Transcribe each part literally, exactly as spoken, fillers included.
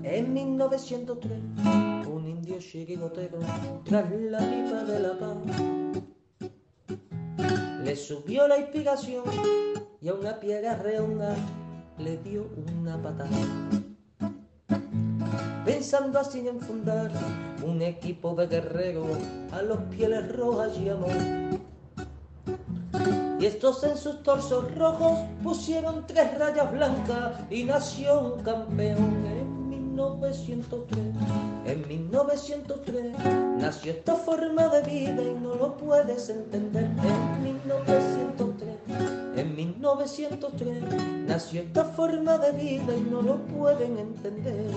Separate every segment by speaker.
Speaker 1: En mil novecientos tres, un indio chirigotero, tras la pipa de la paz, le subió la inspiración y a una piedra redonda le dio una patada. Pensando así en fundar un equipo de guerreros a los pieles rojas llamó. Y estos en sus torsos rojos pusieron tres rayas blancas y nació un campeón en mil novecientos tres. En mil novecientos tres nació esta forma de vida y no lo puedes entender. En mil novecientos tres, en mil novecientos tres nació esta forma de vida y no lo pueden entender.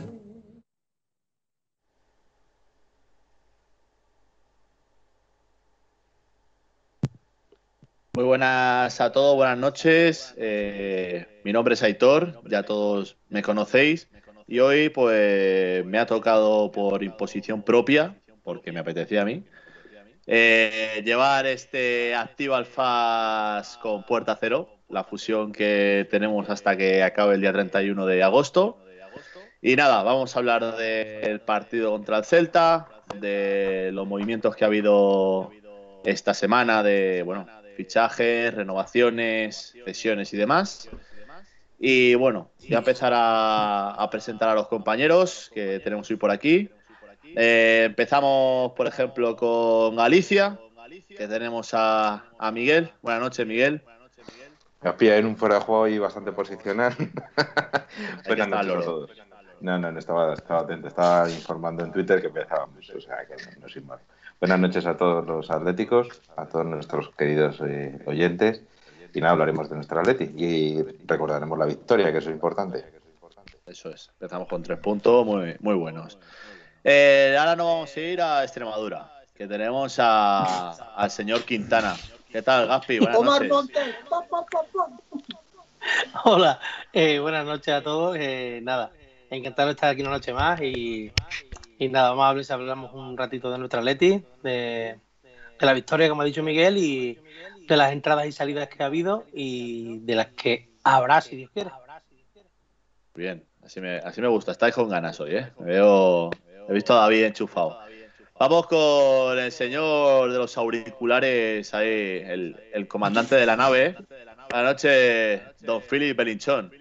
Speaker 2: Muy buenas a todos, buenas noches. Eh, mi nombre es Aitor, ya todos me conocéis. Y hoy pues me ha tocado por imposición propia, porque me apetecía a mí, eh, llevar este Activa Alfas con Puerta Cero, la fusión que tenemos hasta que acabe el día treinta y uno de agosto. Y nada, vamos a hablar del partido contra el Celta, de los movimientos que ha habido esta semana de, bueno, fichajes, renovaciones, cesiones y demás. Y bueno, voy a empezar a, a presentar a los compañeros que tenemos hoy por aquí. Eh, empezamos, por ejemplo, con Galicia, que tenemos a, a Miguel. Buenas noches, Miguel.
Speaker 3: Me has pillado en un fuera de juego y bastante posicional. Buenas
Speaker 2: estar,
Speaker 3: noches
Speaker 2: Lore.
Speaker 3: a todos. No, no, no estaba, estaba atento, estaba informando en Twitter que empezábamos, o sea que no, no sin más. Buenas noches a todos los atléticos, a todos nuestros queridos eh, oyentes. Y nada, hablaremos de nuestra Atleti y recordaremos la victoria, que eso es importante.
Speaker 2: Eso es, empezamos con tres puntos muy, muy buenos. Eh, ahora nos vamos a ir a Extremadura, que tenemos a, al señor Quintana. ¿Qué tal, Gaspi? Buenas
Speaker 4: Omar
Speaker 2: noches.
Speaker 4: Montes. Pa, pa, pa, pa.
Speaker 5: Hola, eh, buenas noches a todos. Eh, nada, encantado de estar aquí una noche más y, y nada, vamos a hablar, hablamos un ratito de nuestra Atleti, de, de la victoria, como ha dicho Miguel, y de las entradas y salidas que ha habido y de las que habrá, si Dios quiere.
Speaker 2: Bien, así me, así me gusta. Estáis con ganas hoy, ¿eh? Me veo, he visto a David enchufado. Vamos con el señor de los auriculares, ahí, el, el comandante de la nave. Buenas noches, don Philip Belinchón.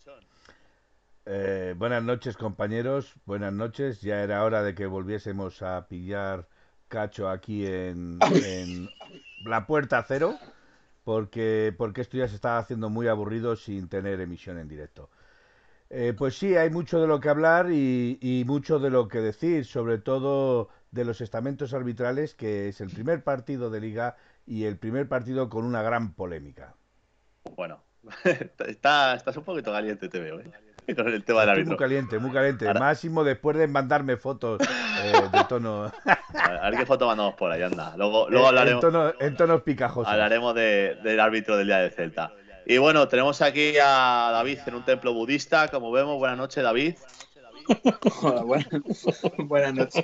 Speaker 6: Eh, buenas noches, compañeros. Buenas noches. Ya era hora de que volviésemos a pillar cacho aquí en, en la Puerta Cero, porque, porque esto ya se estaba haciendo muy aburrido sin tener emisión en directo. Eh, pues sí, hay mucho de lo que hablar y, y mucho de lo que decir, sobre todo de los estamentos arbitrales, que es el primer partido de Liga y el primer partido con una gran polémica.
Speaker 2: Bueno, está, estás un poquito caliente, te veo, ¿eh? Con el tema del
Speaker 6: Estoy
Speaker 2: árbitro.
Speaker 6: muy caliente, muy caliente.
Speaker 2: Ahora...
Speaker 6: Máximo después de mandarme fotos eh, de tono.
Speaker 2: A ver qué foto mandamos por ahí, anda. Luego, luego hablaremos.
Speaker 6: En, tono, en tonos picajosos.
Speaker 2: Hablaremos de, del árbitro del día de Celta. Y bueno, tenemos aquí a David en un templo budista, como vemos. Buenas noches, David.
Speaker 4: Hola, buenas, buenas noches.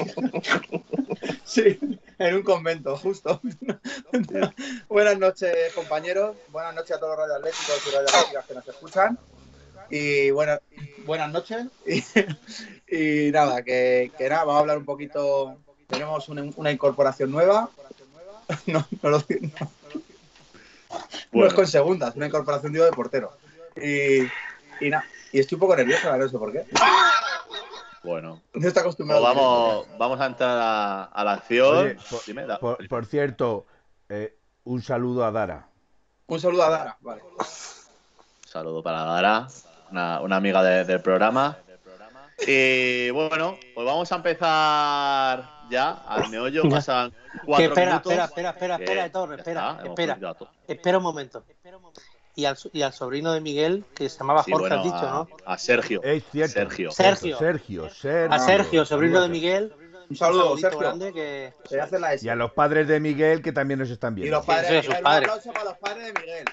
Speaker 4: Sí, en un convento, justo. Buenas noches, compañeros. Buenas noches a todos los radioatléticos y radioatléticas que nos escuchan. Y bueno, buenas noches. Y, y nada, que, que nada, vamos a hablar un poquito. Tenemos una, una incorporación nueva. No, no lo digo. No.
Speaker 2: Bueno.
Speaker 4: No es con segundas, una incorporación digo de portero. Y, y nada, y estoy un poco nervioso, no sé por qué.
Speaker 2: Bueno,
Speaker 4: no está acostumbrado.
Speaker 2: Pues vamos, vamos a entrar a, a la acción.
Speaker 6: Oye, por,
Speaker 2: Dime, da,
Speaker 6: por, por cierto, eh, un saludo a Dara.
Speaker 4: Un saludo a Dara, vale.
Speaker 2: Un saludo para Dara, una, una amiga de, del programa. Y bueno, pues vamos a empezar ya al meollo. Pasan cuatro
Speaker 5: espera,
Speaker 2: minutos.
Speaker 5: Espera, espera, espera,
Speaker 2: que,
Speaker 5: espera, Torre, espera,
Speaker 2: está,
Speaker 5: espera. Espera un momento. Y al, y al sobrino de Miguel, que se llamaba
Speaker 2: sí,
Speaker 5: Jorge,
Speaker 2: bueno,
Speaker 5: has dicho,
Speaker 2: a,
Speaker 5: ¿no?
Speaker 2: A Sergio.
Speaker 6: Es cierto.
Speaker 2: Sergio.
Speaker 5: Sergio.
Speaker 6: Sergio, Sergio.
Speaker 5: A Sergio, sobrino de Miguel.
Speaker 4: Un saludo,
Speaker 5: un
Speaker 4: Sergio.
Speaker 5: Grande que...
Speaker 4: Se hace la S.
Speaker 6: Y a los padres de Miguel, que también nos están viendo.
Speaker 4: Y los padres
Speaker 5: sí,
Speaker 4: de
Speaker 5: sus
Speaker 4: Miguel.
Speaker 5: padres.
Speaker 4: Un aplauso para los padres de Miguel.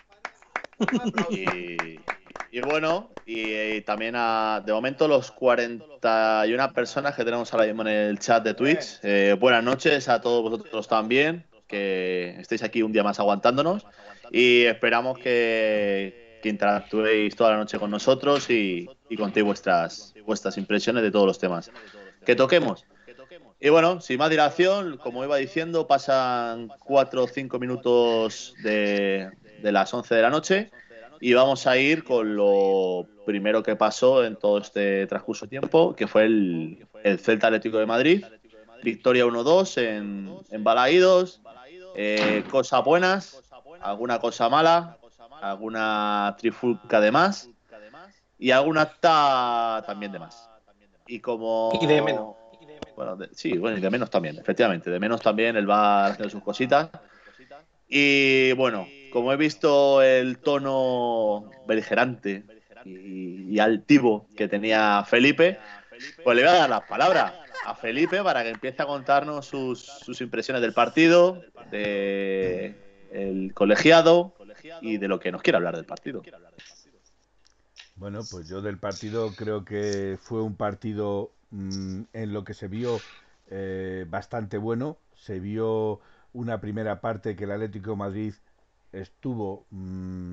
Speaker 2: Y, y bueno, y, y también a, de momento los cuarenta y una personas que tenemos ahora mismo en el chat de Twitch. Eh, buenas noches a todos vosotros también, que estéis aquí un día más aguantándonos. Y esperamos que, que interactuéis toda la noche con nosotros y, y contéis vuestras, vuestras impresiones de todos los temas que toquemos. Y bueno, sin más dilación, como iba diciendo, pasan cuatro o cinco minutos de, de las once de la noche y vamos a ir con lo primero que pasó en todo este transcurso de tiempo, que fue el, el Celta Atlético de Madrid. Victoria uno dos en, en Balaídos. Eh, cosas buenas, alguna cosa mala, alguna trifulca de más y alguna acta también de más. Y como...
Speaker 5: Y de menos.
Speaker 2: Bueno, de, sí, bueno, y de menos también, efectivamente. De menos también él va haciendo sus cositas. Y bueno, como he visto el tono beligerante y, y altivo que tenía Felipe, pues le voy a dar las palabras a Felipe para que empiece a contarnos sus, sus impresiones del partido, de el colegiado y de lo que nos quiere hablar del partido.
Speaker 6: Bueno, pues yo del partido creo que fue un partido mmm, en lo que se vio eh, bastante bueno. Se vio una primera parte que el Atlético de Madrid estuvo mmm,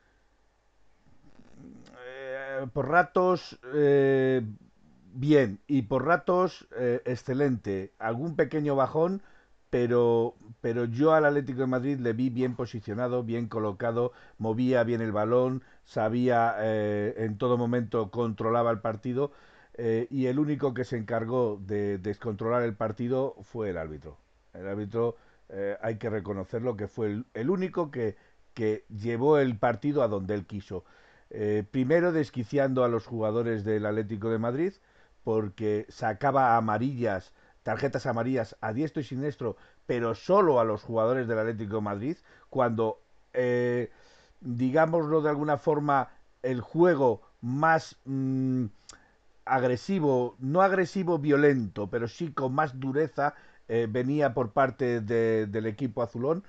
Speaker 6: eh, por ratos eh, bien y por ratos eh, excelente. Algún pequeño bajón, pero, pero yo al Atlético de Madrid le vi bien posicionado, bien colocado, movía bien el balón, sabía eh, en todo momento, controlaba el partido eh, y el único que se encargó de descontrolar el partido fue el árbitro. El árbitro, eh, hay que reconocerlo, que fue el, el único que, que llevó el partido a donde él quiso. Eh, primero desquiciando a los jugadores del Atlético de Madrid, porque sacaba amarillas, tarjetas amarillas a diestro y siniestro, pero solo a los jugadores del Atlético de Madrid, cuando, eh, digámoslo de alguna forma, el juego más mmm, agresivo, no agresivo violento, pero sí con más dureza, eh, venía por parte de, del equipo azulón.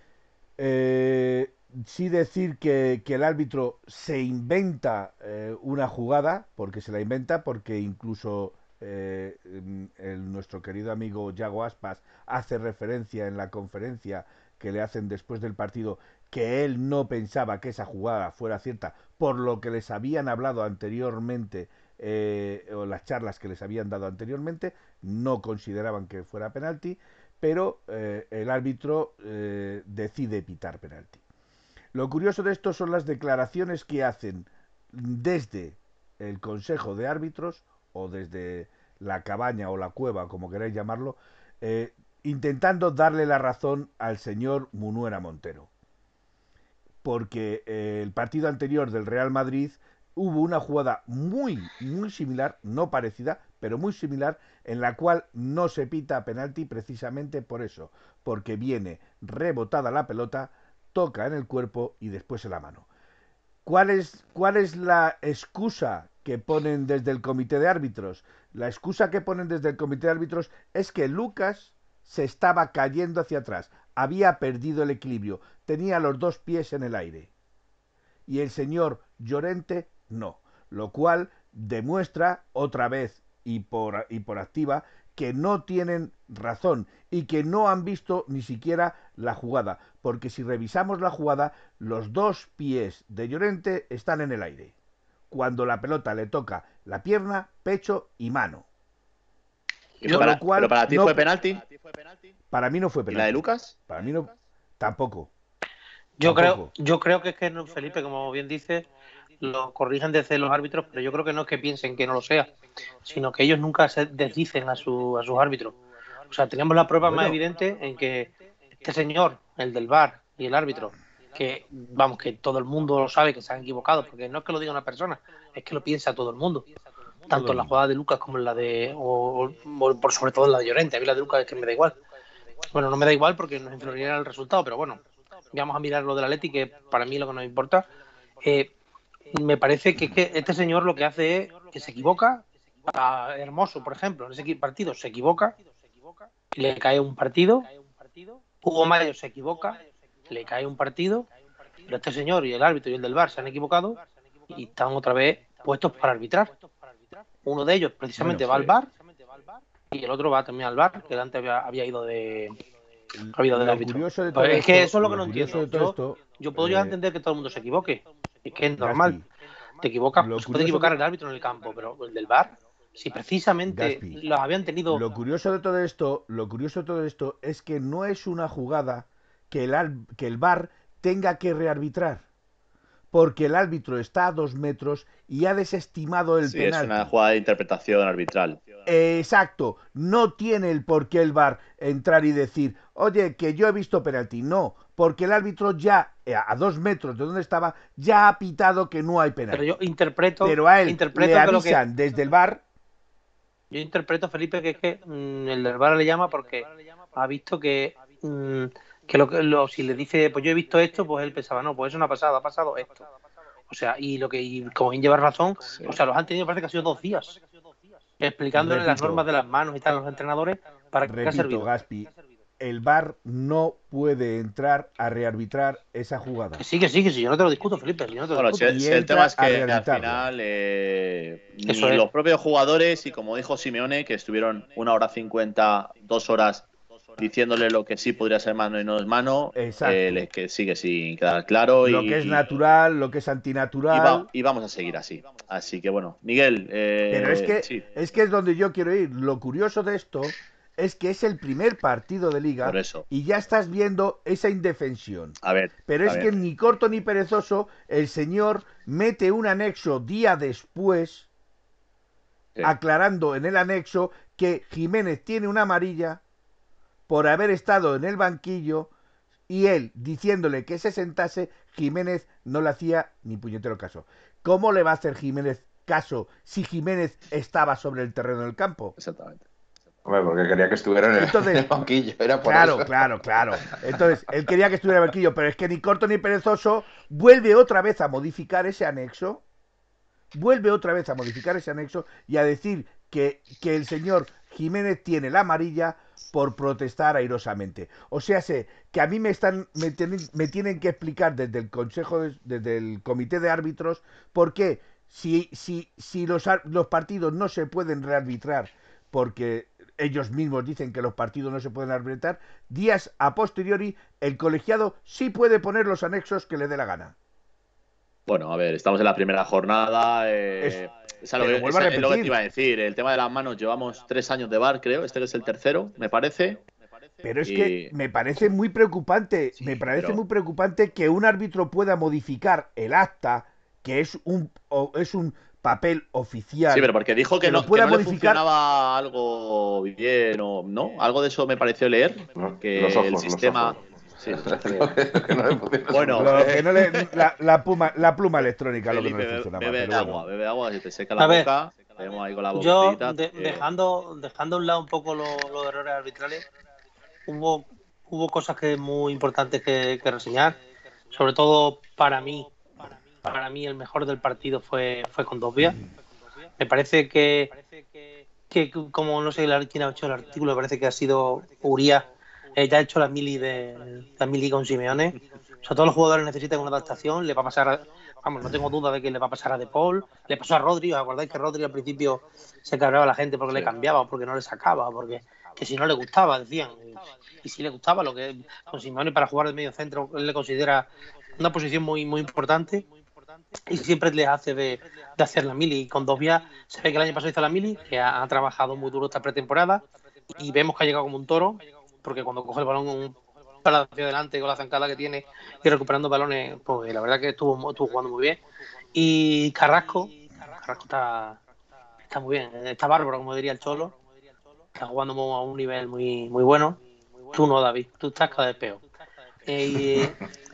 Speaker 6: Eh, sí decir que, que el árbitro se inventa eh, una jugada, porque se la inventa, porque incluso eh, el, nuestro querido amigo Yago Aspas hace referencia en la conferencia que le hacen después del partido que él no pensaba que esa jugada fuera cierta, por lo que les habían hablado anteriormente eh, o las charlas que les habían dado anteriormente, no consideraban que fuera penalti, pero eh, el árbitro eh, decide pitar penalti. Lo curioso de esto son las declaraciones que hacen desde el Consejo de Árbitros o desde la cabaña o la cueva, como queráis llamarlo, eh, intentando darle la razón al señor Munuera Montero. Porque eh, el partido anterior del Real Madrid hubo una jugada muy, muy similar, no parecida, pero muy similar, en la cual no se pita penalti precisamente por eso, porque viene rebotada la pelota, toca en el cuerpo y después en la mano. ¿Cuál es, cuál es la excusa que ponen desde el comité de árbitros? La excusa que ponen desde el comité de árbitros es que Lucas se estaba cayendo hacia atrás, había perdido el equilibrio, tenía los dos pies en el aire. Y el señor Llorente no, lo cual demuestra otra vez y por, y por activa que no tienen razón y que no han visto ni siquiera la jugada, porque si revisamos la jugada, los dos pies de Llorente están en el aire, cuando la pelota le toca la pierna, pecho y mano.
Speaker 2: Yo, para, cual, ¿Pero para ti no, fue penalti?
Speaker 6: Para mí no fue penalti.
Speaker 2: ¿Y la de Lucas?
Speaker 6: Para mí no, tampoco.
Speaker 5: Yo tampoco. creo, yo creo que es que Felipe, como bien dice, lo corrigen desde los árbitros, pero yo creo que no es que piensen que no lo sea, sino que ellos nunca se desdicen a, su, a sus árbitros. O sea, teníamos la prueba bueno. más evidente en que este señor, el del V A R y el árbitro, que vamos, que todo el mundo lo sabe que se han equivocado, porque no es que lo diga una persona, es que lo piensa todo el mundo. Tanto en la jugada de Lucas como en la de, o, o por sobre todo en la de Llorente. A mí la de Lucas es que me da igual. Bueno, no me da igual porque nos influiría el resultado, pero bueno, vamos a mirar lo del Atleti, que para mí es lo que nos importa. Eh, me parece que, que este señor lo que hace es que se equivoca. A Hermoso, por ejemplo, en ese partido se equivoca, le cae un partido. Hugo Mayo se equivoca, le cae un partido. Pero este señor y el árbitro y el del V A R se han equivocado y están otra vez puestos para arbitrar. Uno de ellos precisamente bueno, va sí. al V A R y el otro va también al V A R, que antes había, había ido de había ido del árbitro.
Speaker 6: De
Speaker 5: pues es
Speaker 6: esto,
Speaker 5: que eso es lo que
Speaker 6: lo
Speaker 5: no entiendo.
Speaker 6: De
Speaker 5: yo,
Speaker 6: esto,
Speaker 5: yo puedo eh... ya entender que todo el mundo se equivoque, Es que es normal.
Speaker 6: Gaspi,
Speaker 5: Te equivocas,
Speaker 6: lo
Speaker 5: se puede
Speaker 6: curioso
Speaker 5: equivocar
Speaker 6: de-
Speaker 5: el árbitro en el campo, pero el del V A R, si precisamente
Speaker 6: Gaspi,
Speaker 5: los habían tenido.
Speaker 6: lo curioso de todo esto, lo curioso de todo esto es que no es una jugada que el, al- que el V A R tenga que rearbitrar, porque el árbitro está a dos metros y ha desestimado el
Speaker 2: Sí, es una
Speaker 6: penalti.
Speaker 2: jugada de interpretación arbitral.
Speaker 6: Exacto, no tiene el por qué el V A R entrar y decir, oye, que yo he visto penalti. No, porque el árbitro ya, eh, a dos metros de donde estaba, ya ha pitado que no hay
Speaker 5: Pero
Speaker 6: penalti.
Speaker 5: yo interpreto,
Speaker 6: Pero a él
Speaker 5: interpreto
Speaker 6: le
Speaker 5: que lo que
Speaker 6: avisan desde el V A R.
Speaker 5: yo interpreto, Felipe, que es que mm, el del V A R le llama porque ha visto que mm, que lo que lo, si le dice, pues yo he visto esto, pues él pensaba, no, pues eso no ha pasado, ha pasado esto. O sea, y lo que, y como bien lleva razón,
Speaker 2: Sí.
Speaker 5: o sea, los han tenido, parece que ha sido dos días, explicándole las
Speaker 6: Repito.
Speaker 5: normas de las manos y tal a los entrenadores para qué ha
Speaker 6: Repito,
Speaker 5: servido.
Speaker 6: Gaspi, el V A R no puede entrar a rearbitrar esa jugada.
Speaker 5: Que sí, que sí, que sí, yo no te lo discuto, Felipe, yo no te lo
Speaker 2: Bueno, si,
Speaker 5: discuto.
Speaker 6: Y
Speaker 2: si el
Speaker 6: entra
Speaker 2: tema es
Speaker 6: a
Speaker 2: que al
Speaker 6: rearbitrarlo.
Speaker 2: final eh, ni
Speaker 5: Eso es.
Speaker 2: los propios jugadores y como dijo Simeone, que estuvieron una hora cincuenta, dos horas diciéndole lo que sí podría ser mano y no es mano,
Speaker 6: Exacto.
Speaker 2: eh, les que sigue sin quedar claro
Speaker 6: Lo
Speaker 2: y,
Speaker 6: que es natural, lo que es
Speaker 2: y,
Speaker 6: antinatural.
Speaker 2: va- y vamos a seguir así. Así que bueno, Miguel, eh,
Speaker 6: Pero es que,
Speaker 2: sí,
Speaker 6: es que es donde yo quiero ir. Lo curioso de esto es que es el primer partido de liga
Speaker 2: por eso.
Speaker 6: y ya estás viendo esa indefensión.
Speaker 2: A ver,
Speaker 6: Pero
Speaker 2: a
Speaker 6: es
Speaker 2: ver.
Speaker 6: que ni corto ni perezoso, el señor mete un anexo día después,
Speaker 2: Sí.
Speaker 6: aclarando en el anexo que Jiménez tiene una amarilla por haber estado en el banquillo y él diciéndole que se sentase, Jiménez no le hacía ni puñetero caso. ¿Cómo le va a hacer Jiménez caso si Jiménez estaba sobre el terreno del campo?
Speaker 2: Exactamente.
Speaker 3: Hombre, porque quería que estuviera en el,
Speaker 6: Entonces,
Speaker 3: en el banquillo. Era por
Speaker 6: Claro,
Speaker 3: eso.
Speaker 6: claro, claro. Entonces, él quería que estuviera Berquillo, pero es que ni corto ni perezoso vuelve otra vez a modificar ese anexo, vuelve otra vez a modificar ese anexo y a decir que, que el señor Jiménez tiene la amarilla por protestar airosamente. O sea, sé que a mí me están me, tienen, me tienen que explicar desde el consejo, de, desde el comité de árbitros, por qué si, si, si los, los partidos no se pueden rearbitrar porque ellos mismos dicen que los partidos no se pueden arbitrar, días a posteriori el colegiado sí puede poner los anexos que le dé la gana.
Speaker 2: Bueno, a ver, estamos en la primera jornada. Eh,
Speaker 6: Es-
Speaker 2: es, algo
Speaker 6: pero
Speaker 2: que,
Speaker 6: vuelvo a
Speaker 2: es- es lo que
Speaker 6: repetir.
Speaker 2: te iba a decir. El tema de las manos, llevamos tres años de V A R, creo. Este que es el tercero, me parece.
Speaker 6: Pero es
Speaker 2: Y-
Speaker 6: que me parece muy preocupante,
Speaker 2: Sí,
Speaker 6: me parece
Speaker 2: pero-
Speaker 6: muy preocupante que un árbitro pueda modificar el acta, que es un o- es un papel oficial.
Speaker 2: Sí, pero porque dijo que,
Speaker 6: que lo
Speaker 2: no, que
Speaker 6: pueda
Speaker 2: no le
Speaker 6: modificar.
Speaker 2: funcionaba algo bien o no. Algo de eso me pareció leer.
Speaker 3: No,
Speaker 2: Que
Speaker 3: los ojos,
Speaker 2: el
Speaker 3: los
Speaker 2: sistema.
Speaker 3: ojos.
Speaker 2: Sí,
Speaker 3: Que no le funciona.
Speaker 2: Bueno,
Speaker 6: Lo que no le- la, la pluma, la pluma electrónica lo que no
Speaker 2: Felipe,
Speaker 6: le
Speaker 2: bebe,
Speaker 6: funcionaba.
Speaker 2: bebe
Speaker 6: pero
Speaker 2: agua,
Speaker 6: bueno.
Speaker 2: bebe agua, si te seca la
Speaker 5: A ver,
Speaker 2: boca. Tenemos ahí con la
Speaker 5: Yo,
Speaker 2: botellita.
Speaker 5: de-
Speaker 2: eh,
Speaker 5: dejando, dejando a un lado un poco los, los errores arbitrales, hubo, hubo cosas que muy importantes que, que reseñar. Sobre todo para mí, para mí el mejor del partido fue, fue Condovia. Me parece que, que como no sé quién ha hecho el artículo, me parece que ha sido Uría, eh, ya ha hecho la mili de la mili con Simeone. O sea, todos los jugadores necesitan una adaptación. Le va a pasar, a, vamos, no tengo duda de que le va a pasar a De Paul. Le pasó a Rodri. ¿Os acordáis que Rodri al principio se cargaba a la gente porque
Speaker 2: Sí.
Speaker 5: le cambiaba, porque no le sacaba, porque que si no le gustaba, decían. Y si le gustaba, lo que con Simeone para jugar de medio centro él le considera una posición muy muy importante y siempre les hace de, de hacer la mili. Y con Condovia se ve que el año pasado hizo la mili, que ha, ha trabajado muy duro esta pretemporada y vemos que ha llegado como un toro, porque cuando coge el balón un para hacia adelante con la zancada que tiene y recuperando balones, pues la verdad que estuvo, estuvo jugando muy bien. Y Carrasco, Carrasco está, está muy bien, está bárbaro, como diría el Cholo, está jugando a un nivel muy, muy bueno. Tú no, David, tú estás cada vez peor. Eh,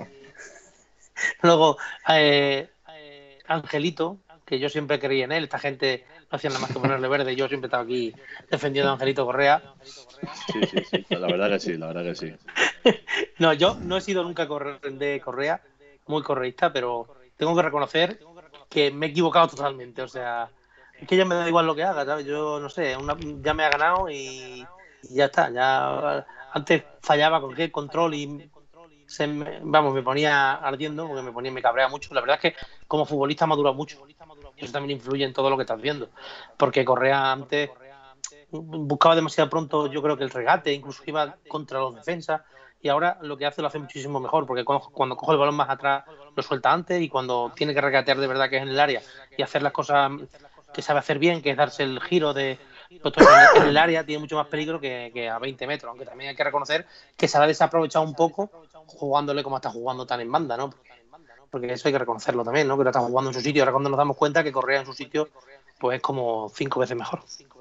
Speaker 5: y luego, eh, Angelito, que yo siempre creí en él, esta gente no hacía nada más que ponerle verde, yo siempre estaba aquí defendiendo a Angelito Correa.
Speaker 2: Sí, sí, sí. La verdad que sí, la verdad que sí.
Speaker 5: No, yo no he sido nunca corre- de Correa, muy correísta, pero tengo que reconocer que me he equivocado totalmente. O sea, es que ya me da igual lo que haga, ¿sabes? Yo no sé, una- ya me ha ganado y, y ya está. Ya antes fallaba con qué control y se me- vamos, me ponía ardiendo porque me ponía, me cabrea mucho. La verdad es que como futbolista ha madurado mucho. Y eso también influye en todo lo que estás viendo. Porque Correa antes buscaba demasiado pronto, yo creo que el regate, incluso iba contra los defensas. y ahora lo que hace lo hace muchísimo mejor, porque cuando, cuando coge el balón más atrás lo suelta antes, y cuando tiene que regatear de verdad, que es en el área, y hacer las cosas que sabe hacer bien, que es darse el giro de en el área, tiene mucho más peligro que, que a veinte metros, aunque también hay que reconocer que se ha desaprovechado un poco jugándole como está jugando tan en banda, ¿no? Porque eso hay que reconocerlo también, ¿no? Que lo está jugando en su sitio. Ahora cuando nos damos cuenta que Correa en su sitio pues es como cinco veces mejor.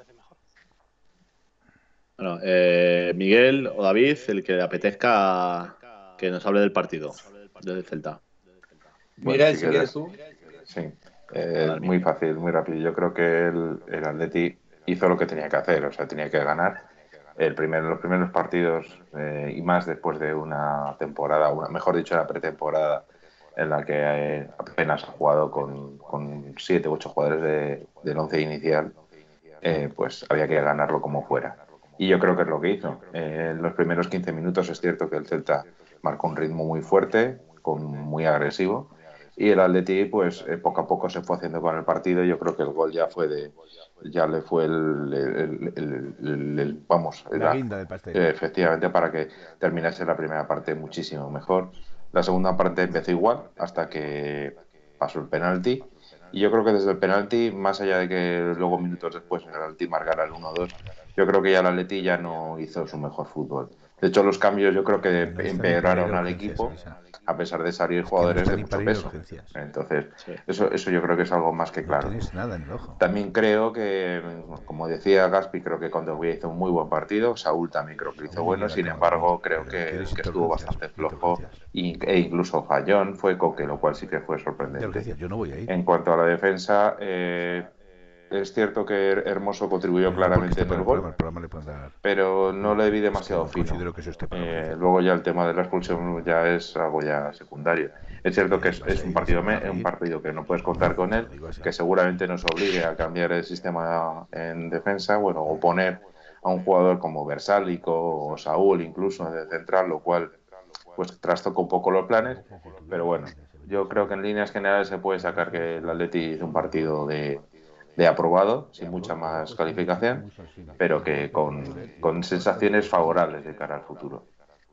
Speaker 2: Bueno, eh, Miguel o David, el que le apetezca que nos hable del partido del Celta.
Speaker 3: Bueno,
Speaker 4: Miguel,
Speaker 3: si
Speaker 4: si quieres tú.
Speaker 3: Sí, eh, muy fácil, muy rápido. Yo creo que el, el Atleti hizo lo que tenía que hacer, o sea, tenía que ganar. El primer, los primeros partidos, eh, y más después de una temporada, una, mejor dicho, una pretemporada en la que eh, apenas ha jugado con, con siete u ocho jugadores de, del once inicial, eh, pues había que ganarlo como fuera. Y yo creo que es lo que hizo. Eh, en los primeros quince minutos es cierto que el Celta marcó un ritmo muy fuerte, con, muy agresivo, y el Atleti pues eh, poco a poco se fue haciendo con el partido. Yo creo que el gol ya fue de ya le fue el, el, el, el, el vamos
Speaker 6: la guinda del pastel,
Speaker 3: eh, efectivamente, para que terminase la primera parte muchísimo mejor. La segunda parte empezó igual hasta que pasó el penalti, y yo creo que desde el penalti, más allá de que luego minutos después el Atleti marcara el uno dos, yo creo que ya el Atleti ya no hizo su mejor fútbol. De hecho, los cambios yo creo que
Speaker 6: no
Speaker 3: empeoraron al equipo, a pesar de salir
Speaker 6: es
Speaker 3: jugadores
Speaker 6: no
Speaker 3: de mucho peso.
Speaker 6: Urgencias.
Speaker 3: Entonces,
Speaker 2: sí.
Speaker 3: eso, eso yo creo que es algo más que claro.
Speaker 6: No tienes nada en el ojo.
Speaker 3: También creo que, como decía Gaspi, creo que Condovia hizo un muy buen partido. Saúl también creo que hizo bueno. Sin embargo, creo que, que estuvo bastante flojo, e incluso fallón fue Coque, lo cual sí que fue sorprendente.
Speaker 6: Yo no voy a ir.
Speaker 3: En cuanto a la defensa, eh, es cierto que Hermoso contribuyó
Speaker 6: no,
Speaker 3: claramente en el gol,
Speaker 6: programa, el programa le pueden dar...
Speaker 3: pero no le vi demasiado
Speaker 6: es que no
Speaker 3: fino.
Speaker 6: Que eso esté para
Speaker 3: eh, luego ya el tema de la expulsión ya es algo ya secundario. Es cierto que es, es un partido me, un partido que no puedes contar con él, que seguramente nos obligue a cambiar el sistema en defensa, bueno, o poner a un jugador como Versálico o Saúl incluso de central, lo cual pues trastoca un poco los planes, pero bueno, yo creo que en líneas generales se puede sacar que el Atleti hizo un partido de, de aprobado, sin mucha más calificación, pero que con, con sensaciones favorables de cara al futuro.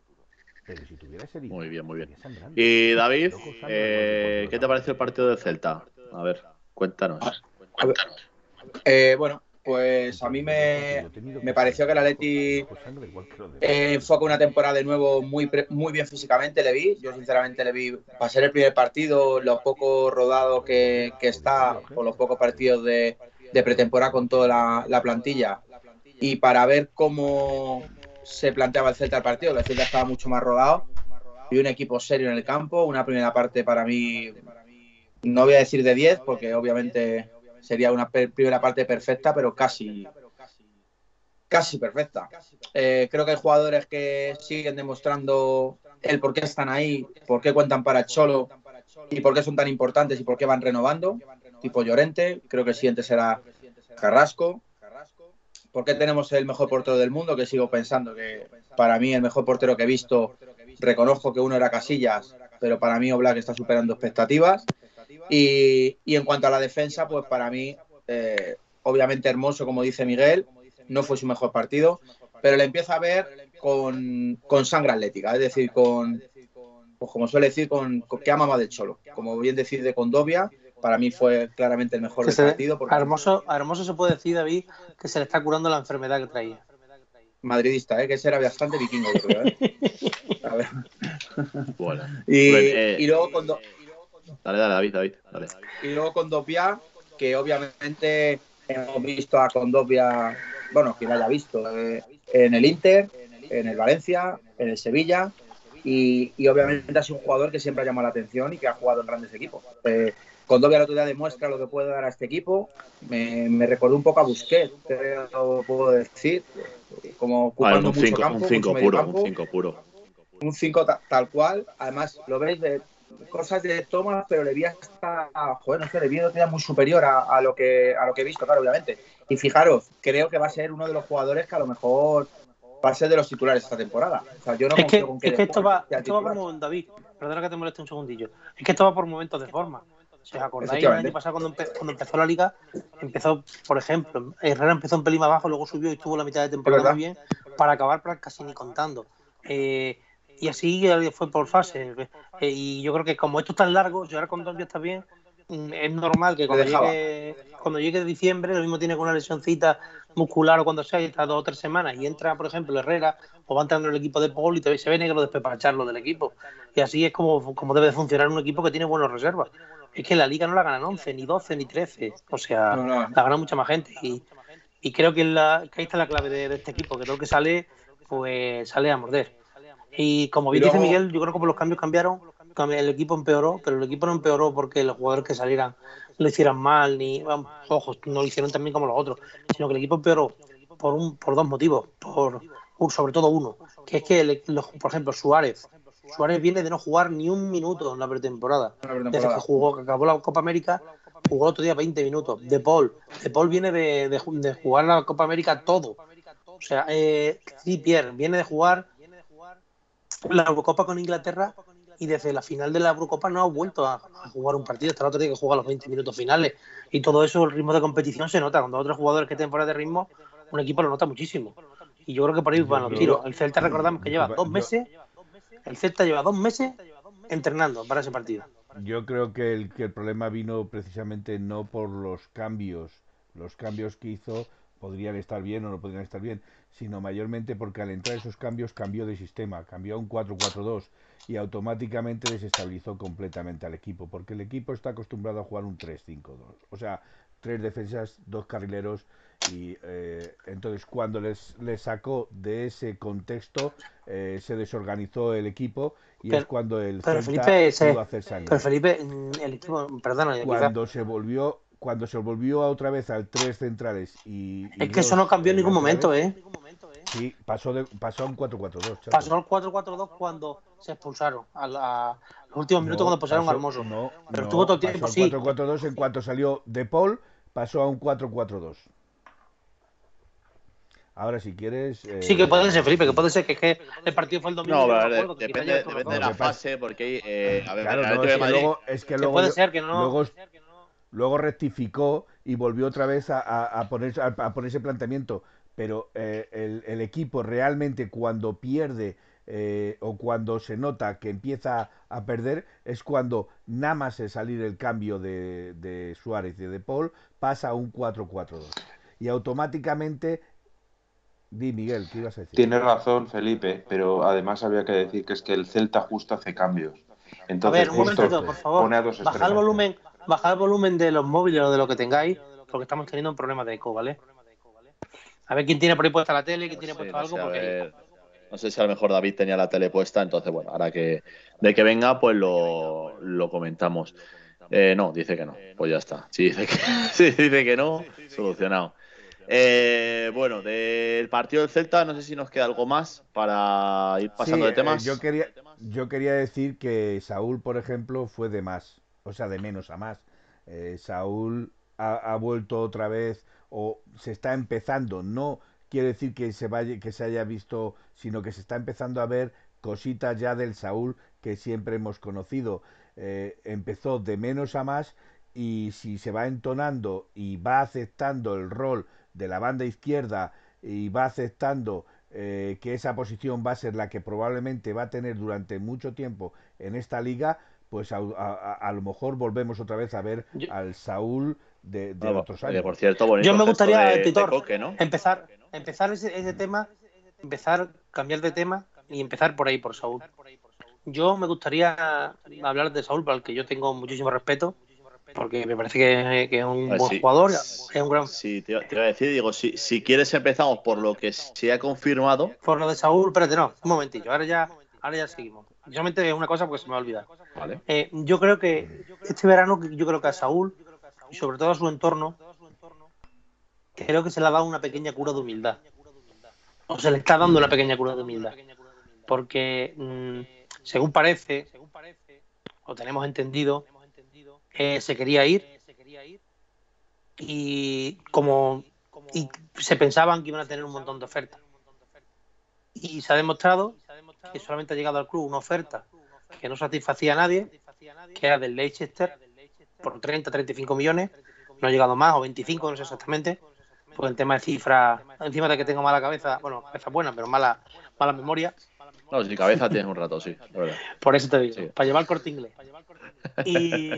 Speaker 2: Muy bien, muy bien. Y David, eh, ¿qué te pareció el partido del Celta? A ver, cuéntanos.
Speaker 4: cuéntanos. Eh, bueno, pues a mí me, me pareció que el Atleti eh, fue con una temporada de nuevo muy, muy bien físicamente, le vi. Yo sinceramente le vi, para ser el primer partido, lo poco rodado que, que está, o los pocos partidos de, de pretemporada con toda la, la plantilla, y para ver cómo se planteaba el Celta el partido, el Celta estaba mucho más rodado y un equipo serio en el campo. Una primera parte para mí, no voy a decir de diez, porque obviamente sería una primera parte perfecta, pero casi casi perfecta. Eh, creo que hay jugadores que siguen demostrando el por qué están ahí, por qué cuentan para el Cholo y por qué son tan importantes y por qué van renovando, tipo Llorente. Creo que el siguiente será Carrasco. ¿Por qué tenemos el mejor portero del mundo? Que sigo pensando que para mí el mejor portero que he visto, reconozco que uno era Casillas, pero para mí Oblak está superando expectativas. Y, y en cuanto a la defensa, pues para mí, eh, obviamente Hermoso, como dice Miguel, no fue su mejor partido, pero le empiezo a ver con, con sangre atlética, es decir, con, pues como suele decir, con, con que ama más del Cholo. Como bien decir de Condovia, para mí fue claramente el mejor del partido.
Speaker 5: Porque... A, Hermoso, a Hermoso se puede decir, David, que se le está curando la enfermedad que traía.
Speaker 4: Madridista, ¿eh? Que ese era bastante vikingo, yo creo. ¿eh? A ver.
Speaker 2: Bueno.
Speaker 4: Y,
Speaker 2: bueno, eh...
Speaker 4: y luego con... Do...
Speaker 2: Dale, dale, David, David. Dale.
Speaker 4: Y luego Condovia, que obviamente hemos visto a Condovia, bueno, quien haya visto, eh, en el Inter, en el Valencia, en el Sevilla, y, y obviamente ha sido un jugador que siempre ha llamado la atención y que ha jugado en grandes equipos. Eh, Condovia la otro día demuestra lo que puede dar a este equipo. Me, me recordó un poco a Busquets, creo, puedo decir, como ocupando
Speaker 2: ah, un cinco,
Speaker 4: mucho campo,
Speaker 2: un cinco
Speaker 4: mucho
Speaker 2: puro,
Speaker 4: campo,
Speaker 2: un cinco puro.
Speaker 4: Un cinco ta tal cual. Además, lo veis de cosas de Thomas, pero le vi hasta, joder, no sé, le vi de muy superior a, a, lo que, a lo que he visto, claro, obviamente. Y fijaros, creo que va a ser uno de los jugadores que a lo mejor va a ser de los titulares esta temporada. O sea, yo no
Speaker 5: es que,
Speaker 4: con que,
Speaker 5: es que esto va, esto va por momentos, David, perdona que te moleste un segundillo, es que esto va por momentos de forma. Si os acordáis, el año pasado cuando, empe cuando empezó la liga, empezó, por ejemplo, Herrera empezó un pelín más abajo, luego subió y estuvo la mitad de temporada muy bien, para acabar casi ni contando. Eh, y así fue por fase. Eh, y yo creo que como esto es tan largo, yo ahora con dos días está bien, es normal que cuando llegue, cuando llegue diciembre, lo mismo tiene que una lesioncita muscular o cuando sea, y está dos o tres semanas, y entra, por ejemplo, Herrera, o va entrando el equipo de Paul y te, se ve negro después para echarlo del equipo. Y así es como, como debe de funcionar un equipo que tiene buenas reservas. Es que la Liga no la ganan once, ni doce, ni trece. O sea, no, no. La gana mucha más gente. Y, y creo que, la, que ahí está la clave de, de este equipo, que todo el que sale, pues sale a morder. Y como bien y luego, dice Miguel, yo creo que por los cambios cambiaron, el equipo empeoró, pero el equipo no empeoró porque los jugadores que salieran lo hicieran mal, ni, ojos, no lo hicieron también como los otros, sino que el equipo empeoró por un por dos motivos, por sobre todo uno, que es que, el, los, por ejemplo, Suárez, Suárez viene de no jugar ni un minuto en la pretemporada, desde que jugó, que acabó la Copa América, jugó el otro día veinte minutos. De Paul, De Paul viene de, de, de jugar la Copa América todo, o sea, eh, sí, Pierre viene de jugar la Eurocopa con Inglaterra y desde la final de la Eurocopa no ha vuelto a, a jugar un partido. Hasta el otro día que juega los veinte minutos finales, y todo eso, el ritmo de competición se nota. Cuando otros jugadores que estén fuera de ritmo, un equipo lo nota muchísimo, y yo creo que por ahí van los tiros. El Celta, recordamos que lleva dos meses el Celta lleva dos meses entrenando para ese partido.
Speaker 6: Yo creo que el, que el problema vino precisamente no por los cambios los cambios que hizo podrían estar bien o no podrían estar bien, sino mayormente porque al entrar esos cambios cambió de sistema, cambió a un cuatro cuatro dos y automáticamente desestabilizó completamente al equipo, porque el equipo está acostumbrado a jugar un tres cinco dos, o sea, tres defensas, dos carrileros, y eh, entonces cuando les, les sacó de ese contexto eh, se desorganizó el equipo y pero, es cuando el
Speaker 5: pero
Speaker 6: Celta
Speaker 5: Felipe, ese,
Speaker 6: pudo hacer sangre.
Speaker 5: Pero Felipe, el equipo, perdona,
Speaker 6: cuando quizá... se volvió cuando se volvió otra vez al tres centrales y, y
Speaker 5: es que eso no cambió en ningún momento, ¿eh?
Speaker 6: Sí, pasó de, pasó a un cuatro cuatro dos.
Speaker 5: Pasó al cuatro cuatro dos cuando se expulsaron a, la, a los últimos minutos, no, cuando pasaron a Hermoso.
Speaker 6: No,
Speaker 5: pero
Speaker 6: no,
Speaker 5: estuvo todo el tiempo
Speaker 6: pasó
Speaker 5: sí.
Speaker 6: cuatro cuatro dos en cuanto salió De Paul, pasó a un cuatro cuatro dos. Ahora, si quieres... Eh...
Speaker 5: Sí, que puede ser, Felipe, que puede ser que, que el partido fue el domingo.
Speaker 2: No, pero, no de, depende, depende de la fase, porque... Eh, a ver,
Speaker 6: claro, no, es, que luego, es que luego...
Speaker 5: puede ser que no...
Speaker 6: Luego, luego rectificó y volvió otra vez a, a, a, poner, a, a poner ese planteamiento. Pero eh, el, el equipo realmente cuando pierde eh, o cuando se nota que empieza a perder es cuando nada más es salir el cambio de, de Suárez y de Paul, pasa a un cuatro cuatro dos. Y automáticamente... Di, Miguel, ¿qué ibas a decir?
Speaker 3: Tienes razón, Felipe, pero además había que decir que es que el Celta justo hace cambios. Entonces,
Speaker 5: a ver, un momentito, por favor, baja el volumen, baja el volumen de los móviles o de lo que tengáis, porque estamos teniendo un problema de eco, ¿vale? A ver quién tiene por ahí puesta la tele, quién tiene puesto
Speaker 2: no sé,
Speaker 5: algo. Porque...
Speaker 2: ver, no sé si a lo mejor David tenía la tele puesta, entonces, bueno, ahora que de que venga, pues lo, lo comentamos. Eh, no, dice que no, pues ya está. Si dice que, si dice que no, solucionado. Eh, bueno, del partido del Celta, no sé si nos queda algo más para ir pasando
Speaker 6: sí,
Speaker 2: de temas.
Speaker 6: Eh, yo, quería, yo quería decir que Saúl, por ejemplo, fue de más, o sea, de menos a más. Eh, Saúl ha, ha vuelto otra vez, o se está empezando, no quiere decir que se vaya, que se haya visto, sino que se está empezando a ver cositas ya del Saúl que siempre hemos conocido. Eh, empezó de menos a más y si se va entonando y va aceptando el rol de la banda izquierda y va aceptando eh, que esa posición va a ser la que probablemente va a tener durante mucho tiempo en esta liga, pues a, a, a lo mejor volvemos otra vez a ver yo, al Saúl de, de
Speaker 2: no,
Speaker 6: otros años.
Speaker 2: Por cierto,
Speaker 5: yo me gustaría,
Speaker 2: de,
Speaker 5: Titor,
Speaker 2: de Coque, ¿no?
Speaker 5: empezar, empezar ese, ese tema, empezar, cambiar de tema y empezar por ahí, por Saúl. Yo me gustaría hablar de Saúl, para el que yo tengo muchísimo respeto, porque me parece que, que es un
Speaker 2: pues
Speaker 5: buen
Speaker 2: sí.
Speaker 5: jugador, es un gran...
Speaker 2: Sí, te, te iba a decir, digo, si, si quieres empezamos por lo que se ha confirmado.
Speaker 5: Por lo de Saúl, espérate, no, un momentillo, ahora ya, ahora ya seguimos. Solamente es una cosa porque se me va a olvidar.
Speaker 2: Vale.
Speaker 5: Eh, yo creo que este verano, yo creo que a Saúl, y sobre todo a su entorno, creo que se le ha dado una pequeña cura de humildad. O se le está dando una pequeña cura de humildad. Porque, mmm, según parece, o tenemos entendido, Eh, se quería ir y como y se pensaban que iban a tener un montón de ofertas y se ha demostrado que solamente ha llegado al club una oferta que no satisfacía a nadie, que era del Leicester por treinta a treinta y cinco millones, no ha llegado más, o veinticinco, no sé exactamente, porque el tema de cifras, encima de que tengo mala cabeza, bueno, cabeza buena, pero mala, mala memoria,
Speaker 2: No, si cabeza tienes un rato, sí, la verdad.
Speaker 5: Por eso te digo,
Speaker 2: Sí.
Speaker 5: para llevar el Corte Inglés. Y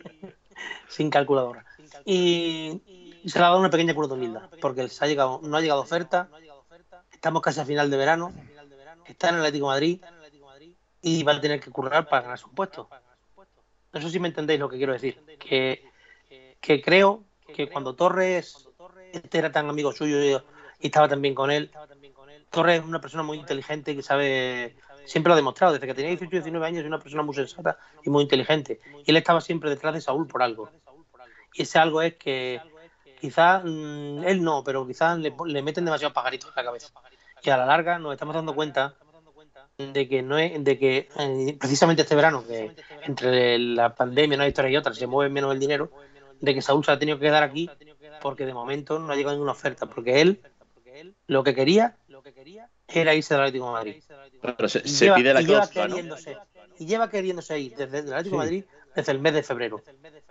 Speaker 5: sin calculadora. Y se le ha dado una pequeña cruz de humildad, porque se ha llegado, no ha llegado oferta, estamos casi a final de verano, está en el Atlético de Madrid y va a tener que currar para ganar su puesto. No sé si me entendéis lo que quiero decir. Que, que creo que cuando Torres, este era tan amigo suyo y, y estaba tan bien con él, Torres es una persona muy inteligente que sabe, siempre lo ha demostrado, desde que tenía dieciocho, diecinueve años, es una persona muy sensata y muy inteligente. Y él estaba siempre detrás de Saúl por algo. Y ese algo es que quizás, mmm, él no, pero quizás le, le meten demasiados pajaritos en la cabeza. Y a la larga nos estamos dando cuenta de que no es, de que eh, precisamente este verano, que entre la pandemia, una historia y otra, se mueve menos el dinero, de que Saúl se ha tenido que quedar aquí porque de momento no ha llegado ninguna oferta, porque él lo que quería era irse del Atlético de Madrid.
Speaker 2: Pero se,
Speaker 5: Y
Speaker 2: se
Speaker 5: lleva,
Speaker 2: pide la
Speaker 5: y lleva
Speaker 2: cláusula, ¿no?
Speaker 5: queriéndose, y lleva queriéndose ir desde el Atlético de
Speaker 6: Sí.
Speaker 5: Madrid desde el mes de febrero.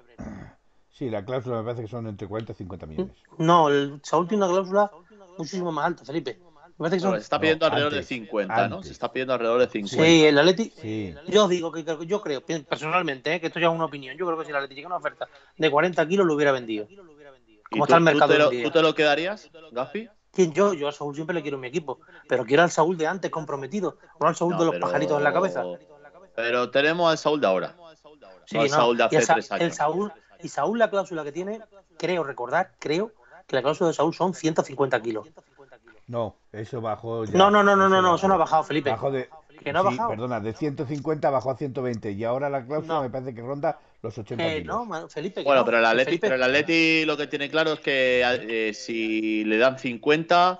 Speaker 6: Sí, la cláusula me parece que son entre cuarenta y cincuenta millones.
Speaker 5: No, el Saúl tiene una cláusula muchísimo más alta, Felipe. Me parece que
Speaker 2: Bueno,
Speaker 5: son...
Speaker 2: se está pidiendo
Speaker 6: No,
Speaker 2: alrededor
Speaker 6: antes,
Speaker 2: de cincuenta, ¿no?
Speaker 6: antes.
Speaker 2: Se está pidiendo alrededor de cincuenta.
Speaker 5: Sí, el Atleti...
Speaker 6: Sí.
Speaker 5: Yo os digo que que yo creo, personalmente, ¿eh? que esto ya es una opinión, yo creo que si el Atleti llega una oferta de cuarenta kilos lo hubiera vendido.
Speaker 2: ¿Y
Speaker 5: ¿Cómo
Speaker 2: tú,
Speaker 5: está el
Speaker 2: tú
Speaker 5: mercado
Speaker 2: te
Speaker 5: hoy en
Speaker 2: lo,
Speaker 5: día?
Speaker 2: tú te lo quedarías, Gafi?
Speaker 5: ¿Quién? Yo, yo a Saúl siempre le quiero en mi equipo, pero quiero al Saúl de antes comprometido, no al Saúl
Speaker 2: No,
Speaker 5: de los
Speaker 2: pero-
Speaker 5: pajaritos en la cabeza.
Speaker 2: Pero tenemos al Saúl de ahora.
Speaker 5: Sí,
Speaker 2: no al
Speaker 5: no.
Speaker 2: Saúl de
Speaker 5: Y
Speaker 2: hace
Speaker 5: el, Sa-
Speaker 2: tres años.
Speaker 5: el Saúl, y Saúl la cláusula que tiene, creo recordar, creo que la cláusula de Saúl son ciento cincuenta kilos.
Speaker 6: No, eso bajó ya.
Speaker 5: No, no, no, no, no, no, eso no ha bajado, Felipe.
Speaker 6: Bajó de,
Speaker 5: Que no ha
Speaker 6: sí,
Speaker 5: bajado.
Speaker 6: perdona, de ciento cincuenta bajó a ciento veinte y ahora la cláusula
Speaker 5: No.
Speaker 6: me parece que ronda los ochenta
Speaker 5: Eh,
Speaker 6: kilos.
Speaker 5: no, man, Felipe. que
Speaker 2: Bueno,
Speaker 5: no,
Speaker 2: pero el
Speaker 5: que
Speaker 2: Atleti,
Speaker 5: Felipe-
Speaker 2: pero el Atleti lo que tiene claro es que eh, si le dan cincuenta,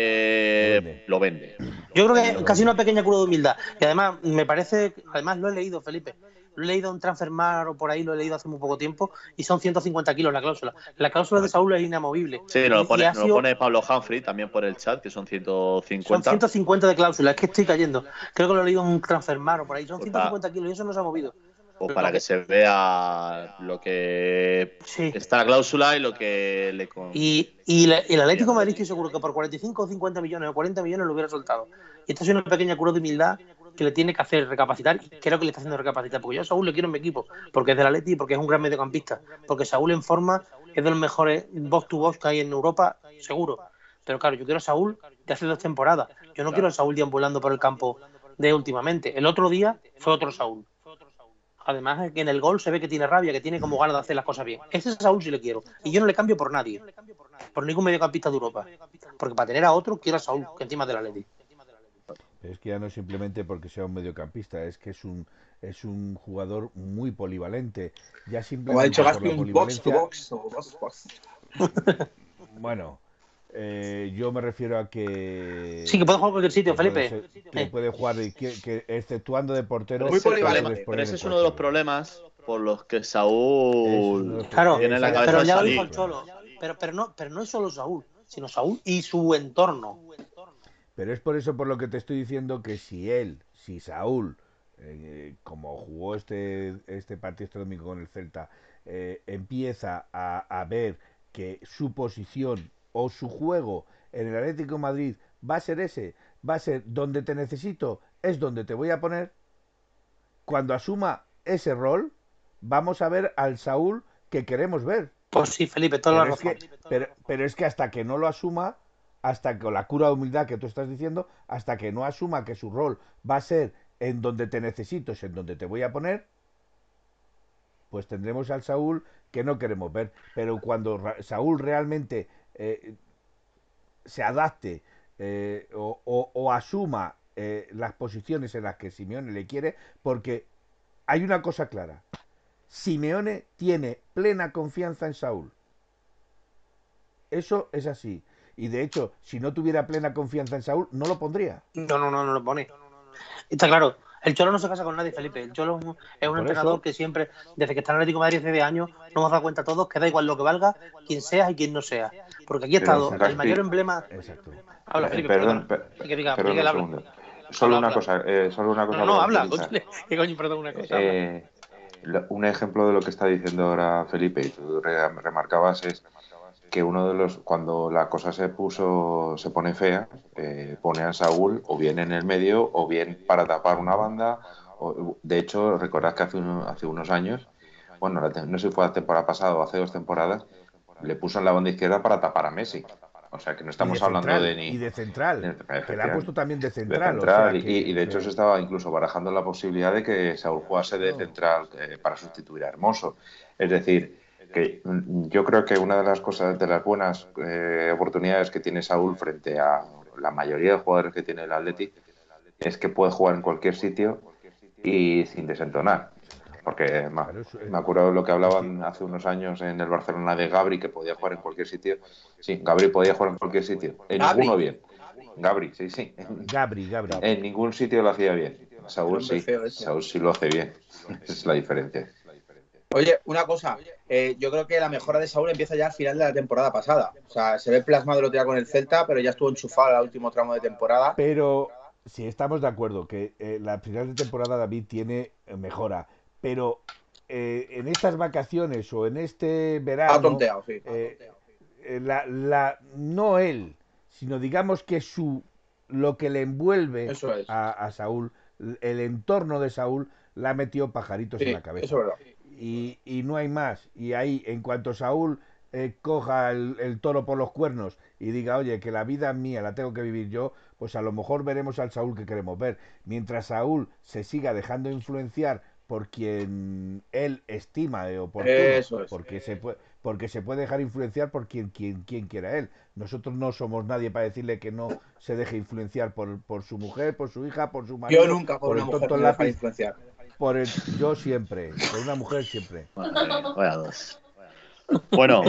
Speaker 2: eh, lo vende.
Speaker 5: Yo creo que casi una pequeña cura de humildad. Y además, me parece, además lo he leído, Felipe. Lo he leído en Transfermar o por ahí, lo he leído hace muy poco tiempo, y son ciento cincuenta kilos la cláusula. La cláusula de Saúl es inamovible.
Speaker 2: Sí, nos
Speaker 5: Y-
Speaker 2: lo pone,
Speaker 5: y ha
Speaker 2: nos lo
Speaker 5: sido-
Speaker 2: pone Pablo Humphrey también por el chat, que son ciento
Speaker 5: Son
Speaker 2: cincuenta.
Speaker 5: ciento cincuenta de cláusula, es que estoy cayendo. Creo que lo he leído en un Transfermar o por ahí. Son
Speaker 2: Pues
Speaker 5: ciento cincuenta kilos y eso no se ha movido.
Speaker 2: Pues para que se vea lo que
Speaker 5: Sí.
Speaker 2: está la cláusula y lo que le con...
Speaker 5: Y, y la- el Atlético de Madrid estoy seguro que por cuarenta y cinco o cincuenta millones o cuarenta millones lo hubiera soltado. Y esta es una pequeña cura de humildad que le tiene que hacer recapacitar, y creo que le está haciendo recapacitar, porque yo a Saúl le quiero en mi equipo, porque es del Atleti, porque es un gran mediocampista, porque Saúl en forma es de los mejores box to box que hay en Europa, seguro. Pero claro, yo quiero a Saúl de hace dos temporadas. Yo no quiero a Saúl deambulando por el campo de últimamente. El otro día fue otro Saúl. Además, es que en el gol se ve que tiene rabia, que tiene como ganas de hacer las cosas bien. Ese Saúl sí le quiero. Y yo no le cambio por nadie. Por ningún mediocampista de Europa. Porque para tener a otro, quiero a Saúl, que encima del Atleti.
Speaker 6: Es que ya no es simplemente porque sea un mediocampista, es que es un es un jugador muy polivalente. Ya
Speaker 4: Como ha
Speaker 6: simplemente
Speaker 4: dicho
Speaker 6: por
Speaker 4: Gaspi,
Speaker 6: la
Speaker 4: un box to
Speaker 6: polivalencia.
Speaker 4: box o box to box.
Speaker 6: Bueno, eh, yo me refiero a que
Speaker 5: Sí, que puede jugar en cualquier sitio,
Speaker 6: que puede
Speaker 5: Felipe.
Speaker 6: ser- que puede jugar y que, que exceptuando de portero.
Speaker 2: Pero
Speaker 4: Muy
Speaker 2: ese, es el
Speaker 4: polivalente.
Speaker 2: problema-
Speaker 6: puedes
Speaker 2: pero
Speaker 6: poner
Speaker 2: ese
Speaker 6: de
Speaker 2: es uno de los
Speaker 6: portero.
Speaker 2: problemas por los que
Speaker 6: Eso es
Speaker 2: Saúl
Speaker 6: uno de los
Speaker 5: Claro,
Speaker 2: tiene en la
Speaker 6: problemas.
Speaker 2: cabeza
Speaker 5: pero ya lo
Speaker 2: salir.
Speaker 5: dijo el Cholo. Pero, pero, no, pero no es solo Saúl, sino Saúl y su entorno.
Speaker 6: Pero es por eso por lo que te estoy diciendo que si él, si Saúl, eh, como jugó este, este partido este domingo con el Celta, eh, empieza a, a ver que su posición o su juego en el Atlético de Madrid va a ser ese, va a ser donde te necesito, es donde te voy a poner, cuando asuma ese rol, vamos a ver al Saúl que queremos ver.
Speaker 5: Pues sí, Felipe, toda la
Speaker 6: Pero es,
Speaker 5: razón.
Speaker 6: que, pero, pero es que hasta que no lo asuma, hasta que con la cura de humildad que tú estás diciendo, hasta que no asuma que su rol va a ser en donde te necesito, es en donde te voy a poner, pues tendremos al Saúl que no queremos ver. Pero cuando Ra- Saúl realmente eh, se adapte eh, o, o- o asuma eh, las posiciones en las que Simeone le quiere, porque hay una cosa clara. Simeone tiene plena confianza en Saúl. Eso es así. Y de hecho, si no tuviera plena confianza en Saúl, no lo pondría.
Speaker 5: No, no, no, no lo pone. Está claro. El Cholo no se casa con nadie, Felipe. El Cholo es un, es un
Speaker 6: Por
Speaker 5: entrenador
Speaker 6: eso-
Speaker 5: que siempre, desde que está en el Atlético de Madrid hace de años, nos hemos dado cuenta todos que da igual lo que valga, quien sea y quien no sea. Porque aquí ha
Speaker 3: Pero,
Speaker 5: estado el
Speaker 3: Gaspi-
Speaker 5: mayor emblema.
Speaker 6: Exacto.
Speaker 5: Habla,
Speaker 3: Eh,
Speaker 5: Felipe,
Speaker 3: perdón,
Speaker 5: perdona.
Speaker 3: per-
Speaker 5: Que diga,
Speaker 3: perdón
Speaker 5: Miguel,
Speaker 3: un
Speaker 5: habla.
Speaker 3: segundo. Solo
Speaker 5: Habla,
Speaker 3: una
Speaker 5: habla.
Speaker 3: cosa, eh, solo una cosa.
Speaker 5: No, no,
Speaker 3: para
Speaker 5: habla.
Speaker 3: puntualizar.
Speaker 5: Coño, ¿qué coño, perdón, una cosa? Habla.
Speaker 3: Eh, lo- un ejemplo de lo que está diciendo ahora Felipe y tú re- remarcabas es que uno de los, cuando la cosa se puso, se pone fea, eh, pone a Saúl o bien en el medio o bien para tapar una banda. O, de hecho, recordad que hace, uno, hace unos años, bueno, no sé si fue la temporada pasada o hace dos temporadas, le puso en la banda izquierda para tapar a Messi. O sea, que no estamos
Speaker 6: y de
Speaker 3: hablando
Speaker 6: central,
Speaker 3: de ni...
Speaker 6: Y de central,
Speaker 3: de,
Speaker 6: que la ha puesto también de central.
Speaker 3: De central,
Speaker 6: o sea, que,
Speaker 3: y, y de hecho
Speaker 6: que...
Speaker 3: se estaba incluso barajando la posibilidad de que Saúl jugase de central eh, para sustituir a Hermoso. Es decir, que yo creo que una de las cosas, de las buenas eh, oportunidades que tiene Saúl frente a la mayoría de jugadores que tiene el Atleti es que puede jugar en cualquier sitio y sin desentonar. Porque ma, me acuerdo de lo que hablaban hace unos años en el Barcelona de Gabri, que podía jugar en cualquier sitio. Sí, Gabri podía jugar en cualquier sitio. En
Speaker 4: Gabri.
Speaker 3: ninguno bien. Gabri, sí, sí.
Speaker 6: Gabri, Gabri.
Speaker 3: En ningún sitio lo hacía bien. Saúl sí. Saúl sí lo hace bien. Esa es la diferencia.
Speaker 4: Oye, una cosa. Eh, yo creo que la mejora de Saúl empieza ya al final de la temporada pasada. O sea, se ve plasmado el otro día con el Celta, pero ya estuvo enchufado al último tramo de temporada.
Speaker 6: Pero sí, estamos de acuerdo que eh, la final de temporada David tiene eh, mejora. Pero eh, en estas vacaciones o en este verano...
Speaker 4: Ha tonteado, sí.
Speaker 6: Eh, eh, la, la, no él, sino digamos que su lo que le envuelve
Speaker 4: eso es.
Speaker 6: a, a Saúl, el entorno de Saúl, le ha metido pajaritos
Speaker 4: sí,
Speaker 6: en la cabeza.
Speaker 4: Eso es verdad.
Speaker 6: Y, y no hay más. Y ahí, en cuanto Saúl eh, coja el, el toro por los cuernos y diga, oye, que la vida es mía, la tengo que vivir yo, pues a lo mejor veremos al Saúl que queremos ver. Mientras Saúl se siga dejando influenciar por quien él estima de oportuno,
Speaker 4: Eso es.
Speaker 6: porque se puede, porque se puede dejar influenciar por quien, quien, quien quiera él. Nosotros no somos nadie para decirle que no se deje influenciar por, por su mujer, por su hija, por su marido.
Speaker 4: Yo nunca por, por una
Speaker 6: el
Speaker 4: mujer
Speaker 6: tonto
Speaker 4: me
Speaker 6: lápiz,
Speaker 4: influenciar.
Speaker 6: Por el, yo siempre, por una mujer siempre.
Speaker 2: Bueno, voy a dos. Bueno,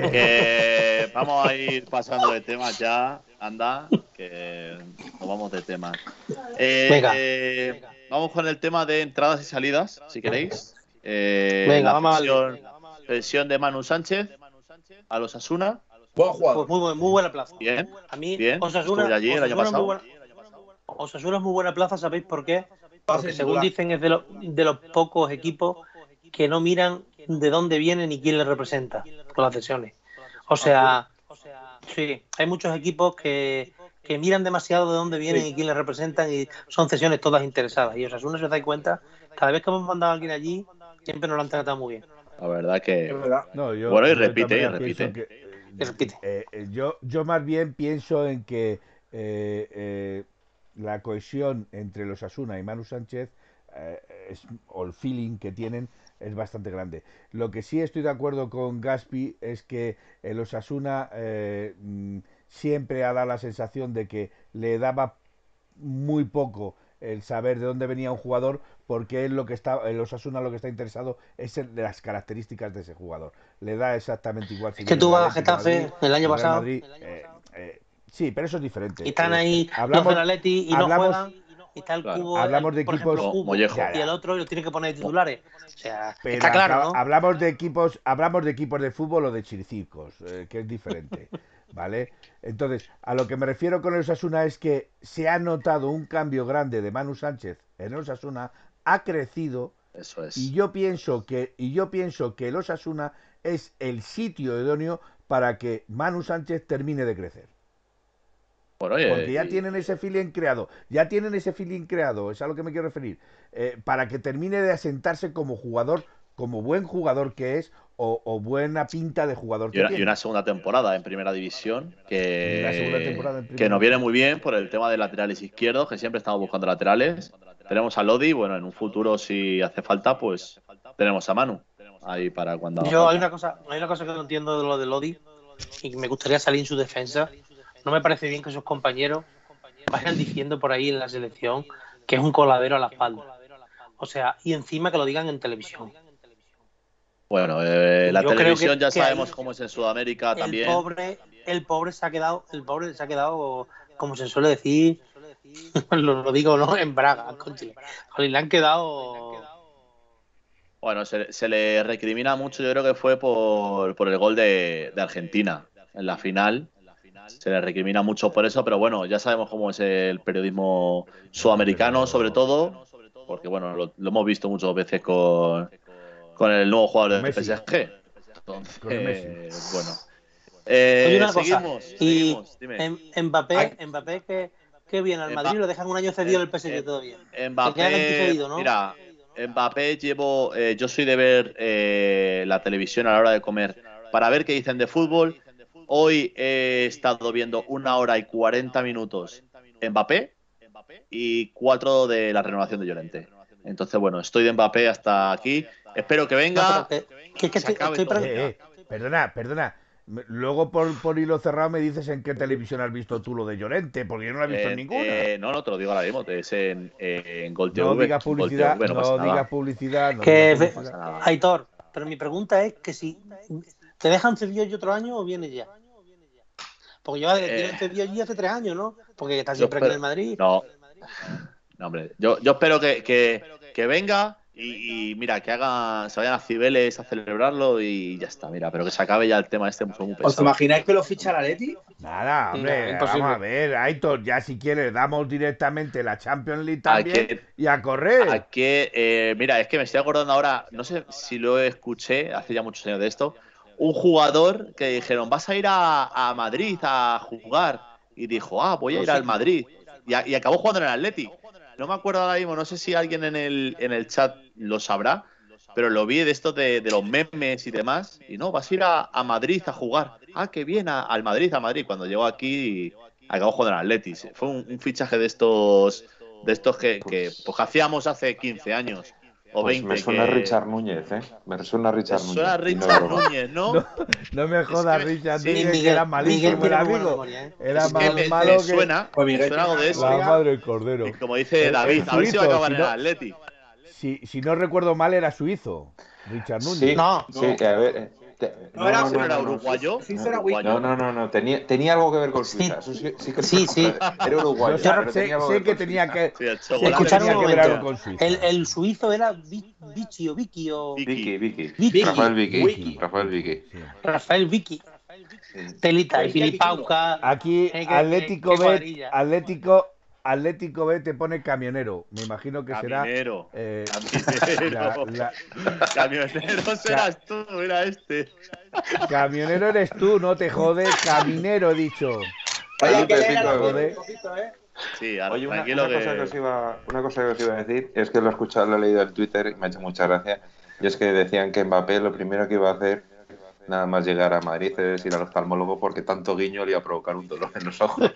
Speaker 2: que vamos a ir pasando de temas ya, anda, que nos vamos de temas. Eh,
Speaker 5: Venga.
Speaker 2: Eh, vamos con el tema de entradas y salidas, si queréis. Eh,
Speaker 5: Venga,
Speaker 2: la
Speaker 5: vamos
Speaker 2: cesión, cesión de Manu Sánchez a los Asuna.
Speaker 4: Buen jugador.
Speaker 5: Pues muy, muy buena plaza.
Speaker 2: Bien.
Speaker 5: A mí,
Speaker 2: bien.
Speaker 5: Osasuna,
Speaker 2: Estuve allí el año pasado.
Speaker 5: Buena, Osasuna es muy buena plaza, ¿sabéis por qué? Porque según
Speaker 4: duda.
Speaker 5: dicen es de, lo, de los pocos equipos que no miran de dónde vienen y quién les representa con las cesiones. O sea, sí, hay muchos equipos que, que miran demasiado de dónde vienen sí. y quién les representan y son cesiones todas interesadas. Y Osasuna, si os dais cuenta, cada vez que hemos mandado a alguien allí, siempre nos lo han tratado muy bien.
Speaker 2: La verdad que...
Speaker 4: Es verdad.
Speaker 6: No, yo,
Speaker 2: bueno, y
Speaker 6: yo
Speaker 2: repite, y repite.
Speaker 6: Que, eh,
Speaker 5: y repite.
Speaker 6: Eh, eh, yo, yo más bien pienso en que eh, eh, la cohesión entre los Asuna y Manu Sánchez eh, es, o el feeling que tienen es bastante grande. Lo que sí estoy de acuerdo con Gaspi es que el Osasuna eh, siempre ha dado la sensación de que le daba muy poco el saber de dónde venía un jugador, porque él lo que está, el Osasuna lo que está interesado es en las características de ese jugador. Le da exactamente igual. Si
Speaker 5: es que tú vas a Getafe Madrid, el año pasado. Madrid,
Speaker 6: eh, eh, sí, pero eso es diferente.
Speaker 5: Y están ahí
Speaker 6: eh, hablamos,
Speaker 5: los del Atleti y
Speaker 6: hablamos,
Speaker 5: no juegan. Y está el
Speaker 6: claro,
Speaker 5: Cubo,
Speaker 6: hablamos de
Speaker 5: por
Speaker 6: equipos
Speaker 5: ejemplo, Cubo,
Speaker 2: Mollejo.
Speaker 5: y el otro lo tiene que poner de titulares. O sea,
Speaker 6: pero
Speaker 5: está claro,
Speaker 6: acá,
Speaker 5: ¿no?
Speaker 6: Hablamos de equipos, hablamos de equipos de fútbol o de chiricircos, eh, que es diferente, ¿vale? Entonces, a lo que me refiero con el Osasuna es que se ha notado un cambio grande de Manu Sánchez en el Osasuna, ha crecido.
Speaker 2: Eso es.
Speaker 6: Y yo pienso que y yo pienso que el Osasuna es el sitio idóneo para que Manu Sánchez termine de crecer.
Speaker 2: Bueno, oye,
Speaker 6: porque ya
Speaker 2: y...
Speaker 6: tienen ese feeling creado, ya tienen ese feeling creado, es a lo que me quiero referir, eh, para que termine de asentarse como jugador, como buen jugador que es, o, o buena pinta de jugador que
Speaker 2: y una,
Speaker 6: tiene.
Speaker 2: Y una segunda temporada en primera división que,
Speaker 6: la segunda temporada en
Speaker 2: que nos viene muy bien por el tema de laterales izquierdos, que siempre estamos buscando laterales. Tenemos a Lodi, bueno, en un futuro si hace falta, pues tenemos a Manu ahí para cuando...
Speaker 5: Yo hay una cosa, hay una cosa que no entiendo de lo de Lodi y me gustaría salir en su defensa. No me parece bien que sus compañeros vayan diciendo por ahí en la selección que es un coladero a la espalda. O sea, y encima que lo digan en televisión.
Speaker 2: Bueno, eh, la
Speaker 5: Yo
Speaker 2: televisión
Speaker 5: que,
Speaker 2: ya
Speaker 5: que
Speaker 2: sabemos cómo es en Sudamérica
Speaker 5: el
Speaker 2: también.
Speaker 5: Pobre, el pobre se ha quedado, el pobre se ha quedado, como se suele decir, lo, lo digo, ¿no? En Braga, con Chile. Le han quedado...
Speaker 2: Bueno, se, se le recrimina mucho, yo creo que fue por, por el gol de, de Argentina en la final. Se le recrimina mucho por eso, pero bueno, ya sabemos cómo es el periodismo sudamericano, sobre todo, porque bueno, lo, lo hemos visto muchas veces con, con el nuevo jugador del P S G. Entonces, bueno, Eh,
Speaker 5: Oye, una cosa.
Speaker 2: seguimos,
Speaker 5: Y
Speaker 2: seguimos, dime.
Speaker 5: en, Mbappé, Mbappé que, que viene al Madrid,
Speaker 2: Mba-
Speaker 5: lo dejan un año cedido en el P S G
Speaker 2: eh,
Speaker 5: todavía. Se queda
Speaker 2: Mbappé,
Speaker 5: anticedido, ¿no?
Speaker 2: mira, Mbappé llevo, eh, yo soy de ver eh, la televisión a la hora de comer para ver qué dicen de fútbol. Hoy he estado viendo una hora y cuarenta minutos Mbappé y cuatro de la renovación de Llorente. Entonces, bueno, estoy de Mbappé hasta aquí. Espero que venga.
Speaker 5: No, pero que, que, es que
Speaker 2: se
Speaker 5: estoy,
Speaker 2: acabe
Speaker 5: estoy
Speaker 2: todo
Speaker 5: pre-
Speaker 2: ya.
Speaker 6: Eh, eh, perdona, perdona. Me- Luego por, por hilo cerrado me dices en qué televisión has visto tú lo de Llorente, porque yo no lo he visto en
Speaker 2: Eh,
Speaker 6: ninguna.
Speaker 2: eh, no, no, te lo digo ahora mismo. Es en, eh, en Gol
Speaker 6: No
Speaker 2: T V.
Speaker 6: digas
Speaker 2: Gol
Speaker 6: publicidad,
Speaker 2: T V, no pasa
Speaker 6: no
Speaker 2: nada.
Speaker 6: digas publicidad, no
Speaker 5: que
Speaker 6: digas
Speaker 5: ve-
Speaker 6: publicidad.
Speaker 2: nada.
Speaker 5: Aitor, pero mi pregunta es que si te dejan cedido y otro año o viene ya. Porque yo
Speaker 2: Eh,
Speaker 5: tienen cedido allí hace tres años, ¿no? Porque está
Speaker 2: Yo
Speaker 5: siempre aquí en el
Speaker 2: espero-
Speaker 5: Madrid.
Speaker 2: No, no, hombre. Yo, yo espero que, que, que venga y, y mira, que haga, se vayan a Cibeles a celebrarlo y ya está, mira, pero que se acabe ya el tema este, son muy
Speaker 4: ¿Os
Speaker 2: pesado.
Speaker 4: imagináis que lo ficha la Leti?
Speaker 6: Nada, hombre,
Speaker 5: No, imposible.
Speaker 6: vamos a ver, Aitor, ya si quieres damos directamente la Champions League
Speaker 2: Hay
Speaker 6: también
Speaker 2: que-
Speaker 6: y a correr.
Speaker 2: Hay que, eh, mira, es que me estoy acordando ahora, no sé si lo escuché hace ya muchos años de esto, un jugador que dijeron, vas a ir a, a Madrid a jugar, y dijo, ah, voy a ir al Madrid, y, a- y acabó jugando en el Athletic. No me acuerdo ahora mismo, no sé si alguien en el, en el chat lo sabrá, pero lo vi de esto de, de los memes y demás, y no, vas a ir a, a Madrid a jugar. Ah, qué bien, a- al Madrid, a Madrid. Cuando llegó aquí, acabó jugando en el Athletic. Fue un, un fichaje de estos de estos que, que, pues, que hacíamos hace quince años o
Speaker 3: Pues
Speaker 2: veinte.
Speaker 3: me suena
Speaker 2: que...
Speaker 3: Richard Núñez, ¿eh? Me suena
Speaker 2: Me
Speaker 3: Richard
Speaker 2: suena
Speaker 3: Núñez. y no
Speaker 2: Richard
Speaker 3: es broma.
Speaker 2: Núñez, ¿no?
Speaker 6: No, no me jodas,
Speaker 2: que me-
Speaker 6: Richard
Speaker 2: sí.
Speaker 6: Núñez,
Speaker 5: Miguel-
Speaker 6: que era
Speaker 5: Miguel
Speaker 6: malísimo el
Speaker 5: tiene muy buena
Speaker 6: amigo.
Speaker 5: memoria, ¿eh?
Speaker 6: Era
Speaker 2: Es que
Speaker 6: más
Speaker 2: me,
Speaker 6: malo
Speaker 2: me
Speaker 6: que
Speaker 2: suena,
Speaker 4: Pues
Speaker 2: me
Speaker 4: Miguel
Speaker 2: suena algo de
Speaker 4: tiene
Speaker 2: eso.
Speaker 6: la
Speaker 4: memoria.
Speaker 6: madre del cordero.
Speaker 2: Y como dice
Speaker 6: El-
Speaker 2: David,
Speaker 6: el
Speaker 2: a ver si va a
Speaker 6: suizo,
Speaker 2: acabar
Speaker 6: si
Speaker 2: en el
Speaker 6: no-
Speaker 2: Atleti.
Speaker 6: Si, si no recuerdo mal, era suizo, Richard Núñez.
Speaker 3: Sí,
Speaker 5: No,
Speaker 3: sí, que a ver. eh, te-
Speaker 4: No era-
Speaker 2: ¿Ese no era uruguayo?
Speaker 4: Sí, sí era
Speaker 2: Uruguayo.
Speaker 3: No, no, no, no, tenía, tenía algo que ver con
Speaker 5: Sí.
Speaker 3: Suiza. Eso sí, sí que
Speaker 5: Sí, sí.
Speaker 3: Era uruguayo,
Speaker 6: Yo sé,
Speaker 3: pero
Speaker 6: sé-
Speaker 3: tenía algo
Speaker 6: sé
Speaker 3: ver
Speaker 6: que
Speaker 3: con
Speaker 6: tenía
Speaker 3: Suiza.
Speaker 6: que,
Speaker 2: Sí, el
Speaker 6: sé
Speaker 2: chocolate.
Speaker 6: que
Speaker 5: Escuchar
Speaker 6: tenía
Speaker 5: un
Speaker 6: que ver
Speaker 5: momento.
Speaker 6: algo con Suiza.
Speaker 5: El, el suizo era Vi- Vichy o Vicky o
Speaker 2: Vicky.
Speaker 3: Vicky, Vicky.
Speaker 5: Vicky.
Speaker 3: Rafael Vicky.
Speaker 4: Vicky.
Speaker 3: Rafael Vicky.
Speaker 6: Sí.
Speaker 5: Rafael Vicky.
Speaker 3: Sí.
Speaker 5: Telita y
Speaker 4: Pues,
Speaker 5: Filipauca.
Speaker 6: Aquí
Speaker 5: Eh, que-
Speaker 6: Atlético
Speaker 5: que- que
Speaker 6: B,
Speaker 5: cuadrilla.
Speaker 6: Atlético, Atlético B te pone camionero. Me imagino que será.
Speaker 2: Caminero.
Speaker 6: eh,
Speaker 2: Caminero.
Speaker 6: la- la-
Speaker 2: Camionero serás tú, era este.
Speaker 6: camionero eres tú, no te jodes. Caminero he dicho.
Speaker 4: Oye, hay que
Speaker 3: Felipe,
Speaker 4: leer a la
Speaker 3: cinco,
Speaker 4: gente
Speaker 6: joder.
Speaker 4: un poquito, ¿eh?
Speaker 2: Sí, ahora,
Speaker 3: Oye, una,
Speaker 2: tranquilo
Speaker 3: una cosa que
Speaker 2: que...
Speaker 3: os iba, una cosa que os iba a decir es que lo he escuchado, lo he leído en Twitter y me ha hecho mucha gracia. Y es que decían que Mbappé lo primero que iba a hacer, nada más llegar a Madrid, es ir al oftalmólogo porque tanto guiño le iba a provocar un dolor en los ojos.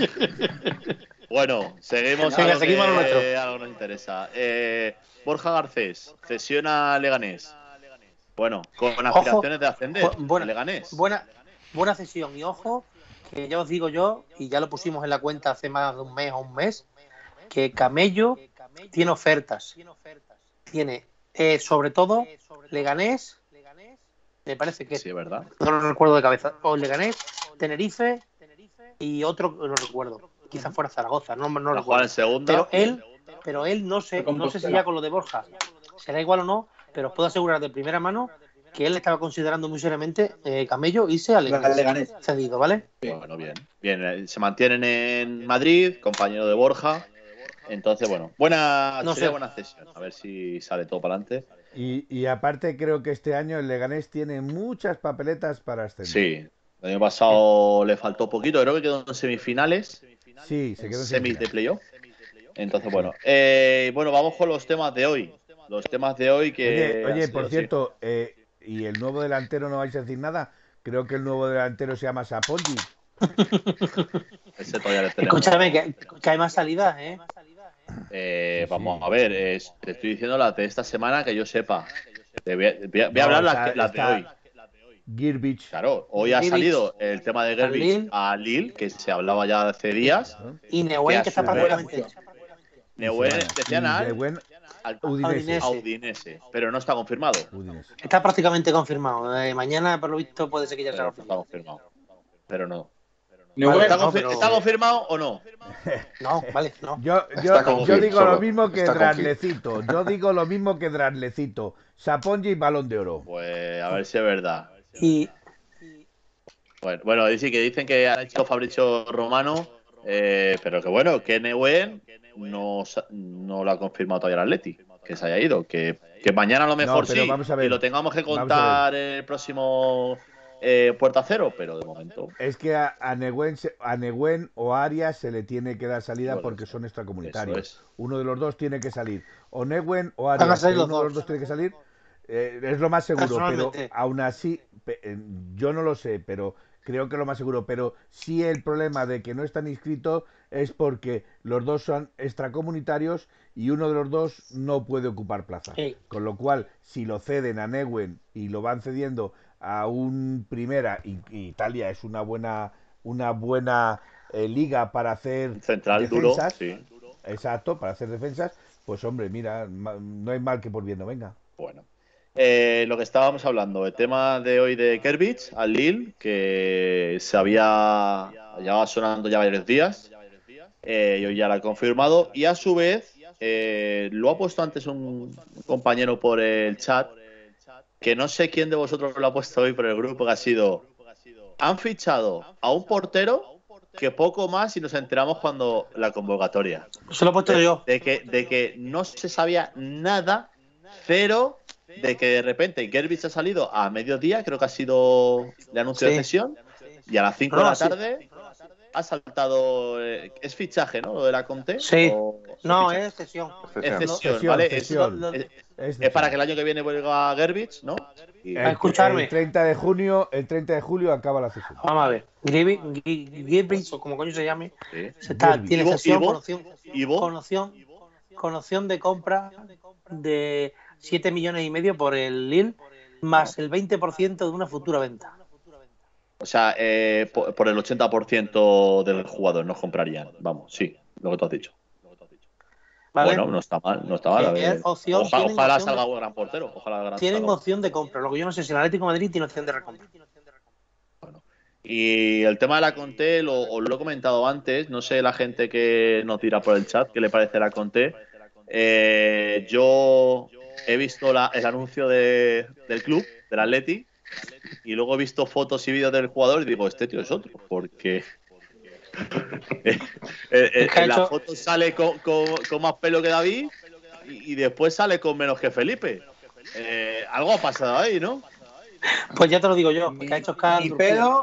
Speaker 2: Bueno, seguimos
Speaker 5: Venga,
Speaker 2: a, lo
Speaker 5: seguimos a lo
Speaker 2: que,
Speaker 5: nuestro.
Speaker 2: a lo que nos interesa. Eh, Borja Garcés, cesión a Leganés. Bueno, con aspiraciones de ascender.
Speaker 5: Bu- buena,
Speaker 2: Leganés.
Speaker 5: buena, buena cesión. Y ojo, que ya os digo yo, y ya lo pusimos en la cuenta hace más de un mes o un mes, que Camello tiene ofertas. Tiene, eh, sobre todo, Leganés, me parece que
Speaker 2: Sí, es verdad.
Speaker 5: no lo recuerdo de cabeza, o Leganés, Tenerife y otro no recuerdo. Quizás fuera Zaragoza, no, no
Speaker 2: Va a jugar
Speaker 5: recuerdo.
Speaker 2: en segunda.
Speaker 5: Pero él, pero él no sé, no sé si ya con lo de Borja será igual o no, pero os puedo asegurar de primera mano que él estaba considerando muy seriamente eh, Camello irse al
Speaker 4: Al Leganés.
Speaker 5: cedido, ¿vale?
Speaker 2: Bueno, bien. Bien, eh, se mantienen en Madrid, compañero de Borja. Entonces, bueno, buena,
Speaker 5: No
Speaker 2: sería
Speaker 5: sé.
Speaker 2: buena cesión. A ver si sale todo para adelante.
Speaker 6: Y, y aparte creo que este año el Leganés tiene muchas papeletas para ascender.
Speaker 2: Sí, el año pasado le faltó poquito, creo que quedó en semifinales,
Speaker 6: Sí, se quedó en
Speaker 2: semis de
Speaker 6: semifinales.
Speaker 2: playoff. Entonces, bueno, eh, bueno, vamos con los temas de hoy. Los temas de hoy que.
Speaker 6: Oye, oye,
Speaker 2: han
Speaker 6: por
Speaker 2: sido,
Speaker 6: cierto, eh, ¿y el nuevo delantero no vais a decir nada? Creo que el nuevo delantero se llama Sapongi.
Speaker 2: sí. Ese todavía le tenemos.
Speaker 5: Escúchame, que, que hay más salidas, ¿eh?
Speaker 2: Eh,
Speaker 6: Sí, sí.
Speaker 2: vamos a ver, es- te estoy diciendo las de esta semana que yo sepa. Te voy a, voy a- voy a
Speaker 6: No,
Speaker 2: hablar las,
Speaker 6: está-
Speaker 2: que- las de
Speaker 6: está-
Speaker 2: hoy.
Speaker 6: Girbich.
Speaker 2: Claro, hoy ha
Speaker 5: Girbich.
Speaker 2: salido el tema de
Speaker 5: Al Lille.
Speaker 2: Gerbich a Lille, que se hablaba ya hace días.
Speaker 5: Y
Speaker 2: Que
Speaker 5: Neuer,
Speaker 2: a
Speaker 5: que está
Speaker 2: su vez-
Speaker 5: prácticamente hecho.
Speaker 2: Neuer,
Speaker 6: Y
Speaker 2: decían
Speaker 6: de
Speaker 2: al,
Speaker 6: buen
Speaker 2: al
Speaker 6: Udinese.
Speaker 2: a Udinese, pero no está confirmado.
Speaker 6: Udinese.
Speaker 5: Está prácticamente confirmado. Eh, mañana, por lo visto, puede ser que ya sea
Speaker 2: Pero no está
Speaker 5: confirmado.
Speaker 2: confirmado. Pero no.
Speaker 4: Neuer,
Speaker 2: ¿Está,
Speaker 5: no,
Speaker 2: confi-
Speaker 5: pero-
Speaker 2: ¿Está confirmado o no?
Speaker 5: No, vale, no.
Speaker 6: Yo,
Speaker 3: Está
Speaker 6: yo,
Speaker 3: confirmado,
Speaker 6: yo digo
Speaker 3: solo.
Speaker 6: lo mismo que
Speaker 3: Está confirmado.
Speaker 6: Draslecito. Yo digo lo mismo que Draslecito. Sapongi y Balón de Oro.
Speaker 2: Pues a ver si es verdad.
Speaker 5: Y
Speaker 2: Bueno, bueno dice que dicen que ha hecho Fabricio Romano, eh, pero que bueno, que Neuer no, sa- no lo ha confirmado todavía el Atleti, que se haya ido. Que, que mañana a lo mejor
Speaker 6: No, pero
Speaker 2: sí,
Speaker 6: vamos a ver,
Speaker 2: y lo tengamos que
Speaker 6: vamos a
Speaker 2: contar en el próximo eh, puerta cero, pero de momento.
Speaker 6: Es que a, a, Neguen, a Neguen o a Arias se le tiene que dar salida
Speaker 2: Bueno,
Speaker 6: porque son extracomunitarios.
Speaker 2: es.
Speaker 6: Uno de los dos tiene que salir. O Neguen o Arias, uno de los dos tiene que salir. Eh, es lo más seguro, pero aún así, yo no lo sé, pero creo que lo más seguro. Pero sí el problema de que no están inscritos es porque los dos son extracomunitarios y uno de los dos no puede ocupar plaza. Sí. Con lo cual, si lo ceden a Neguen y lo van cediendo a un primera, y, y Italia es una buena una buena eh, liga para hacer
Speaker 2: central
Speaker 6: defensas,
Speaker 2: duro, sí.
Speaker 6: Exacto, para hacer defensas, pues hombre, mira, no hay mal que por bien no venga.
Speaker 2: Bueno. Eh, lo que estábamos hablando, el tema de hoy de Kerbich al Lille, que se había llevado sonando ya varios días, eh, y hoy ya lo ha confirmado, y a su vez eh, lo ha puesto antes un compañero por el chat, que no sé quién de vosotros lo ha puesto hoy por el grupo, que ha sido: han fichado a un portero que poco más y nos enteramos cuando la convocatoria.
Speaker 5: Se lo he puesto
Speaker 2: de,
Speaker 5: yo.
Speaker 2: De que, de que no se sabía nada, cero, de que de repente Kerbich ha salido a mediodía, creo que ha sido el anuncio sí. de cesión, y a las cinco no, de la tarde sí. ha saltado. Eh, es fichaje, ¿no? Lo de la Conte.
Speaker 5: Sí. No, es cesión.
Speaker 2: Es cesión, ¿vale? Cesión. Es, es, es, es para que el año que viene vuelva Kerbich, ¿no?
Speaker 5: Y, a escucharme.
Speaker 6: El treinta de junio, el treinta de julio acaba la sesión.
Speaker 5: Vamos a ver. Kerbich, o como coño se llame, sí. se está, tiene cesión con opción, con opción, con opción de compra de siete millones y medio por el Lille, más el veinte por ciento de una futura venta.
Speaker 2: O sea, eh, por, por el ochenta por ciento del jugador nos comprarían. Vamos, sí, lo que tú has dicho. ¿Vale? Bueno, no está mal, no está mal. A ver.
Speaker 5: Opción,
Speaker 2: Ojalá, ojalá
Speaker 5: opción
Speaker 2: salga
Speaker 5: de,
Speaker 2: un gran portero. Ojalá gran,
Speaker 5: tienen
Speaker 2: salga.
Speaker 5: opción de compra. Lo que yo no sé si el Atlético de Madrid tiene opción de recompra.
Speaker 2: Bueno. Y el tema de la Conte, lo, os lo he comentado antes. No sé la gente que nos tira por el chat qué le parece la Conte. Eh, yo he visto la, el anuncio de, del club, del Atleti, y luego he visto fotos y vídeos del jugador y digo, este tío es otro, porque eh, eh, en la foto sale con, con, con más pelo que David y, y después sale con menos que Felipe. Eh, algo ha pasado ahí, ¿no?
Speaker 5: Pues ya te lo digo yo, que ha hecho Oscar.
Speaker 4: Mi pelo...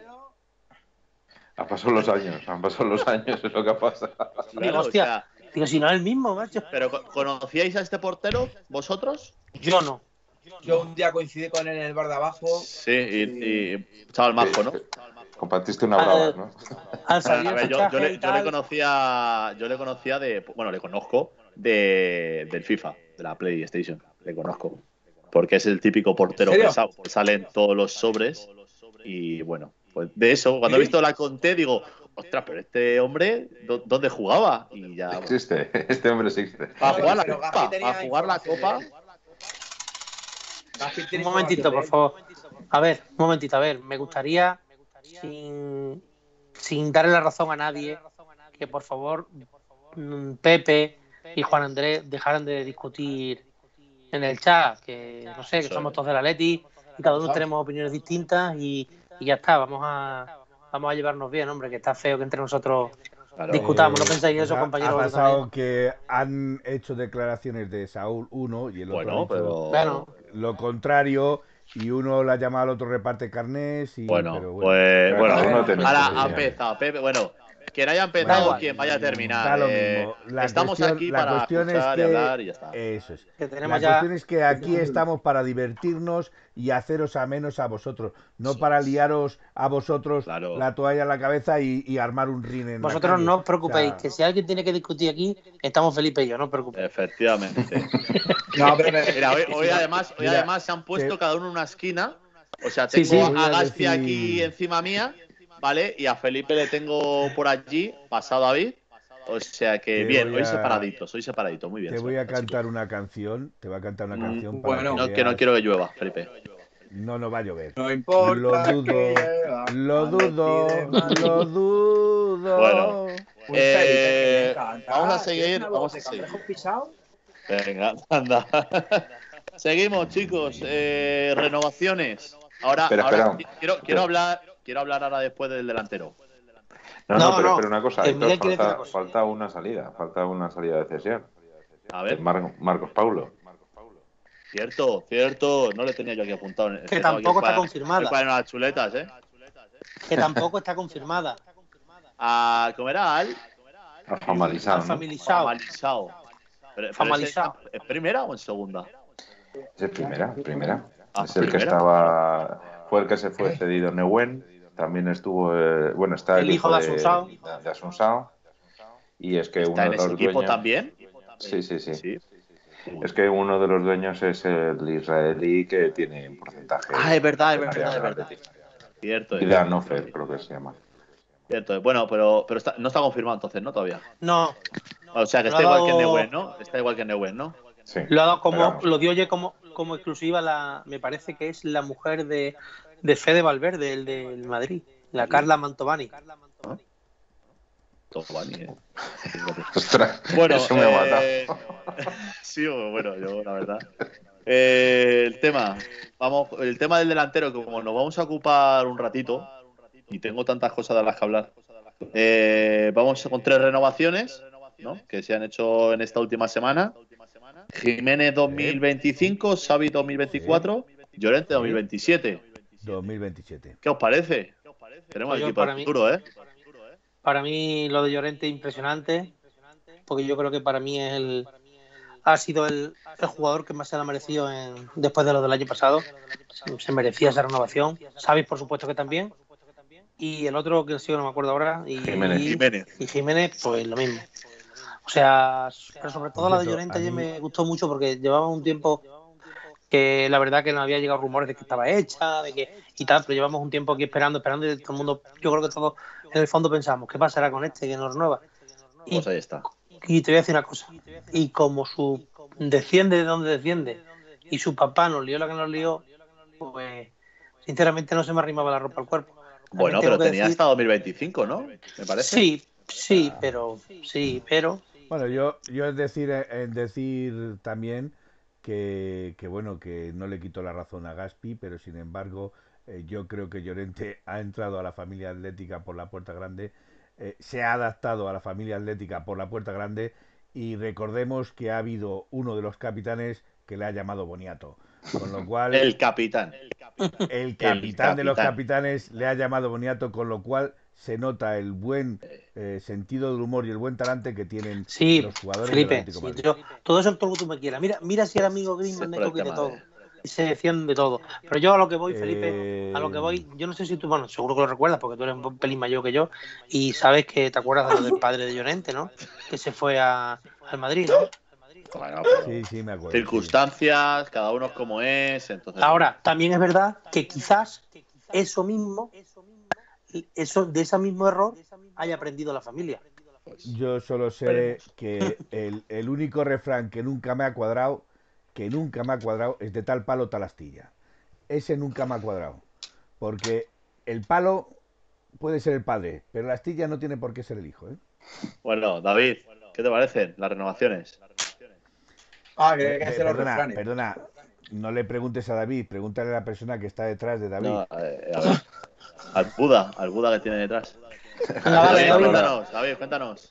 Speaker 3: Han pasado los años, han pasado los años, es lo que ha pasado.
Speaker 5: Claro, digo, hostia, o sea, digo, si no es el mismo, macho.
Speaker 2: ¿Pero conocíais a este portero, vosotros?
Speaker 5: Yo no.
Speaker 4: Yo un día coincidí con él en el bar de abajo.
Speaker 2: Sí, y, y chaval majo, ¿no?
Speaker 3: Compartiste una brava, ¿no?
Speaker 5: Al salir
Speaker 2: a ver, yo, yo, le, yo le conocía, yo le conocía de, bueno, le conozco de del FIFA, de la PlayStation, le conozco, porque es el típico portero pesado, que sale en todos los sobres y bueno, pues de eso, cuando ¿Sí? he visto la Conte digo, ostras, pero este hombre, ¿dónde jugaba? Y ya. Bueno.
Speaker 3: Existe, este hombre sí existe.
Speaker 2: Para jugar la Copa, para jugar la Copa.
Speaker 5: Un momentito, por favor. A ver, un momentito, a ver, me gustaría, sin, sin darle la razón a nadie, que por favor Pepe y Juan Andrés dejaran de discutir en el chat, que no sé, que somos todos del Atleti y cada uno tenemos opiniones distintas y, y ya está, vamos a vamos a llevarnos bien, hombre, que está feo que entre nosotros claro, discutamos, ¿no pensáis eso,
Speaker 6: ha,
Speaker 5: compañeros?
Speaker 6: Ha pasado que han hecho declaraciones de Saúl uno y el otro
Speaker 2: bueno, pero...
Speaker 5: bueno.
Speaker 6: lo contrario y uno la llama al otro reparte carnés y
Speaker 2: bueno,
Speaker 6: pero
Speaker 2: bueno, pues bueno,
Speaker 3: bueno,
Speaker 2: bueno ahora ha empezado Pepe, bueno, quien haya empezado, bueno, quien vaya a terminar. Eh, estamos
Speaker 6: cuestión,
Speaker 2: aquí
Speaker 6: la
Speaker 2: para
Speaker 6: cuestión
Speaker 2: escuchar
Speaker 6: es que,
Speaker 2: y hablar y ya está.
Speaker 6: Eso es.
Speaker 5: Que tenemos
Speaker 6: la
Speaker 5: ya...
Speaker 6: cuestión es que aquí estamos para divertirnos y haceros a menos a vosotros, no para liaros a vosotros
Speaker 2: claro.
Speaker 6: la toalla en la cabeza y, y armar un ring en
Speaker 5: vosotros
Speaker 6: la calle.
Speaker 5: No os preocupéis,
Speaker 6: o sea...
Speaker 5: que si alguien tiene que discutir aquí, estamos Felipe y yo, no os preocupéis.
Speaker 2: Efectivamente.
Speaker 4: no, pero...
Speaker 2: Mira, hoy, hoy además, hoy
Speaker 6: Mira,
Speaker 2: además se han puesto
Speaker 6: sí.
Speaker 2: cada uno en una esquina. O sea, tengo
Speaker 5: sí, sí,
Speaker 2: a Gaspi
Speaker 6: decir...
Speaker 2: aquí encima mía, ¿vale? Y a Felipe le tengo por allí, pasado a David. O sea que
Speaker 6: te
Speaker 2: bien,
Speaker 6: a...
Speaker 2: hoy separaditos, hoy separaditos, muy bien.
Speaker 6: Te voy a cantar
Speaker 2: chicos.
Speaker 6: una canción, te voy a cantar una canción
Speaker 2: mm,
Speaker 6: para
Speaker 2: bueno,
Speaker 6: que
Speaker 2: no,
Speaker 6: veas...
Speaker 2: que no quiero que llueva, Felipe.
Speaker 6: No, no va a llover.
Speaker 4: No importa.
Speaker 6: Lo dudo, lo dudo, lo dudo.
Speaker 2: Bueno, eh, vamos a seguir,
Speaker 4: ¿Tienes
Speaker 2: vamos a
Speaker 4: de
Speaker 2: seguir.
Speaker 4: cangrejo pisado?
Speaker 2: Venga, anda. Seguimos, chicos. Eh, renovaciones. Ahora,
Speaker 3: espera,
Speaker 2: ahora
Speaker 3: espera.
Speaker 2: Quiero, quiero hablar, quiero hablar ahora después del delantero.
Speaker 3: No, no,
Speaker 5: no
Speaker 3: pero,
Speaker 5: no.
Speaker 3: pero una cosa,
Speaker 5: Eh,
Speaker 3: Héctor, falta,
Speaker 5: una cosa.
Speaker 3: falta una salida, falta una salida de cesión.
Speaker 2: A ver.
Speaker 3: Mar Marcos Paulo.
Speaker 2: Cierto, cierto. No le tenía yo aquí apuntado. Es
Speaker 5: Que
Speaker 2: tengo aquí
Speaker 5: tampoco
Speaker 2: el
Speaker 5: está
Speaker 2: cuaderno-
Speaker 5: confirmada.
Speaker 2: el cuaderno de las chuletas, ¿eh?
Speaker 5: Que tampoco está confirmada.
Speaker 2: A, ¿Cómo era? Al
Speaker 3: A Famalizado, ¿no?
Speaker 5: Famalizado.
Speaker 2: Famalizao. Pero, pero
Speaker 5: Famalizao.
Speaker 2: ese está- ¿es primera o en segunda?
Speaker 3: Es primera, primera.
Speaker 2: Ah,
Speaker 3: Es el que
Speaker 2: ¿primera?
Speaker 3: estaba. Fue el que se fue cedido Neuen. También estuvo. eh, bueno, está el,
Speaker 5: El hijo de
Speaker 3: de,
Speaker 5: Asunsao.
Speaker 3: de, de Asunsao. Y es que
Speaker 2: ¿Está
Speaker 3: uno
Speaker 2: en
Speaker 3: de
Speaker 2: ese
Speaker 3: los
Speaker 2: equipo
Speaker 3: dueños.
Speaker 2: también?
Speaker 3: Sí, sí, sí,
Speaker 2: Sí.
Speaker 3: Es que uno de los dueños es el israelí que tiene un porcentaje.
Speaker 2: Ah, es verdad, es
Speaker 3: accionarial
Speaker 2: verdad, es
Speaker 3: del
Speaker 2: verdad.
Speaker 3: Atleti.
Speaker 2: Cierto es.
Speaker 3: Gilad Ofer, creo que se llama.
Speaker 2: Cierto es. Bueno, pero, pero está- no está confirmado entonces, ¿no? Todavía.
Speaker 5: No,
Speaker 2: O sea, que
Speaker 5: Lo
Speaker 2: está
Speaker 5: ha
Speaker 2: igual que
Speaker 5: dado-
Speaker 2: Neuen, ¿no? Está igual que Neuen, ¿no?
Speaker 3: Sí.
Speaker 5: lo ha dado
Speaker 3: pero
Speaker 5: como,
Speaker 3: vamos.
Speaker 5: lo dio oye como, como exclusiva la, me parece que es la mujer de, de Fede Valverde, el del Madrid, la Carla Mantovani.
Speaker 2: Tobani, ¿eh?
Speaker 3: Ostras,
Speaker 2: Bueno,
Speaker 3: eso me ha matado.
Speaker 2: eh, sí, bueno, yo la verdad. Eh, el tema, vamos, el tema del delantero, que como nos vamos a ocupar un ratito y tengo tantas cosas de las que hablar, eh, vamos con tres renovaciones, ¿no? Que se han hecho en esta última semana. Jiménez dos mil veinticinco, Xavi dos mil veinticuatro, Llorente dos mil veintisiete.
Speaker 6: dos mil veintisiete.
Speaker 2: ¿Qué os parece? Tenemos
Speaker 5: Pues yo,
Speaker 2: equipo
Speaker 5: para
Speaker 2: del
Speaker 5: mí-
Speaker 2: futuro, ¿eh?
Speaker 5: Para mí lo de Llorente es impresionante, porque yo creo que para mí es el, ha sido el, el jugador que más se le ha merecido en, después de lo del año pasado. Se merecía esa renovación. Xavi, por supuesto que también. Y el otro que sí, no me acuerdo ahora. Y
Speaker 3: Jiménez.
Speaker 2: Jiménez.
Speaker 5: Y Jiménez, pues lo mismo. O sea, pero sobre todo
Speaker 6: Por
Speaker 5: la de
Speaker 6: cierto,
Speaker 5: Llorente
Speaker 6: a
Speaker 5: ayer
Speaker 6: mí-
Speaker 5: me gustó mucho porque llevaba un tiempo que la verdad que nos había llegado rumores de que estaba hecha, de que y tal, pero llevamos un tiempo aquí esperando, esperando y todo el mundo, yo creo que todos en el fondo pensamos, ¿qué pasará con este que nos renueva? Y,
Speaker 2: Pues ahí está.
Speaker 5: y te voy a decir una cosa, y como su desciende de donde desciende y su papá nos lió la que nos lió, pues sinceramente no se me arrimaba la ropa al cuerpo. También
Speaker 2: Bueno,
Speaker 5: tengo
Speaker 2: pero
Speaker 5: que
Speaker 2: tenía
Speaker 5: decir-
Speaker 2: hasta dos mil veinticinco, ¿no? Me parece.
Speaker 5: Sí, sí, pero sí, pero
Speaker 6: Bueno, yo, yo es decir, en decir también que, que bueno, que no le quito la razón a Gaspi, pero sin embargo, eh, yo creo que Llorente ha entrado a la familia atlética por la puerta grande, eh, se ha adaptado a la familia atlética por la puerta grande, y recordemos que ha habido uno de los capitanes que le ha llamado Boniato, con lo cual
Speaker 2: El capitán.
Speaker 6: el capitán
Speaker 2: el
Speaker 6: de los
Speaker 2: capitán.
Speaker 6: capitanes le ha llamado Boniato, con lo cual se nota el buen eh, sentido del humor y el buen talante que tienen
Speaker 5: sí,
Speaker 6: los jugadores del
Speaker 5: Felipe,
Speaker 6: Atlético
Speaker 5: sí,
Speaker 6: de Madrid.
Speaker 5: yo, todo eso todo lo que tú me quieras. Mira, mira si el amigo
Speaker 2: Sí,
Speaker 5: Griezmann
Speaker 2: por
Speaker 5: me
Speaker 2: el
Speaker 5: toque de
Speaker 2: tema
Speaker 5: todo.
Speaker 2: de-
Speaker 5: Y se decían de todo. Pero yo a lo que voy, Felipe,
Speaker 6: Eh,
Speaker 5: a lo que voy, yo no sé si tú, bueno, seguro que lo recuerdas porque tú eres un pelín mayor que yo y sabes que te acuerdas de lo del padre de Llorente, ¿no? Que se fue a, al Madrid, ¿no?
Speaker 2: Bueno, pero
Speaker 6: Sí, sí, me acuerdo.
Speaker 2: circunstancias, cada uno es como es, entonces.
Speaker 5: Ahora, también es verdad que quizás eso mismo, eso de ese mismo error haya aprendido la familia.
Speaker 6: sí. Yo solo sé que el, el único refrán que nunca me ha cuadrado, que nunca me ha cuadrado, es de tal palo tal astilla. Ese nunca me ha cuadrado. Porque el palo puede ser el padre, pero la astilla no tiene por qué ser el hijo, ¿eh?
Speaker 2: Bueno, David, ¿qué te parecen las renovaciones?
Speaker 4: Ah, que hay
Speaker 6: Eh,
Speaker 4: que
Speaker 6: eh,
Speaker 4: hacer los
Speaker 6: perdona,
Speaker 4: refranes.
Speaker 6: perdona, no le preguntes a David, pregúntale a la persona que está detrás de David.
Speaker 2: No, eh, a ver. Al Buda, al Buda que tiene detrás.
Speaker 5: Venga, dale,
Speaker 2: David,
Speaker 5: David.
Speaker 2: cuéntanos, David, cuéntanos.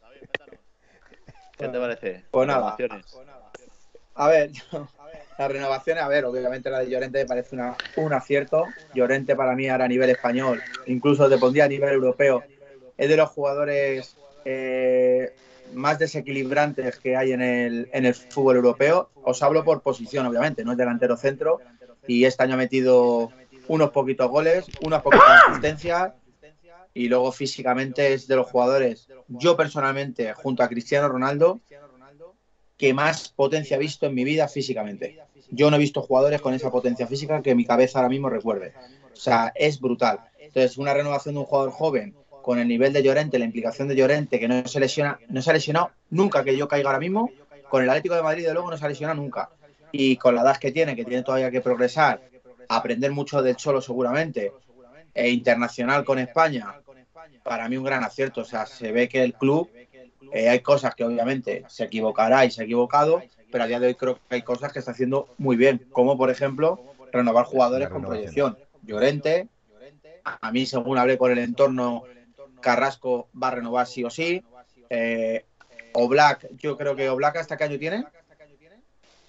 Speaker 2: ¿Qué te parece?
Speaker 4: Pues nada.
Speaker 2: Renovaciones.
Speaker 4: A ver, yo- las renovaciones, a ver, obviamente la de Llorente me parece una, un acierto. Llorente para mí ahora a nivel español, incluso te pondría a nivel europeo, es de los jugadores eh, más desequilibrantes que hay en el, en el fútbol europeo. Os hablo por posición, obviamente, no es delantero centro, y este año ha metido unos poquitos goles, unas poquitas asistencias, y luego físicamente es de los jugadores, yo personalmente, junto a Cristiano Ronaldo, que más potencia he visto en mi vida físicamente. Yo no he visto jugadores con esa potencia física que mi cabeza ahora mismo recuerde. O sea, es brutal. Entonces, una renovación de un jugador joven con el nivel de Llorente, la implicación de Llorente, que no se lesiona, no se ha lesionado nunca que yo caiga ahora mismo, con el Atlético de Madrid de luego no se ha lesionado nunca. Y con la edad que tiene, que tiene todavía que progresar, aprender mucho del Cholo seguramente, e internacional con España, para mí un gran acierto. O sea, se ve que el club, eh, hay cosas que obviamente se equivocará y se ha equivocado, pero a día de hoy creo que hay cosas que está haciendo muy bien, como por ejemplo renovar jugadores con proyección. Llorente, a mí según hablé con el entorno, Carrasco va a renovar sí o sí. Eh, Oblak, yo creo que Oblak, ¿hasta qué año tiene?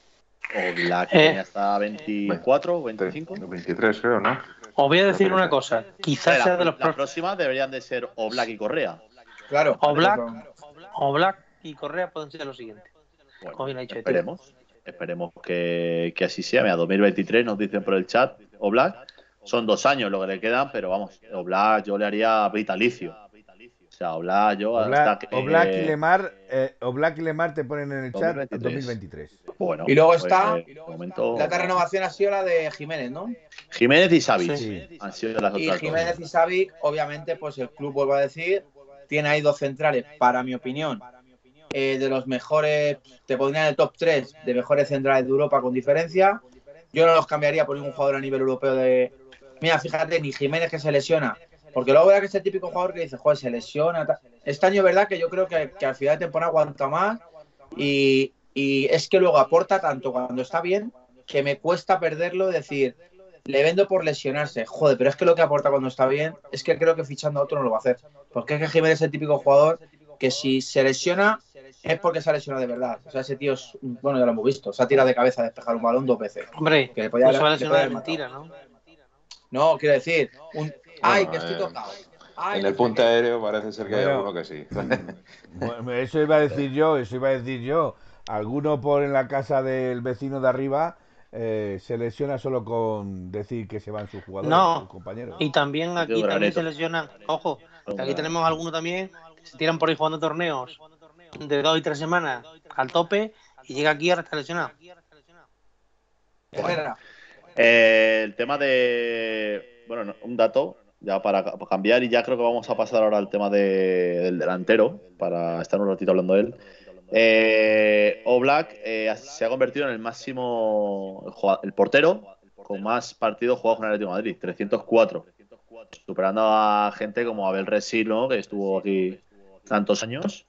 Speaker 2: Oblak
Speaker 5: Eh.
Speaker 2: tenía hasta veinticuatro, veinticinco.
Speaker 3: veintitrés, creo, ¿no?
Speaker 5: Os voy a decir una cosa. Quizás
Speaker 2: La,
Speaker 5: sea de los
Speaker 2: la
Speaker 5: pro-
Speaker 2: próxima deberían de ser Oblak y Correa.
Speaker 4: Claro.
Speaker 5: Oblak,
Speaker 4: Son-
Speaker 5: Oblak y Correa pueden ser los siguientes.
Speaker 2: Bueno,
Speaker 5: Como bien ha dicho Héctor.
Speaker 2: esperemos. Esperemos que, que así sea. Mira, dos mil veintitrés nos dicen por el chat Oblak. Son dos años lo que le quedan, pero vamos, Oblak yo le haría vitalicio. O sea, Oblak yo hasta
Speaker 6: Oblak,
Speaker 2: que...
Speaker 6: Oblak y Lemar, eh, Oblak y Lemar te ponen en el chat
Speaker 2: dos mil veintitrés.
Speaker 6: dos mil veintitrés.
Speaker 2: Bueno,
Speaker 4: Y luego
Speaker 2: pues,
Speaker 4: está
Speaker 2: eh, de momento...
Speaker 4: La otra renovación ha sido la de Jiménez, ¿no?
Speaker 2: Jiménez y Savic
Speaker 6: Sí.
Speaker 2: han sido las
Speaker 4: Y
Speaker 2: otras
Speaker 4: Jiménez
Speaker 2: dos.
Speaker 4: y Savic, obviamente, pues el club, vuelvo a decir, tiene ahí dos centrales, para mi opinión, eh, de los mejores, te pondría en el top tres de mejores centrales de Europa con diferencia. Yo no los cambiaría por ningún jugador a nivel europeo de... Mira, fíjate, ni Jiménez que se lesiona, porque luego verá que es el típico jugador que dice, joder, se lesiona. tal. Este año, verdad, que yo creo que, que al final de temporada aguanta más y, y es que luego aporta tanto cuando está bien que me cuesta perderlo, decir, le vendo por lesionarse. Joder, pero es que lo que aporta cuando está bien es que creo que fichando a otro no lo va a hacer. Porque es que Jiménez es el típico jugador que si se lesiona es porque se ha lesionado de verdad. O sea, ese tío es, bueno, ya lo hemos visto, se ha tirado de cabeza a despejar un balón dos veces.
Speaker 5: Hombre,
Speaker 4: Que le podía
Speaker 5: no se
Speaker 4: haber-
Speaker 5: va a
Speaker 4: le
Speaker 5: lesionar
Speaker 4: podía
Speaker 5: de
Speaker 4: haber
Speaker 5: mentira, ¿no?
Speaker 4: No, quiero decir, un... ay, que estoy
Speaker 3: eh,
Speaker 4: tocado. Ay,
Speaker 3: En
Speaker 4: no
Speaker 3: el
Speaker 4: sé
Speaker 3: punto
Speaker 4: qué.
Speaker 3: aéreo parece ser que hay
Speaker 6: Bueno.
Speaker 3: alguno que sí.
Speaker 6: Bueno, eso iba a decir yo, eso iba a decir yo. Alguno por en la casa del vecino de arriba eh, se lesiona solo con decir que se van sus jugadores,
Speaker 5: No.
Speaker 6: sus compañeros.
Speaker 5: Y también
Speaker 2: Tío,
Speaker 5: aquí también
Speaker 2: granito.
Speaker 5: se lesionan. Ojo, que aquí
Speaker 2: Granito.
Speaker 5: tenemos algunos también que se tiran por ahí jugando torneos de dos y tres semanas al tope y llega aquí y ahora está lesionado.
Speaker 4: Herrera.
Speaker 2: Eh, el tema de... Bueno, no, un dato, ya para, para cambiar, y ya creo que vamos a pasar ahora al tema de- del delantero, para estar un ratito hablando de él. Eh, Oblak eh, se ha convertido en el máximo, el, jugad- el portero con más partidos jugados con el Atlético de Madrid, trescientos cuatro, superando a gente como Abel Resino, que estuvo aquí tantos años.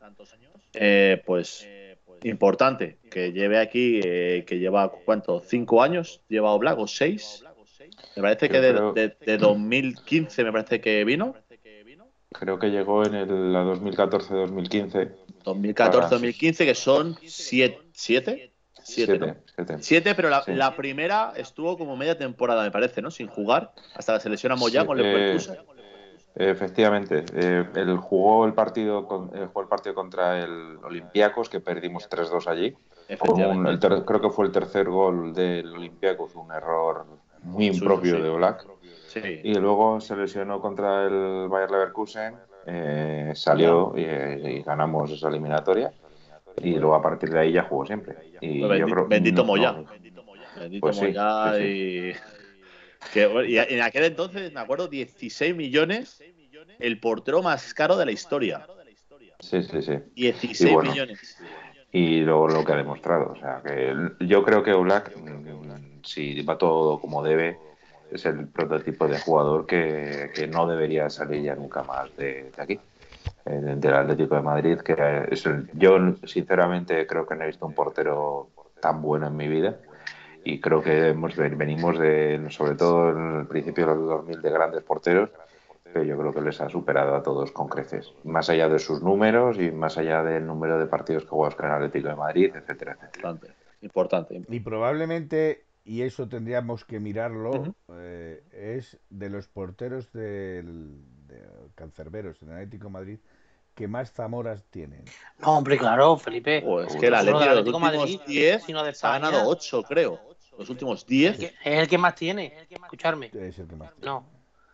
Speaker 2: Eh, pues importante que lleve aquí, eh, que lleva, ¿cuánto? ¿Cinco años? ¿Lleva Oblak o seis? Me parece
Speaker 3: Yo
Speaker 2: que de,
Speaker 3: creo-
Speaker 2: de- de dos mil quince me parece que vino.
Speaker 3: Creo que llegó en el la dos mil catorce dos mil quince.
Speaker 2: dos mil catorce
Speaker 3: Para-
Speaker 2: dos mil quince, que son siete. ¿Siete? Siete, ¿no?
Speaker 3: Siete, siete.
Speaker 2: Siete, pero la,
Speaker 3: Sí.
Speaker 2: la primera estuvo como media temporada, me parece, ¿no? Sin jugar, hasta la selección a Moyá
Speaker 3: Sí,
Speaker 2: con
Speaker 3: eh,
Speaker 2: Leverkusen.
Speaker 3: Efectivamente, eh, él jugó el partido con, eh, jugó el partido contra el Olympiacos, que perdimos tres dos allí. Con un- el ter- creo que fue el tercer gol del Olympiacos, un error muy
Speaker 2: Suyo,
Speaker 3: impropio
Speaker 2: sí.
Speaker 3: de Oblak.
Speaker 2: Sí.
Speaker 3: Y luego se lesionó contra el Bayer Leverkusen, eh, salió y, y ganamos esa eliminatoria. Y luego a partir de ahí ya jugó siempre. Y
Speaker 2: Pues
Speaker 3: yo
Speaker 2: bendi-
Speaker 3: creo-
Speaker 2: bendito
Speaker 3: no,
Speaker 2: Moyá.
Speaker 3: no,
Speaker 2: Bendito
Speaker 3: Pues sí,
Speaker 2: Moyá
Speaker 3: sí, sí.
Speaker 2: y... Que, bueno, y en aquel entonces, me acuerdo, dieciséis millones, el portero más caro de la historia.
Speaker 3: sí, sí, sí.
Speaker 2: dieciséis
Speaker 3: Y bueno,
Speaker 2: millones.
Speaker 3: Y luego lo que ha demostrado. O sea, que yo creo que Oblak, mm, si va todo como debe, es el prototipo de jugador que, que no debería salir ya nunca más de, de aquí, eh, del Atlético de Madrid. Que es el- yo, sinceramente, creo que no he visto un portero tan bueno en mi vida. Y creo que hemos, venimos de, sobre todo en el principio de los dos mil, de grandes porteros, pero yo creo que les ha superado a todos con creces. Más allá de sus números y más allá del número de partidos que juegas con el Atlético de Madrid, etcétera, etcétera.
Speaker 2: Importante, importante.
Speaker 6: Y probablemente, y eso tendríamos que mirarlo,
Speaker 2: Ujú.
Speaker 6: eh, es de los porteros del de cancerberos en el Atlético de Madrid que más Zamoras tienen.
Speaker 5: No, hombre, claro, Felipe.
Speaker 2: Oh, es
Speaker 3: Uy,
Speaker 2: que el
Speaker 5: no solo
Speaker 2: Atlético
Speaker 5: del
Speaker 2: de los
Speaker 5: Atlético de
Speaker 2: últimos
Speaker 5: Madrid,
Speaker 2: diez
Speaker 5: sino de
Speaker 2: se ha
Speaker 5: España.
Speaker 2: ganado ocho, creo. Los últimos
Speaker 5: El
Speaker 2: diez.
Speaker 5: que- es el que más tiene. Escucharme.
Speaker 6: Es el que más tiene.
Speaker 5: No.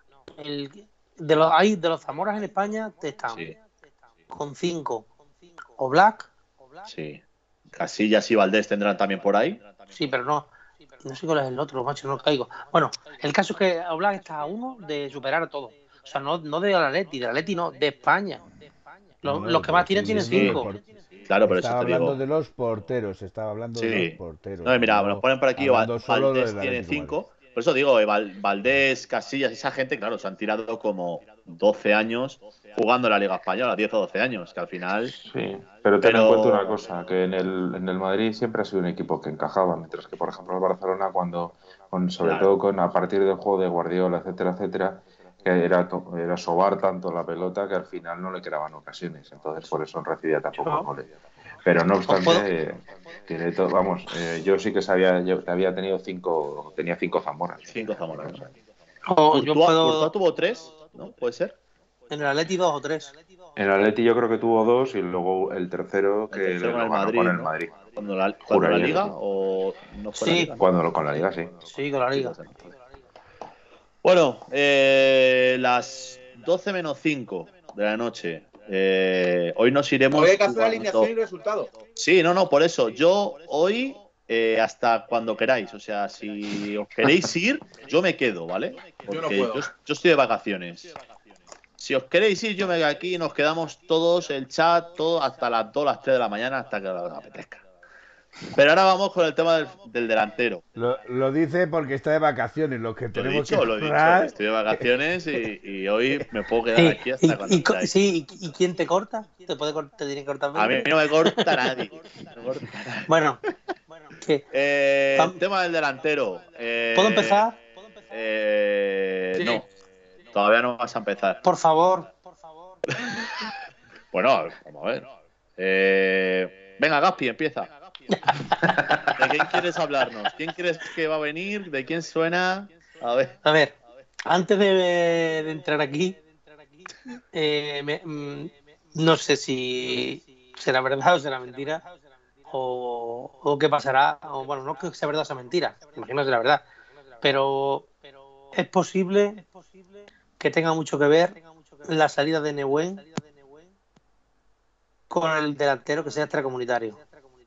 Speaker 5: El, de los, hay de los Zamoras en España te están
Speaker 2: Sí,
Speaker 5: con cinco. Oblak,
Speaker 2: sí. Casillas y Valdés tendrán también por ahí.
Speaker 5: sí, pero no. No sé cuál es el otro, macho, no caigo. Bueno, el caso es que Oblak está a uno de superar a todos. O sea, no, no de la Atleti, de la Atleti no, de España. Los,
Speaker 6: No,
Speaker 5: los que
Speaker 6: pero
Speaker 5: más tienen
Speaker 6: sí,
Speaker 5: tienen
Speaker 6: sí, sí,
Speaker 5: cinco.
Speaker 6: por-
Speaker 2: Claro, pero
Speaker 6: estaba
Speaker 2: eso te
Speaker 6: hablando
Speaker 2: digo.
Speaker 6: de los porteros, estaba hablando de
Speaker 2: Sí.
Speaker 6: los porteros.
Speaker 2: No, mira,
Speaker 6: no
Speaker 2: nos ponen por aquí,
Speaker 6: hablando
Speaker 2: Val-
Speaker 6: solo
Speaker 2: Valdés
Speaker 6: del
Speaker 2: tiene
Speaker 6: Atlético de
Speaker 2: cinco. Por eso digo, eh, Val- Valdés, Casillas, esa gente, claro, se han tirado como doce años jugando en la Liga Española, diez o doce años, que al final...
Speaker 3: Sí, pero ten
Speaker 2: Pero-
Speaker 3: en cuenta una cosa, que en el, en el Madrid siempre ha sido un equipo que encajaba, mientras que, por ejemplo, el Barcelona, cuando, con, sobre
Speaker 2: Claro.
Speaker 3: todo con a partir del juego de Guardiola, etcétera, etcétera, que era, to- era sobar tanto la pelota que al final no le quedaban ocasiones, entonces por eso no recibía tampoco
Speaker 5: Yo
Speaker 3: goles. Pero no
Speaker 5: os puedo,
Speaker 3: obstante, eh, tiene to- vamos, eh, yo sí que sabía, yo había tenido cinco, tenía cinco Zamoras.
Speaker 2: Cinco Zamoras.
Speaker 3: O sea,
Speaker 5: o- yo
Speaker 2: Courtois, Courtois
Speaker 5: puedo
Speaker 2: tuvo tres, ¿no? ¿Puede ser?
Speaker 5: en el Atleti dos o tres.
Speaker 3: en el Atleti yo creo que tuvo dos y luego el tercero
Speaker 2: El
Speaker 3: que
Speaker 2: tercero con
Speaker 3: lo
Speaker 2: el
Speaker 3: ganó con
Speaker 2: Madrid,
Speaker 3: el
Speaker 2: ¿no?
Speaker 3: Madrid.
Speaker 2: Cuando la, cuando la
Speaker 3: Juraría que
Speaker 2: Liga
Speaker 3: sí.
Speaker 2: o no fue la
Speaker 5: Sí,
Speaker 2: Liga, ¿no?
Speaker 3: Cuando lo- con la Liga, sí.
Speaker 5: sí, con la
Speaker 2: Sí,
Speaker 5: Liga.
Speaker 2: pues, no. Bueno, eh, las doce menos cinco de la noche. Eh, hoy nos iremos
Speaker 4: Hoy hay que hacer
Speaker 2: jugando.
Speaker 4: alineación y resultado.
Speaker 2: Sí, no, no, por eso. Yo hoy, eh, hasta cuando queráis. O sea, si os queréis ir, yo me quedo, ¿vale?
Speaker 4: Yo no
Speaker 2: Porque
Speaker 4: puedo.
Speaker 2: yo, yo estoy de vacaciones. Si os queréis ir, yo me quedo aquí y nos quedamos todos, el chat, todo hasta las dos, las tres de la mañana, hasta que os apetezca. Pero ahora vamos con el tema del, del delantero.
Speaker 6: Lo, lo dice porque está de vacaciones. Lo que
Speaker 2: Lo he
Speaker 6: tenemos
Speaker 2: dicho,
Speaker 6: que
Speaker 2: lo he dicho.
Speaker 6: hablar-
Speaker 2: Estoy de vacaciones y, y hoy me puedo quedar
Speaker 5: Sí,
Speaker 2: aquí hasta
Speaker 5: y,
Speaker 2: cuando
Speaker 5: y co-
Speaker 2: queráis.
Speaker 5: sí, y, y quién te corta? ¿Te puede cort- te tiene que cortar
Speaker 2: A mí
Speaker 5: Pedro?
Speaker 2: no me corta nadie. No me corta nadie.
Speaker 5: Bueno, ¿qué?
Speaker 2: Eh,
Speaker 5: Vam-
Speaker 2: el tema del delantero. eh,
Speaker 5: ¿Puedo empezar?
Speaker 2: eh,
Speaker 5: Sí.
Speaker 2: No, todavía no vas a empezar.
Speaker 5: Por favor.
Speaker 2: Bueno, vamos a ver. Eh, venga, Gaspi, empieza. ¿De quién quieres hablarnos? ¿Quién crees que va a venir? ¿De quién suena? A ver.
Speaker 5: A ver, antes de, de entrar aquí, eh, me- mm, no sé si será verdad o será mentira, o, o qué pasará, o bueno, no que sea verdad o sea mentira, imagino que será verdad, pero es posible que tenga mucho que ver la salida de Neuwen con el delantero que sea extracomunitario.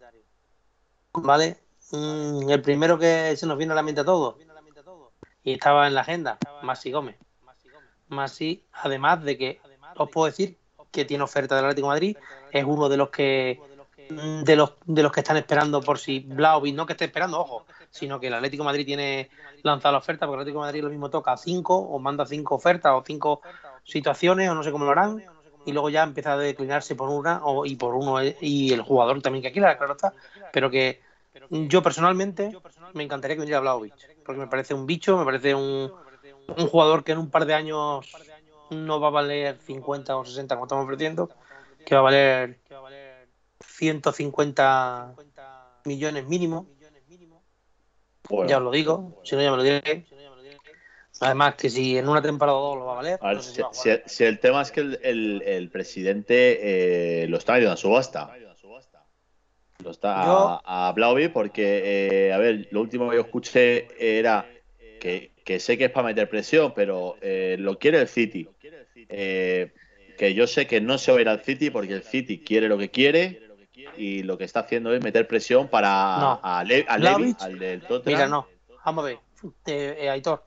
Speaker 5: ¿Vale? Mm, el primero que se nos viene a la mente a todos, y estaba en la agenda, Masi Gómez. Masi, además de que os puedo decir que tiene oferta del Atlético de Madrid, es uno de los que de los de los que están esperando por si Vlahovic, no que esté esperando, ojo, sino que el Atlético de Madrid tiene lanzada la oferta, porque el Atlético de Madrid lo mismo toca cinco o manda cinco ofertas o cinco situaciones o no sé cómo lo harán, y luego ya empieza a declinarse por una o, y por uno y el jugador también que quiera, claro está, pero que yo personalmente me encantaría que viniera Vlahovic, porque me parece un bicho, me parece un, un jugador que en un par de años no va a valer cincuenta o sesenta como estamos ofreciendo, que va a valer ciento cincuenta millones mínimo.
Speaker 2: Bueno,
Speaker 5: Ya os lo digo, si no ya me lo diré. Además que si en una temporada o dos lo va a valer,
Speaker 2: a ver,
Speaker 5: no sé si
Speaker 2: si,
Speaker 5: va a
Speaker 2: si-
Speaker 5: jugar.
Speaker 2: si el tema es que el, el- el presidente eh, lo está metiendo a subasta. Lo está
Speaker 5: Yo-
Speaker 2: a, a Vlahovic porque, eh, a ver, lo último que yo escuché era que, que sé que es para meter presión, pero eh, lo quiere el City. Eh, que yo sé que no se va a ir al City porque el City quiere lo que quiere y lo que está haciendo es meter presión para
Speaker 5: No.
Speaker 2: a, Le- a
Speaker 5: Vlahovic,
Speaker 2: Levy, al del Tottenham.
Speaker 5: Mira, no, vamos a ver, eh, eh, Aitor.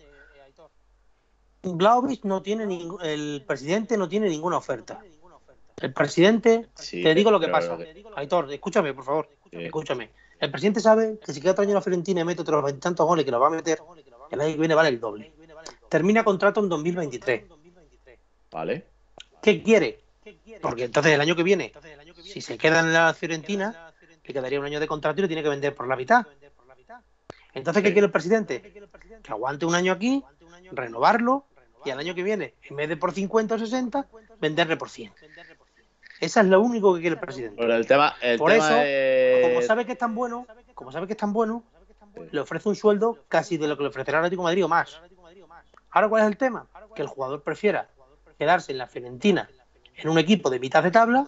Speaker 5: Vlahovic no tiene ningún, el presidente no tiene ninguna oferta. El presidente,
Speaker 2: Sí,
Speaker 5: te digo lo que
Speaker 2: pero
Speaker 5: pasa.
Speaker 2: lo que-
Speaker 5: Aitor, escúchame, por favor,
Speaker 2: Sí.
Speaker 5: escúchame. El presidente sabe que si queda otro año en la Fiorentina y mete otros veintitantos goles que lo va a meter, el año que viene vale el doble. Termina contrato en dos mil veintitrés.
Speaker 2: Vale.
Speaker 5: ¿Qué quiere? Porque entonces el año que viene, si se queda en la Fiorentina, le quedaría un año de contrato y lo tiene que vender por la mitad. Entonces, ¿qué
Speaker 2: Sí.
Speaker 5: quiere el presidente? Que aguante un año aquí, renovarlo, y al año que viene, en vez de por cincuenta o sesenta, venderle por cien. Esa es lo único que quiere el presidente.
Speaker 2: Pero el tema, el
Speaker 5: Por
Speaker 2: tema
Speaker 5: eso,
Speaker 2: es-
Speaker 5: como sabe que es tan bueno, como sabe que es tan bueno, le ofrece un sueldo casi de lo que le ofrecerá el Atlético de Madrid o más. Ahora, ¿cuál es el tema? Que el jugador prefiera quedarse en la Fiorentina en un equipo de mitad de tabla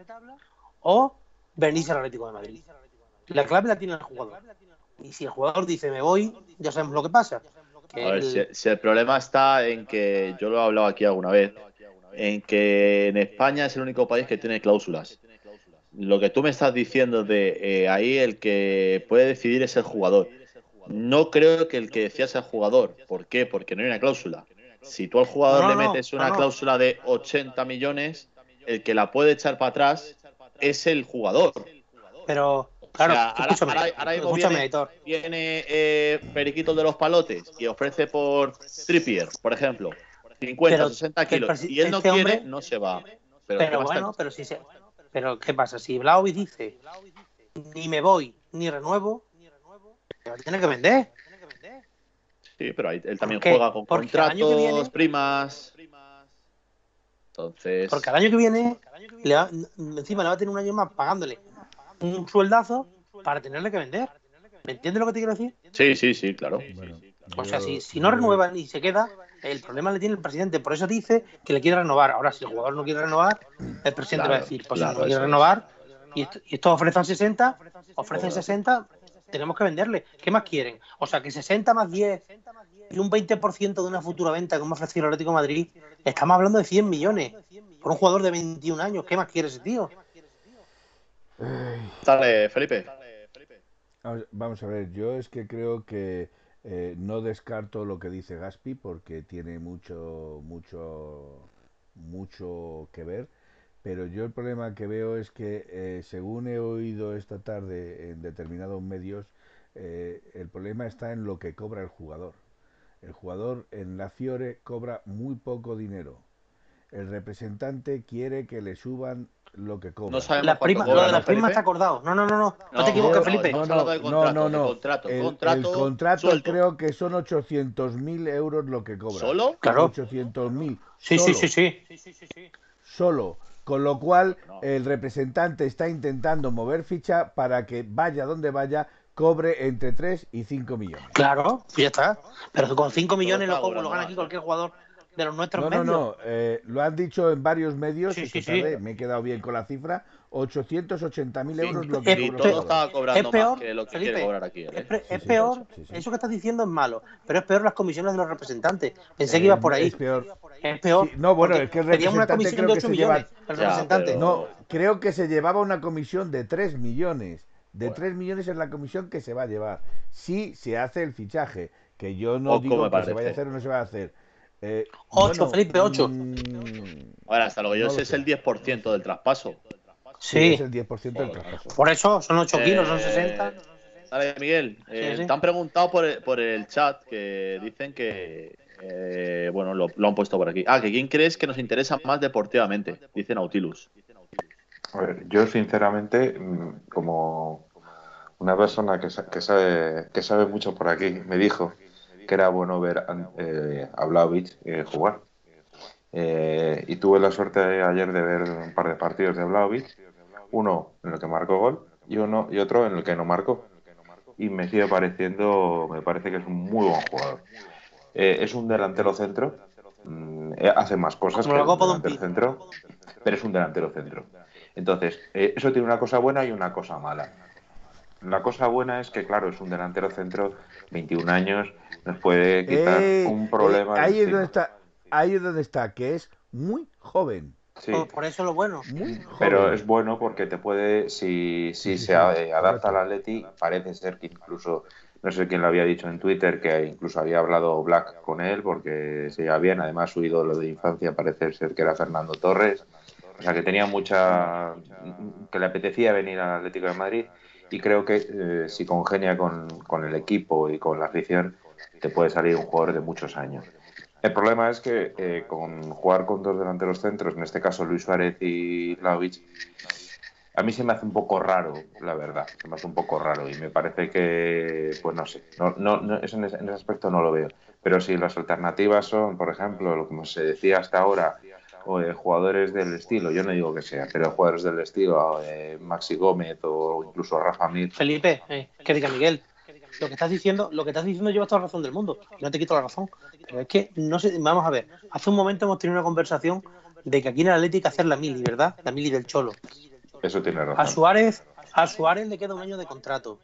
Speaker 5: o venirse al Atlético de Madrid. La clave la tiene el jugador. Y si el jugador dice me voy, ya sabemos lo que pasa. Que
Speaker 2: A ver,
Speaker 5: el-
Speaker 2: si, si el problema está en que, yo lo he hablado aquí alguna vez, en que en España es el único país que tiene cláusulas. Lo que tú me estás diciendo de eh, ahí el que puede decidir es el jugador. No creo que el que decía sea el jugador. ¿Por qué? Porque no hay una cláusula. Si tú al jugador
Speaker 5: No, no,
Speaker 2: le
Speaker 5: no,
Speaker 2: metes
Speaker 5: no,
Speaker 2: una
Speaker 5: no.
Speaker 2: cláusula de ochenta millones, el que la puede echar para atrás es el jugador.
Speaker 5: Pero, claro,
Speaker 2: O sea, ahora-
Speaker 5: escúchame,
Speaker 2: ahora- ahora mismo
Speaker 5: escúchame,
Speaker 2: viene-
Speaker 5: Aitor.
Speaker 2: Viene eh, Periquito de los Palotes y ofrece por Trippier, por ejemplo, cincuenta,
Speaker 5: Pero
Speaker 2: sesenta
Speaker 5: que el
Speaker 2: kilos,
Speaker 5: presi-
Speaker 2: y él no
Speaker 5: este
Speaker 2: quiere,
Speaker 5: hombre-
Speaker 2: no se va. Pero,
Speaker 5: Pero,
Speaker 2: ¿qué más
Speaker 5: bueno,
Speaker 2: da?
Speaker 5: pero si se... Pero ¿qué pasa? Si Vlahovic dice ni me voy ni renuevo, tiene que vender.
Speaker 2: Sí, pero ahí, él también
Speaker 5: ¿Por qué?
Speaker 2: juega con
Speaker 5: Porque el año que
Speaker 2: contratos,
Speaker 5: viene-
Speaker 2: primas. Entonces...
Speaker 5: Porque al año que viene, le va, encima le va a tener un año más pagándole un sueldazo para tenerle que vender. ¿Me entiendes lo que te quiero decir?
Speaker 2: Sí, sí, sí, claro.
Speaker 6: Bueno,
Speaker 5: O sea,
Speaker 6: yo-
Speaker 5: si, si no
Speaker 6: yo-
Speaker 5: renueva ni se queda, el problema le tiene el presidente. Por eso dice que le quiere renovar. Ahora, si el jugador no quiere renovar, el presidente
Speaker 2: Claro,
Speaker 5: va a decir, pues
Speaker 2: claro,
Speaker 5: si no quiere
Speaker 2: eso es.
Speaker 5: renovar y, esto- y estos ofrecen sesenta, ofrecen sesenta, tenemos que venderle. ¿Qué más quieren? O sea, que sesenta más diez y un veinte por ciento de una futura venta, como ha ofrecido el Atlético de Madrid, estamos hablando de cien millones por un jugador de veintiún años. ¿Qué más quiere ese tío?
Speaker 6: Ay,
Speaker 2: Dale, Felipe.
Speaker 6: vamos- Vamos a ver, yo es que creo que eh, no descarto lo que dice Gaspi porque tiene mucho, mucho, mucho que ver, pero yo el problema que veo es que eh, según he oído esta tarde en determinados medios, eh, el problema está en lo que cobra el jugador. El jugador en la Fiore cobra muy poco dinero. El representante quiere que le suban lo que cobra.
Speaker 2: No sabemos
Speaker 5: La
Speaker 2: cuánto
Speaker 5: prima,
Speaker 2: cobra,
Speaker 5: lo de
Speaker 2: ¿no,
Speaker 5: las primas
Speaker 2: Felipe?
Speaker 5: está acordado. No, no, no, no. No,
Speaker 2: No,
Speaker 5: te equivoques,
Speaker 2: no,
Speaker 5: Felipe.
Speaker 2: estamos hablando de contrato, de contrato,
Speaker 6: el,
Speaker 2: de contrato,
Speaker 6: el contrato
Speaker 2: sueldo.
Speaker 6: creo que son ochocientos mil euros lo que cobra.
Speaker 2: ¿Solo?
Speaker 5: Claro.
Speaker 6: ochocientos mil.
Speaker 5: Sí,
Speaker 6: solo,
Speaker 5: sí, sí, sí.
Speaker 6: Solo. Con lo cual,
Speaker 2: No.
Speaker 6: el representante está intentando mover ficha para que vaya donde vaya, cobre entre tres y cinco millones.
Speaker 5: Claro, pues ya está. Pero con cinco millones lo,
Speaker 2: está
Speaker 5: cobro, lo
Speaker 2: cobrando
Speaker 5: gana
Speaker 2: más,
Speaker 5: aquí
Speaker 2: ¿eh?
Speaker 5: cualquier jugador de los nuestros
Speaker 6: No, no,
Speaker 5: medios.
Speaker 6: no. eh, lo han dicho en varios medios.
Speaker 5: Sí,
Speaker 6: esta
Speaker 5: sí, sí.
Speaker 6: tarde me he quedado bien con la cifra. ochocientos ochenta mil
Speaker 2: Sí,
Speaker 6: euros lo que
Speaker 5: es-
Speaker 2: y
Speaker 6: cobra el
Speaker 2: todo
Speaker 6: jugador.
Speaker 2: estaba cobrando
Speaker 5: es peor,
Speaker 2: más que lo que
Speaker 5: Felipe,
Speaker 2: quiere cobrar aquí él,
Speaker 5: Es,
Speaker 2: ¿eh?
Speaker 5: pre-
Speaker 6: Sí,
Speaker 5: es
Speaker 6: sí,
Speaker 5: peor,
Speaker 6: sí, sí.
Speaker 5: eso que estás diciendo es malo, pero es peor las comisiones de los representantes. Pensé
Speaker 6: Eh,
Speaker 5: que ibas por ahí.
Speaker 6: Es peor.
Speaker 5: Es peor.
Speaker 6: Sí, no, bueno,
Speaker 5: porque
Speaker 6: es que el
Speaker 5: pedíamos una
Speaker 6: representante
Speaker 5: comisión
Speaker 6: creo
Speaker 5: de
Speaker 6: que
Speaker 5: ocho
Speaker 6: se lleva-
Speaker 5: millones. El
Speaker 2: Ya,
Speaker 5: representante.
Speaker 2: pero-
Speaker 6: No, creo que se llevaba una comisión de tres millones. De
Speaker 2: Bueno.
Speaker 6: tres millones es la comisión que se va a llevar. Si se hace el fichaje, que yo no
Speaker 2: Poco
Speaker 6: digo
Speaker 2: me
Speaker 6: que se vaya a
Speaker 2: parece.
Speaker 6: hacer o no se vaya a hacer. Eh,
Speaker 5: Ocho, Felipe, ocho.
Speaker 6: mm,
Speaker 2: Ahora, hasta lo que yo
Speaker 6: No
Speaker 2: sé
Speaker 6: lo
Speaker 2: es
Speaker 6: sé.
Speaker 2: el diez por ciento del traspaso.
Speaker 6: sí,
Speaker 5: Sí,
Speaker 6: es el diez por ciento del traspaso.
Speaker 5: por eso son ocho kilos, son
Speaker 2: Eh,
Speaker 5: sesenta.
Speaker 2: Dale, Miguel. Eh,
Speaker 5: Sí, sí.
Speaker 2: Te han preguntado por el, por el chat que dicen que. eh, bueno, lo, lo han puesto por aquí. Ah, que quién crees que nos interesa más deportivamente, dice Nautilus.
Speaker 3: A ver, yo sinceramente, mm, como una persona que, sa- que sabe que sabe mucho por aquí, me dijo que era bueno ver an- eh, a Vlahovic eh, jugar. Eh, y tuve la suerte ayer de ver un par de partidos de Vlahovic, uno en el que marcó gol y uno y otro en el que no marcó. Y me sigue pareciendo, me parece que es un muy buen jugador. Eh, es un delantero centro, mm, eh, hace más cosas
Speaker 5: Como
Speaker 3: que
Speaker 5: la
Speaker 3: un
Speaker 5: Copa de un
Speaker 3: delantero
Speaker 5: Pi.
Speaker 3: centro, pero es un delantero centro. Entonces, eh, eso tiene una cosa buena y una cosa mala. La cosa buena es que, claro, es un delantero centro, veintiún años, nos puede quitar
Speaker 6: Eh,
Speaker 3: un
Speaker 6: eh,
Speaker 3: problema de
Speaker 6: ahí es
Speaker 3: encima.
Speaker 6: donde está, ahí es donde está, que es muy joven.
Speaker 3: Sí,
Speaker 5: Por, por eso es lo bueno.
Speaker 6: Muy joven.
Speaker 3: pero es bueno porque te puede, si, si
Speaker 6: Sí, sí,
Speaker 3: se
Speaker 6: sí,
Speaker 3: eh, adapta
Speaker 6: correcto.
Speaker 3: al Atleti, parece ser que incluso, no sé quién lo había dicho en Twitter, que incluso había hablado Black con él porque se lleva bien. Además, su ídolo de infancia parece ser que era Fernando Torres. O sea, que tenía mucha. Que le apetecía venir al Atlético de Madrid. Y creo que eh, si congenia con, con el equipo y con la afición, te puede salir un jugador de muchos años. El problema es que eh, con jugar con dos delanteros centros, en este caso Luis Suárez y Vlahovic, a mí se me hace un poco raro, la verdad. Se me hace un poco raro y me parece que, pues no sé, no, no, no, eso en, ese, en ese aspecto no lo veo. Pero si las alternativas son, por ejemplo, lo que se decía hasta ahora, o eh, jugadores del estilo, yo no digo que sea, pero jugadores del estilo, eh, Maxi Gómez o incluso Rafa Mir.
Speaker 5: Felipe, eh, que diga Miguel, lo que estás diciendo, lo que estás diciendo lleva toda la razón del mundo. Y no te quito la razón. Pero es que no sé, vamos a ver. Hace un momento hemos tenido una conversación de que aquí en el Atlético hay que hacer la mili, ¿verdad? La mili del Cholo.
Speaker 3: Eso tiene razón.
Speaker 5: A Suárez, a Suárez le queda un año de contrato.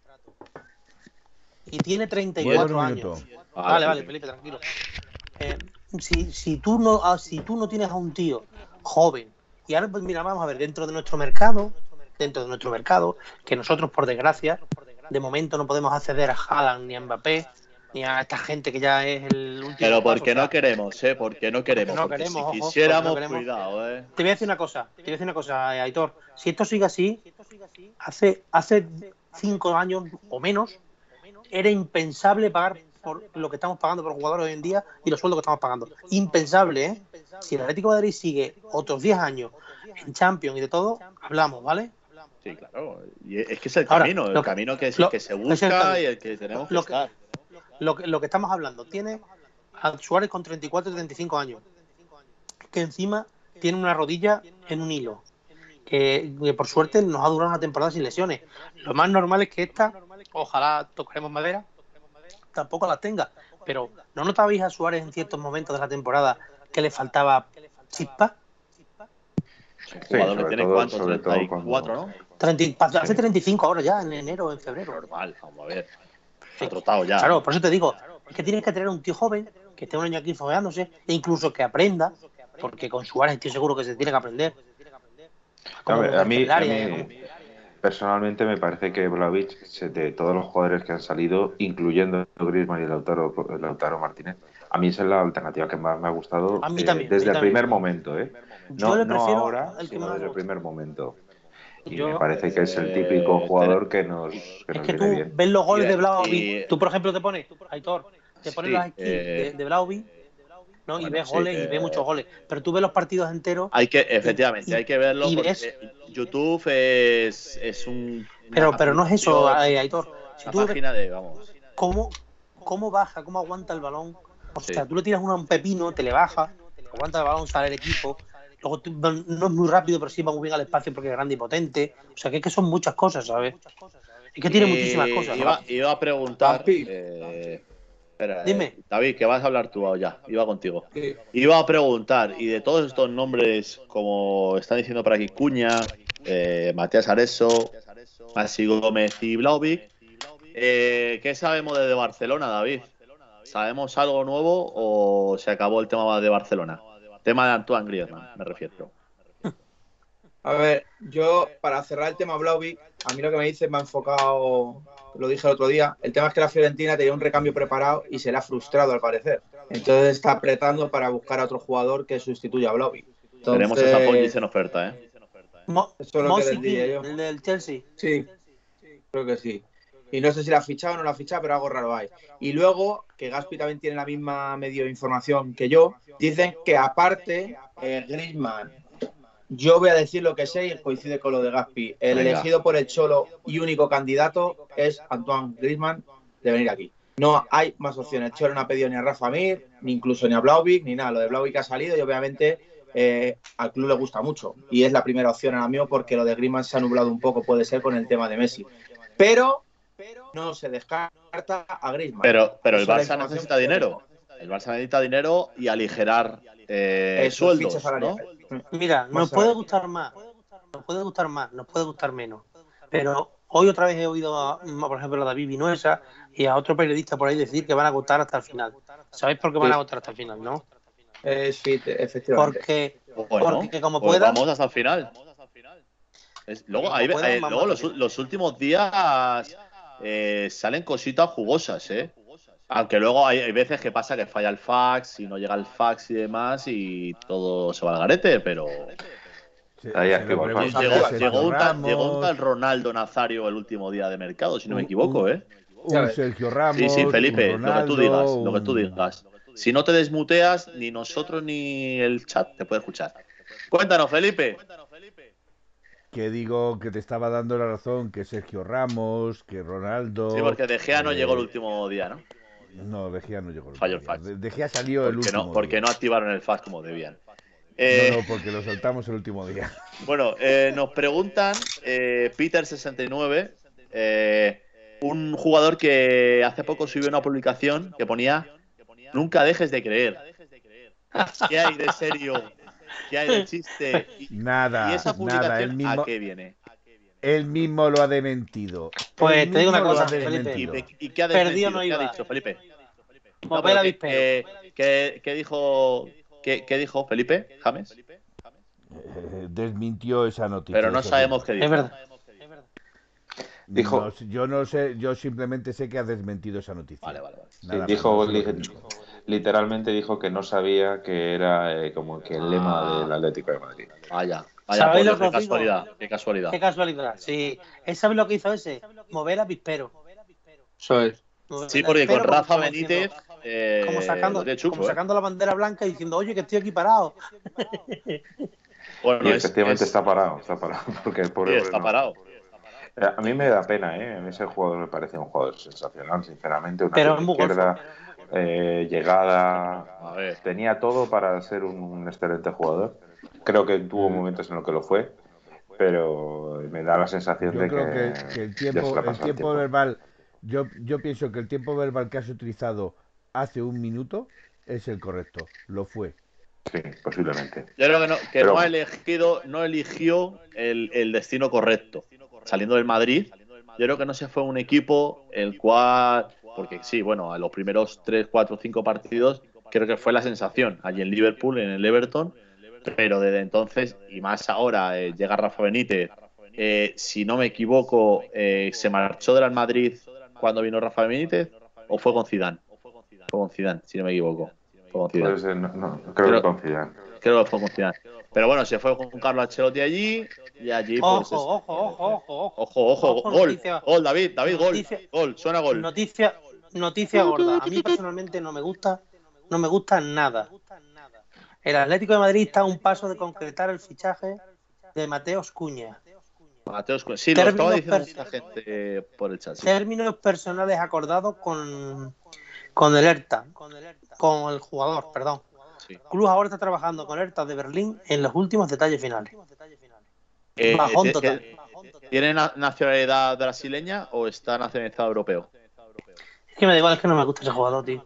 Speaker 5: Y tiene treinta y cuatro
Speaker 6: Bueno, un
Speaker 5: años.
Speaker 6: minuto.
Speaker 5: Vale, vale, Felipe, tranquilo. Eh, si, si, tú no, ah, si tú no tienes a un tío joven, y ahora pues mira, vamos a ver, dentro de nuestro mercado, dentro de nuestro mercado, que nosotros por desgracia, de momento no podemos acceder a Haaland ni a Mbappé, ni a esta gente que ya es el último
Speaker 2: Pero
Speaker 5: paso,
Speaker 2: porque
Speaker 5: o sea,
Speaker 2: no queremos, ¿eh? Porque no queremos.
Speaker 5: no
Speaker 2: Porque
Speaker 5: queremos,
Speaker 2: si
Speaker 5: ojo,
Speaker 2: quisiéramos,
Speaker 5: porque no queremos.
Speaker 2: cuidado, ¿eh?
Speaker 5: Te voy a decir una cosa, te voy a decir una cosa, eh, Aitor. Si esto sigue así, hace, hace cinco años o menos, era impensable pagar por lo que estamos pagando por jugadores hoy en día y los sueldos que estamos pagando. Impensable, ¿eh? Si el Atlético de Madrid sigue otros diez años en Champions y de todo, hablamos, ¿vale?
Speaker 2: Sí, claro. Y es que es el
Speaker 5: Ahora,
Speaker 2: camino, el
Speaker 5: lo que-
Speaker 2: camino que, es,
Speaker 5: lo-
Speaker 2: que se
Speaker 5: es el
Speaker 2: busca
Speaker 5: camino.
Speaker 2: y el que tenemos que
Speaker 5: Lo que-
Speaker 2: estar.
Speaker 5: Lo que, lo que estamos hablando, tiene a Suárez con treinta y cuatro y treinta y cinco años, que encima tiene una rodilla en un hilo. Que, que por suerte nos ha durado una temporada sin lesiones. Lo más normal es que esta, ojalá tocaremos madera, tampoco las tenga. Pero ¿no notabais a Suárez en ciertos momentos de la temporada que le faltaba chispa?
Speaker 2: Un jugador
Speaker 3: Sí,
Speaker 2: que tiene
Speaker 3: todo,
Speaker 2: cuánto, treinta y
Speaker 3: cuando...
Speaker 2: cuatro, ¿no?
Speaker 5: treinta, hace treinta y cinco ahora ya, en enero, en febrero.
Speaker 2: Normal, vamos a ver. Ha trotado ya.
Speaker 5: Claro, por eso te digo, es que tienes que tener un tío joven que esté un año aquí fogueándose e incluso que aprenda, porque con Suárez estoy seguro que se tiene que aprender.
Speaker 3: A, ver, a mí, a mí personalmente me parece que Vlahovic, de todos los jugadores que han salido, incluyendo Griezmann y Lautaro, Lautaro Martínez, a mí esa es la alternativa que más me ha gustado
Speaker 5: a mí
Speaker 3: eh,
Speaker 5: también,
Speaker 3: desde
Speaker 5: a mí
Speaker 3: el
Speaker 5: también.
Speaker 3: primer momento. ¿eh? No,
Speaker 5: Yo le
Speaker 3: no
Speaker 5: prefiero
Speaker 3: ahora,
Speaker 5: al que
Speaker 3: sino
Speaker 5: más
Speaker 3: desde el
Speaker 5: gusta.
Speaker 3: primer momento. Y
Speaker 5: Yo,
Speaker 3: me parece que es el
Speaker 2: eh,
Speaker 3: típico jugador que nos, que
Speaker 5: es
Speaker 3: nos
Speaker 5: que
Speaker 3: viene
Speaker 5: tú
Speaker 3: bien.
Speaker 5: ves los goles
Speaker 2: Y-
Speaker 5: de Vlahovic,
Speaker 2: y-
Speaker 5: tú por ejemplo te pones, Aitor, te pones
Speaker 2: Sí,
Speaker 5: las skills
Speaker 2: eh,
Speaker 5: de, de Vlahovic, ¿no?
Speaker 2: bueno,
Speaker 5: y ves
Speaker 2: sí,
Speaker 5: goles y
Speaker 2: eh,
Speaker 5: ves muchos goles, pero tú ves los partidos enteros
Speaker 2: Hay que,
Speaker 5: y,
Speaker 2: efectivamente,
Speaker 5: y,
Speaker 2: hay que verlo
Speaker 5: y
Speaker 2: porque
Speaker 5: ves,
Speaker 2: YouTube es, es un, una
Speaker 5: pero, pero no es eso,
Speaker 2: aplicación,
Speaker 5: Aitor. Si
Speaker 2: una
Speaker 5: tú ves
Speaker 2: página de, vamos,
Speaker 5: cómo, cómo baja, cómo aguanta el balón, o sea,
Speaker 2: Sí.
Speaker 5: tú le tiras una, un pepino, te le baja, aguanta el balón, sale el equipo. Luego tú- no, no es muy rápido, pero sí va muy bien al espacio porque es grande y potente. O sea, que es que son muchas cosas, ¿sabes? Es que tiene
Speaker 2: Y
Speaker 5: muchísimas cosas.
Speaker 2: iba, iba a preguntar,
Speaker 4: Gaspi.
Speaker 2: eh, espera,
Speaker 5: Dime.
Speaker 2: eh, David, que vas a hablar tú ya, iba contigo.
Speaker 4: Sí.
Speaker 2: Iba a preguntar, y de todos estos nombres, como están diciendo por aquí, Cuña, eh, Matías Areso, Maxi Gómez y Vlahovic, eh, ¿qué sabemos de Barcelona, David? ¿Sabemos algo nuevo o se acabó el tema de Barcelona? Tema de Antoine Griezmann, me refiero.
Speaker 4: A ver, yo para cerrar el tema Vlahovic, a mí lo que me dice me ha enfocado, lo dije el otro día, el tema es que la Fiorentina tenía un recambio preparado y se le ha frustrado al parecer. Entonces está apretando para buscar a otro jugador que sustituya a Vlahovic. Entonces,
Speaker 2: Tenemos esa Poyis en oferta, ¿eh?
Speaker 5: Mo,
Speaker 4: eso es lo que les
Speaker 5: Mosi
Speaker 4: dije
Speaker 5: King,
Speaker 4: yo.
Speaker 5: el del Chelsea.
Speaker 4: Sí, creo que sí. Y no sé si la ha fichado o no la ha fichado, pero algo raro hay. Y luego, que Gaspi también tiene la misma medio información que yo, dicen que aparte, eh, Griezmann, yo voy a decir lo que sé y coincide con lo de Gaspi. El
Speaker 2: Venga.
Speaker 4: elegido por el Cholo y único candidato es Antoine Griezmann de venir aquí. No hay más opciones. El Cholo no ha pedido ni a Rafa Mir, ni incluso ni a Vlahovic, ni nada. Lo de Vlahovic ha salido y obviamente eh, al club le gusta mucho. Y es la primera opción ahora mismo porque lo de Griezmann se ha nublado un poco, puede ser, con el tema de Messi. Pero no se descarta a Griezmann.
Speaker 2: Pero, pero el
Speaker 4: Esa es la
Speaker 2: Barça
Speaker 4: información
Speaker 2: necesita
Speaker 4: que yo
Speaker 2: dinero.
Speaker 4: tengo.
Speaker 2: El Barça necesita dinero y aligerar eh,
Speaker 4: Esos
Speaker 2: sueldos,
Speaker 4: fichas
Speaker 2: ¿no?
Speaker 4: salariales.
Speaker 5: Mira, nos
Speaker 4: Más
Speaker 5: puede
Speaker 4: salario.
Speaker 5: gustar más, nos puede gustar más, nos puede gustar menos. Pero hoy otra vez he oído, a, por ejemplo, a David Vinuesa y a otro periodista por ahí decir que van a agotar hasta el final. ¿Sabéis por qué van a agotar hasta el final, no?
Speaker 4: Es fit, efectivamente.
Speaker 5: Porque,
Speaker 2: Bueno,
Speaker 5: porque como
Speaker 2: pues
Speaker 5: puedan,
Speaker 2: vamos hasta el final. Es- luego,
Speaker 5: Como
Speaker 2: hay-
Speaker 5: puedan,
Speaker 2: eh,
Speaker 5: vamos
Speaker 2: luego
Speaker 5: hasta
Speaker 2: los,
Speaker 5: el final.
Speaker 2: los últimos días eh, salen cositas jugosas, ¿eh? Aunque luego hay, hay veces que pasa que falla el fax y no llega el fax y demás y todo se va al garete, pero
Speaker 6: Se,
Speaker 3: Ahí
Speaker 6: se
Speaker 3: activo
Speaker 6: lo
Speaker 3: el
Speaker 6: preguntan
Speaker 2: llegó,
Speaker 6: a Sergio
Speaker 2: llegó un tal, llegó un
Speaker 6: Ramos,
Speaker 2: tal Ronaldo Nazario el último día de mercado, si no me
Speaker 6: un-
Speaker 2: equivoco,
Speaker 6: un-
Speaker 2: ¿eh?
Speaker 4: Ya
Speaker 6: un
Speaker 4: ves.
Speaker 6: Sergio Ramos,
Speaker 2: Sí, sí,
Speaker 6: un
Speaker 2: Felipe, lo que tú
Speaker 6: Ronaldo,
Speaker 2: digas, lo que tú
Speaker 6: un-
Speaker 2: digas. Si no te desmuteas, ni nosotros ni el chat te puede escuchar. Cuéntanos, Felipe.
Speaker 6: que digo que te estaba dando la razón, que Sergio Ramos, que Ronaldo...
Speaker 2: Sí, porque De Gea no
Speaker 6: eh,
Speaker 2: llegó el último día, ¿no?
Speaker 6: No, De Gea no llegó el
Speaker 2: Falló
Speaker 6: último
Speaker 2: el
Speaker 6: día.
Speaker 2: fax.
Speaker 6: De Gea salió el
Speaker 2: Porque
Speaker 6: último
Speaker 2: no, porque
Speaker 6: día.
Speaker 2: no activaron el fax como debían. Eh,
Speaker 6: No, no, porque lo soltamos el último día.
Speaker 2: Bueno, eh, nos preguntan, eh, Peter sesenta y nueve, eh, un jugador que hace poco subió una publicación que ponía nunca dejes de creer. ¿Qué hay de serio? ¿Qué hay de chiste? Y,
Speaker 6: Nada,
Speaker 2: y esa
Speaker 6: nada,
Speaker 2: publicación,
Speaker 6: él mismo,
Speaker 2: ¿a qué viene?
Speaker 6: él mismo lo ha desmentido.
Speaker 5: Pues
Speaker 6: Él
Speaker 5: te digo una
Speaker 6: mismo lo
Speaker 5: cosa,
Speaker 6: ha
Speaker 5: Felipe.
Speaker 2: ¿Y,
Speaker 6: desmentido.
Speaker 2: de- y qué ha
Speaker 5: Perdido
Speaker 2: desmentido?
Speaker 5: no
Speaker 2: ¿Qué ha
Speaker 5: iba.
Speaker 2: dicho, Felipe? No,
Speaker 5: mover
Speaker 2: pero
Speaker 5: a
Speaker 2: ¿qué,
Speaker 5: Vispero.
Speaker 2: qué- qué- qué dijo, qué, qué dijo Felipe James?
Speaker 6: Eh, desmintió esa noticia.
Speaker 2: Pero no
Speaker 6: eso
Speaker 2: sabemos
Speaker 6: sí.
Speaker 2: qué dijo.
Speaker 5: Es verdad.
Speaker 3: Dijo-
Speaker 6: No, yo no sé, yo simplemente sé que ha desmentido esa noticia.
Speaker 2: Vale, vale, vale.
Speaker 3: Sí,
Speaker 6: Nada más,
Speaker 3: dijo,
Speaker 6: no sé lo
Speaker 3: li-
Speaker 6: que dijo.
Speaker 3: literalmente dijo que no sabía que era eh, como que el lema
Speaker 2: Ah.
Speaker 3: del Atlético de Madrid.
Speaker 2: Vaya, vaya,
Speaker 5: ¿Sabéis
Speaker 2: por
Speaker 5: lo
Speaker 2: Dios,
Speaker 5: que
Speaker 2: qué
Speaker 5: os digo?
Speaker 2: casualidad, qué casualidad.
Speaker 5: Qué casualidad. Sí. ¿Sabes lo que hizo ese? Mover a Vispero.
Speaker 4: Eso es.
Speaker 5: Mover
Speaker 2: Sí,
Speaker 5: a
Speaker 2: porque con
Speaker 5: Vispero
Speaker 2: Rafa
Speaker 5: como
Speaker 2: Benítez
Speaker 5: diciendo-
Speaker 2: eh,
Speaker 5: como sacando,
Speaker 2: lo tiene chungo,
Speaker 5: como
Speaker 2: ¿eh?
Speaker 5: sacando la bandera blanca y diciendo, oye, que estoy aquí parado.
Speaker 2: Bueno,
Speaker 3: Y
Speaker 2: es-
Speaker 3: efectivamente
Speaker 2: es-
Speaker 3: está parado, está parado, porque el
Speaker 2: sí,
Speaker 3: pobre
Speaker 2: está
Speaker 3: no.
Speaker 2: parado.
Speaker 3: A mí me da pena, ¿eh? A mí ese jugador me parece un jugador sensacional, sinceramente. Una
Speaker 5: Pero
Speaker 3: pierna
Speaker 5: es muy
Speaker 3: izquierda, eh, llegada,
Speaker 2: A ver.
Speaker 3: tenía todo para ser un, un excelente jugador. Creo que tuvo momentos en los que lo fue, pero me da la sensación
Speaker 6: Yo
Speaker 3: de
Speaker 6: creo
Speaker 3: que,
Speaker 6: que, que el
Speaker 3: ya se
Speaker 6: tiempo,
Speaker 3: le ha
Speaker 6: el
Speaker 3: pasado
Speaker 6: tiempo verbal, yo, yo pienso que el tiempo verbal que has utilizado hace un minuto es el correcto. Lo fue.
Speaker 3: Sí, posiblemente.
Speaker 2: Yo creo que no, que
Speaker 3: Pero-
Speaker 2: no ha elegido, no eligió el, el destino correcto. Saliendo del Madrid, yo creo que no se fue a un equipo el cual, porque sí, bueno, a los primeros tres, cuatro, cinco partidos, creo que fue la sensación. Allí en Liverpool, en el Everton, pero desde entonces, y más ahora, eh, llega Rafa Benítez. Eh, si no me equivoco, eh, se marchó del Madrid cuando vino Rafa Benítez, o fue con Zidane. Fue con Zidane, si no me equivoco. Fue con Zidane.
Speaker 3: Puede ser, no, no, creo
Speaker 2: Pero-
Speaker 3: que confían.
Speaker 2: Creo que fue con Zidane. Pero bueno, se fue con Carlo Ancelotti allí y allí pues
Speaker 5: Ojo,
Speaker 2: es-
Speaker 5: ojo, ojo, ojo, ojo.
Speaker 2: ojo, ojo,
Speaker 5: Ojo,
Speaker 2: gol,
Speaker 5: noticia-
Speaker 2: gol, David, David, gol,
Speaker 5: noticia-
Speaker 2: gol, suena gol.
Speaker 5: Noticia, noticia gorda. A mí personalmente no me gusta, no me gusta nada. El Atlético de Madrid está a un paso de concretar el fichaje de Mateos Cuña.
Speaker 2: Mateos Cu- sí, lo
Speaker 5: Términos
Speaker 2: estaba diciendo
Speaker 5: per-
Speaker 2: mucha gente eh, por el chat. Sí.
Speaker 5: Términos personales acordados con, con el ERTA, con el jugador, perdón.
Speaker 2: Sí.
Speaker 5: Club ahora está trabajando con ERTA de Berlín en los últimos detalles finales.
Speaker 2: Eh,
Speaker 5: Bajón
Speaker 2: eh,
Speaker 5: total.
Speaker 2: eh, ¿Tiene na- nacionalidad brasileña o está nacionalizado europeo?
Speaker 5: Es que me da igual, es que no me gusta ese jugador, tío.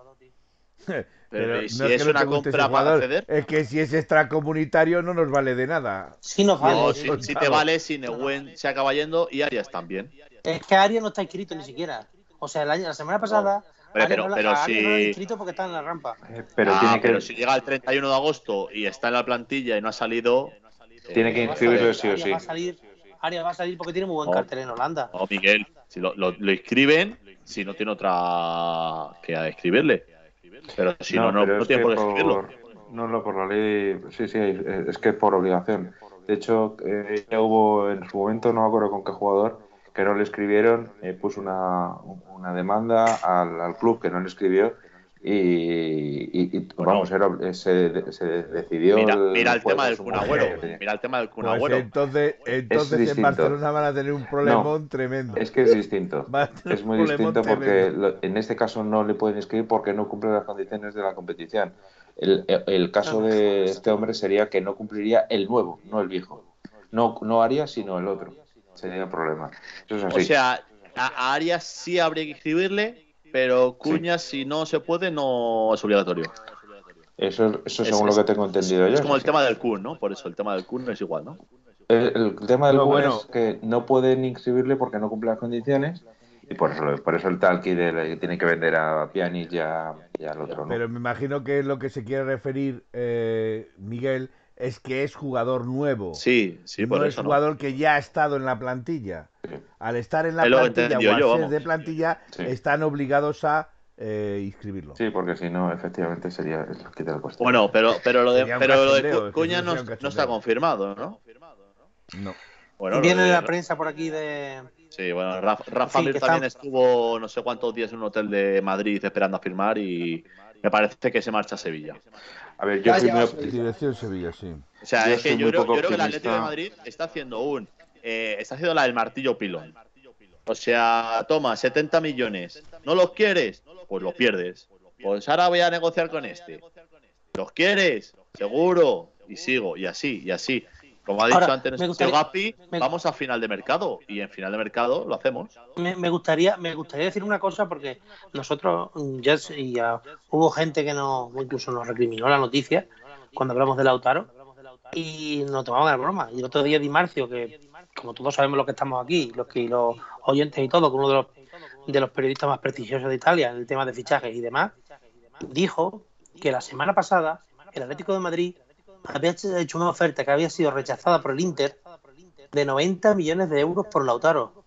Speaker 6: Pero
Speaker 2: ¿y si
Speaker 6: no es
Speaker 2: es
Speaker 6: que no
Speaker 2: una
Speaker 6: te guste ese
Speaker 2: compra para
Speaker 6: jugador,
Speaker 2: acceder?
Speaker 6: es que si es extracomunitario no nos vale de nada.
Speaker 5: Sí nos vale.
Speaker 2: No,
Speaker 5: es,
Speaker 2: si, si te vale, si Neuwen se acaba yendo y Arias también.
Speaker 5: es que Arias no está inscrito ni siquiera. O sea, el año, la semana pasada,
Speaker 2: Hombre,
Speaker 5: Arias,
Speaker 2: pero-
Speaker 5: no, la-
Speaker 2: pero
Speaker 5: a Arias no lo han
Speaker 2: si-
Speaker 5: inscrito porque está en la rampa.
Speaker 3: Eh, Pero
Speaker 2: Ah,
Speaker 3: tiene que,
Speaker 2: pero si llega el treinta y uno de agosto y está en la plantilla y no ha salido.
Speaker 3: tiene que
Speaker 2: eh,
Speaker 3: inscribirlo sí o
Speaker 5: Arias
Speaker 3: sí.
Speaker 5: va a salir, Arias va a salir porque tiene muy buen
Speaker 2: No.
Speaker 5: cartel en Holanda.
Speaker 2: No, Miguel, si lo, lo, lo inscriben, si no tiene otra que escribirle. Pero si no, no,
Speaker 3: pero
Speaker 2: no
Speaker 3: es
Speaker 2: tiene
Speaker 3: que
Speaker 2: por qué escribirlo.
Speaker 3: No, no, por la ley, sí, sí, es que es por obligación. De hecho, eh, ya hubo en su momento, no me acuerdo con qué jugador, que no le escribieron, eh, puso una, una demanda al, al club que no le escribió y, y- y,
Speaker 2: Bueno.
Speaker 3: vamos, era, se, se decidió...
Speaker 2: Mira, mira el
Speaker 3: juez
Speaker 2: tema
Speaker 3: en
Speaker 2: del
Speaker 3: su
Speaker 2: Kun
Speaker 3: momento
Speaker 2: Agüero.
Speaker 3: que-
Speaker 2: Mira el tema del Kun
Speaker 6: Pues
Speaker 2: Agüero.
Speaker 6: entonces, entonces en
Speaker 3: distinto.
Speaker 6: Barcelona van a tener un problemón tremendo.
Speaker 3: Es que es distinto.
Speaker 6: Va a tener
Speaker 3: Es
Speaker 6: un
Speaker 3: muy
Speaker 6: problemón
Speaker 3: distinto porque
Speaker 6: tremendo.
Speaker 3: lo- en este caso no le pueden inscribir porque no cumple las condiciones de la competición. El, el- el caso de este hombre sería que no cumpliría el nuevo, no el viejo. No, no haría, sino el otro. Sería el problema. Eso es así.
Speaker 2: O sea, a, a Arias sí habría que escribirle, pero Cuña, si no se puede, no es obligatorio.
Speaker 3: Eso, eso
Speaker 2: Es-
Speaker 3: según
Speaker 2: es-
Speaker 3: lo que tengo entendido yo.
Speaker 2: Es como el tema del Kun, ¿no? Por eso el tema del Kun es igual, ¿no?
Speaker 3: El, el tema del
Speaker 6: No,
Speaker 3: Kun
Speaker 6: bueno.
Speaker 3: es que no pueden inscribirle porque no cumple las condiciones y por eso, por eso el talqui de, que tiene que vender a Pjanic y, a- y al otro, ¿no?
Speaker 6: Pero me imagino que lo que se quiere referir, eh, Miguel, es que es jugador nuevo.
Speaker 2: Sí, sí, por
Speaker 6: no
Speaker 2: eso
Speaker 6: es
Speaker 2: no.
Speaker 6: jugador que ya ha estado en la plantilla. Al estar en la
Speaker 2: Es lo que he
Speaker 6: plantilla
Speaker 2: entendido
Speaker 6: o al
Speaker 2: yo,
Speaker 6: ser
Speaker 2: vamos.
Speaker 6: de plantilla,
Speaker 3: Sí.
Speaker 6: están obligados a eh, inscribirlo.
Speaker 3: Sí, porque si no, efectivamente sería el quita el coste.
Speaker 2: Bueno, pero, pero lo de,
Speaker 6: Sería un
Speaker 2: pero lo de
Speaker 6: cachondeo,
Speaker 2: Cu-
Speaker 6: es que
Speaker 2: Cuña
Speaker 6: eso
Speaker 2: no,
Speaker 6: sería un
Speaker 2: no está
Speaker 6: cachondeo.
Speaker 2: confirmado, ¿no?
Speaker 6: No.
Speaker 2: Bueno, lo
Speaker 5: Viene
Speaker 2: de-
Speaker 5: la prensa por aquí de...
Speaker 2: Sí, bueno, Rafa, Rafa
Speaker 5: Sí,
Speaker 2: Mir
Speaker 5: que
Speaker 2: también
Speaker 5: está-
Speaker 2: estuvo no sé cuántos días en un hotel de Madrid esperando a firmar y me parece que se marcha a Sevilla.
Speaker 3: A ver, yo
Speaker 4: Ya
Speaker 3: soy muy
Speaker 4: llevas-
Speaker 3: opti-
Speaker 6: Dirección Sevilla, sí.
Speaker 2: O sea,
Speaker 3: Yo
Speaker 2: es que
Speaker 3: soy
Speaker 2: yo
Speaker 3: muy
Speaker 2: creo,
Speaker 3: poco
Speaker 2: yo creo que el
Speaker 3: optimista.
Speaker 2: Atlético de Madrid está haciendo un eh, está haciendo la del martillo pilón. O sea, toma, setenta millones. ¿No los quieres? Pues los pierdes. Pues ahora voy a negociar con este. ¿Los quieres? Seguro. Y sigo, y así, y así. Como ha dicho
Speaker 5: Ahora,
Speaker 2: antes
Speaker 5: me
Speaker 2: nuestro
Speaker 5: gustaría-
Speaker 2: Gapi,
Speaker 5: me-
Speaker 2: vamos a final de mercado. Y en final de mercado lo hacemos.
Speaker 5: Me, me gustaría me gustaría decir una cosa porque nosotros mm, ya, se- ya hubo gente que nos incluso nos recriminó la noticia cuando hablamos de Lautaro y nos tomaban la broma. Y el otro día Di Marcio, que como todos sabemos los que estamos aquí, los que los oyentes y todo, que uno de los de los periodistas más prestigiosos de Italia en el tema de fichajes y demás, dijo que la semana pasada el Atlético de Madrid había hecho una oferta que había sido rechazada por el Inter de noventa millones de euros por Lautaro.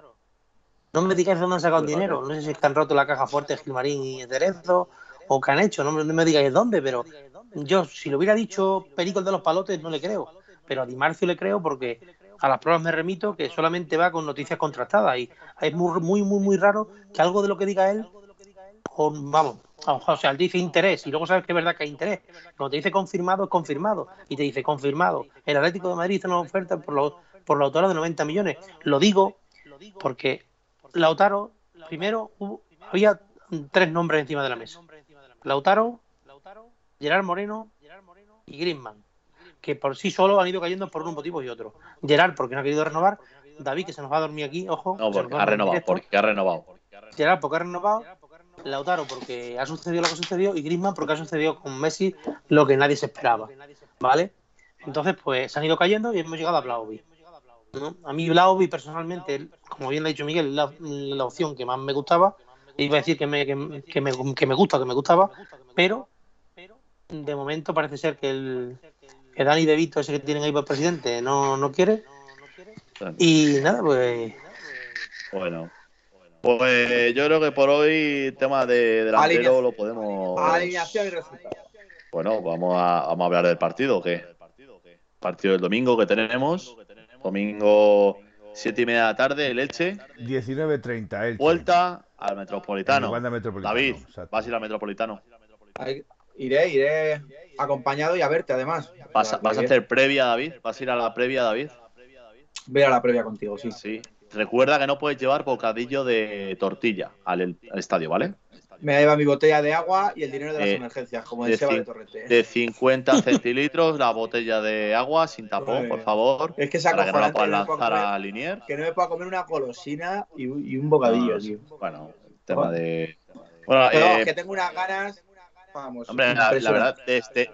Speaker 5: No me digáis dónde han sacado el dinero. No sé si es que han roto la caja fuerte de Gilmarín y Cerezo o que han hecho. No me, no me digáis dónde, pero yo, si lo hubiera dicho Perico el de los Palotes, no le creo. Pero a Di Marcio le creo porque a las pruebas me remito que solamente va con noticias contrastadas. Y es muy, muy, muy, muy raro que algo de lo que diga él, o, vamos, o sea, él dice interés y luego sabes que es verdad que hay interés. Cuando te dice confirmado, es confirmado. Y te dice confirmado. El Atlético de Madrid hizo una oferta por, lo, por Lautaro de noventa millones. Lo digo porque Lautaro, primero, hubo- había tres nombres encima de la mesa. Lautaro, Gerard Moreno y Griezmann, que por sí solos han ido cayendo por un motivo y otro. Gerard porque no ha querido renovar, David que se nos va a dormir aquí, ojo.
Speaker 2: No, porque ha renovado, porque ha renovado.
Speaker 5: Gerard porque ha renovado, Lautaro porque ha sucedido lo que sucedió y Griezmann porque ha sucedido con Messi lo que nadie se esperaba, ¿vale? Entonces pues se han ido cayendo y hemos llegado a Vlahovic, ¿no? A mí Vlahovic personalmente, como bien le ha dicho Miguel, la, la opción que más me gustaba. Iba a decir que me, que, que, me, que me gusta, que me gustaba, pero de momento parece ser que el que Dani De Vito, ese que tienen ahí por presidente, no, no quiere. Y nada, pues...
Speaker 2: Bueno, pues yo creo que por hoy el tema de delantero
Speaker 4: Alinea-
Speaker 2: lo podemos...
Speaker 4: Alineación y resultado.
Speaker 2: Bueno, vamos a, vamos a hablar del partido, ¿o qué? Partido del domingo que tenemos. Domingo siete y media de la tarde, el Elche.
Speaker 6: diecinueve treinta, Elche.
Speaker 2: Vuelta al Metropolitano.
Speaker 6: En Wanda Metropolitano,
Speaker 2: David,
Speaker 6: exacto.
Speaker 2: vas a ir al Metropolitano.
Speaker 4: Ahí- Iré, iré acompañado y a verte además.
Speaker 2: ¿Vas a, vas a hacer previa, David? ¿Vas a ir a la previa, David?
Speaker 4: Ver a la previa contigo, sí.
Speaker 2: Sí. Recuerda que no puedes llevar bocadillo de tortilla al, al estadio, ¿vale?
Speaker 4: Me lleva mi botella de agua y el dinero de las
Speaker 2: Eh,
Speaker 4: emergencias, como
Speaker 2: de
Speaker 4: de Seba
Speaker 2: cin-
Speaker 4: de Torrente.
Speaker 2: De cincuenta centilitros, la botella de agua sin tapón, por favor.
Speaker 4: Es que es
Speaker 2: Para que no la
Speaker 4: acojonante
Speaker 2: puedas
Speaker 4: que no me pueda
Speaker 2: lanzar
Speaker 4: comer-
Speaker 2: a Linier.
Speaker 4: Que no me pueda comer una golosina y, un- y un bocadillo,
Speaker 2: No,
Speaker 4: tío.
Speaker 2: Bueno, el tema de... Bueno,
Speaker 4: Pero
Speaker 2: eh,
Speaker 4: vamos, que tengo unas ganas. Vamos,
Speaker 2: hombre, la, la
Speaker 4: impresionante.
Speaker 2: verdad, desde,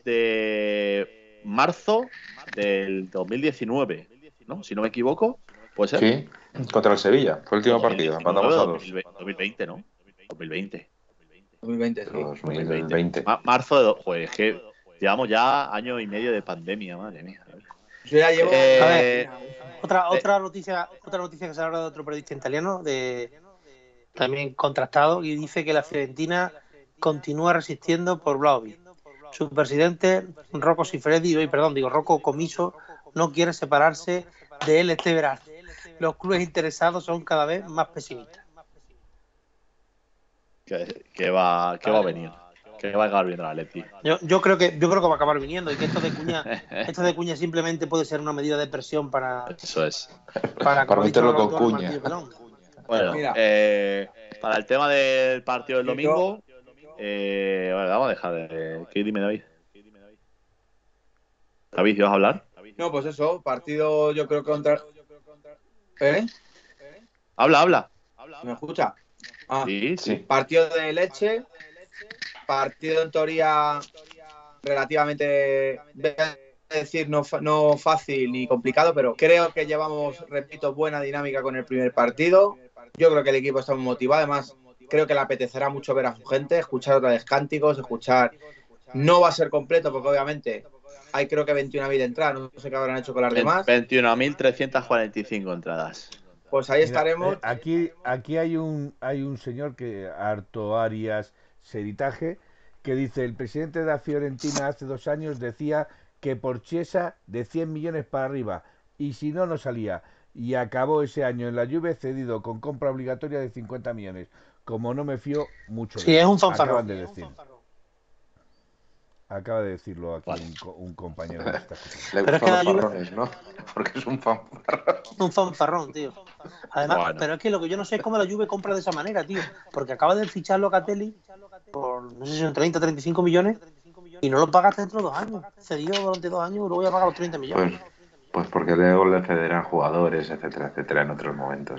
Speaker 2: desde marzo del dos mil diecinueve, ¿no? Si no me equivoco, puede ser.
Speaker 3: Sí, contra el Sevilla. Fue el último partido. Empatamos a dos.
Speaker 2: dos mil veinte, ¿no? dos mil veinte.
Speaker 4: dos mil veinte, sí.
Speaker 3: dos mil veinte.
Speaker 2: Ma- Marzo de... do- Pues es que llevamos ya año y medio de pandemia, madre mía.
Speaker 4: Yo ya llevo.
Speaker 2: Eh,
Speaker 5: A ver, otra, otra noticia, otra noticia que se ha hablado de otro periodista italiano, de también contrastado, y dice que la Fiorentina continúa resistiendo por Vlahovic. Su presidente, Rocco Siffredi, hoy, perdón, digo, Rocco Comiso, no quiere separarse de él este verano. Los clubes interesados son cada vez más pesimistas.
Speaker 2: Que, que va, que va a venir. Que va a acabar viendo la Leti.
Speaker 5: Yo, yo creo que yo creo que va a acabar viniendo y que esto de Cuña, esto de Cuña simplemente puede ser una medida de presión para
Speaker 2: Eso es.
Speaker 5: para,
Speaker 3: Para
Speaker 5: como ha dicho
Speaker 3: meterlo con
Speaker 5: Antonio
Speaker 3: Cuña.
Speaker 5: Martínez Pelón.
Speaker 2: Bueno,
Speaker 4: Mira.
Speaker 2: eh, para el tema del partido del
Speaker 4: Yo-
Speaker 2: domingo, eh, bueno, vamos a dejar de... ¿Qué dime, David? David, ¿ibas a hablar?
Speaker 4: No, pues eso, partido yo creo que contra. ¿Eh?
Speaker 2: Habla, habla.
Speaker 4: ¿Me escucha? Ah,
Speaker 2: Sí, sí.
Speaker 4: partido de Leche. Partido en teoría relativamente, voy a decir, no, fa- no fácil ni complicado, pero creo que llevamos, repito, buena dinámica con el primer partido. Yo creo que el equipo está muy motivado. Además, creo que le apetecerá mucho ver a su gente, escuchar otra vez cánticos, escuchar. No va a ser completo porque obviamente hay creo que veintiuna mil entradas, no sé qué habrán hecho con las demás.
Speaker 2: veintiuna mil trescientas cuarenta y cinco entradas.
Speaker 4: Pues ahí
Speaker 6: Mira,
Speaker 4: estaremos.
Speaker 6: eh, aquí aquí hay un hay un señor que Arto Arias Seritaje que dice: el presidente de la Fiorentina hace dos años decía que por Chiesa de cien millones para arriba y si no no salía, y acabó ese año en la Juve cedido con compra obligatoria de cincuenta millones. Como no me fío mucho de
Speaker 5: Sí,
Speaker 6: él.
Speaker 5: es un fanfarrón.
Speaker 6: Acaban de decir. Acaba de decirlo aquí
Speaker 2: Vale.
Speaker 6: un, co- un compañero de esta cosa.
Speaker 3: Le
Speaker 5: Pero es
Speaker 3: gustan
Speaker 5: que
Speaker 3: los
Speaker 5: la Juve-
Speaker 3: farrones, ¿no? Porque es un fanfarrón.
Speaker 5: Un fanfarrón, tío. Además,
Speaker 2: Bueno.
Speaker 5: pero es que lo que yo no sé es cómo la Juve compra de esa manera, tío. Porque acaba de fichar Locatelli por, no sé si son treinta, treinta y cinco millones y no lo pagaste dentro de dos años. Cedido durante dos años y luego voy a pagar los treinta millones.
Speaker 3: Pues, pues porque luego le cederán jugadores, etcétera, etcétera, en otros momentos.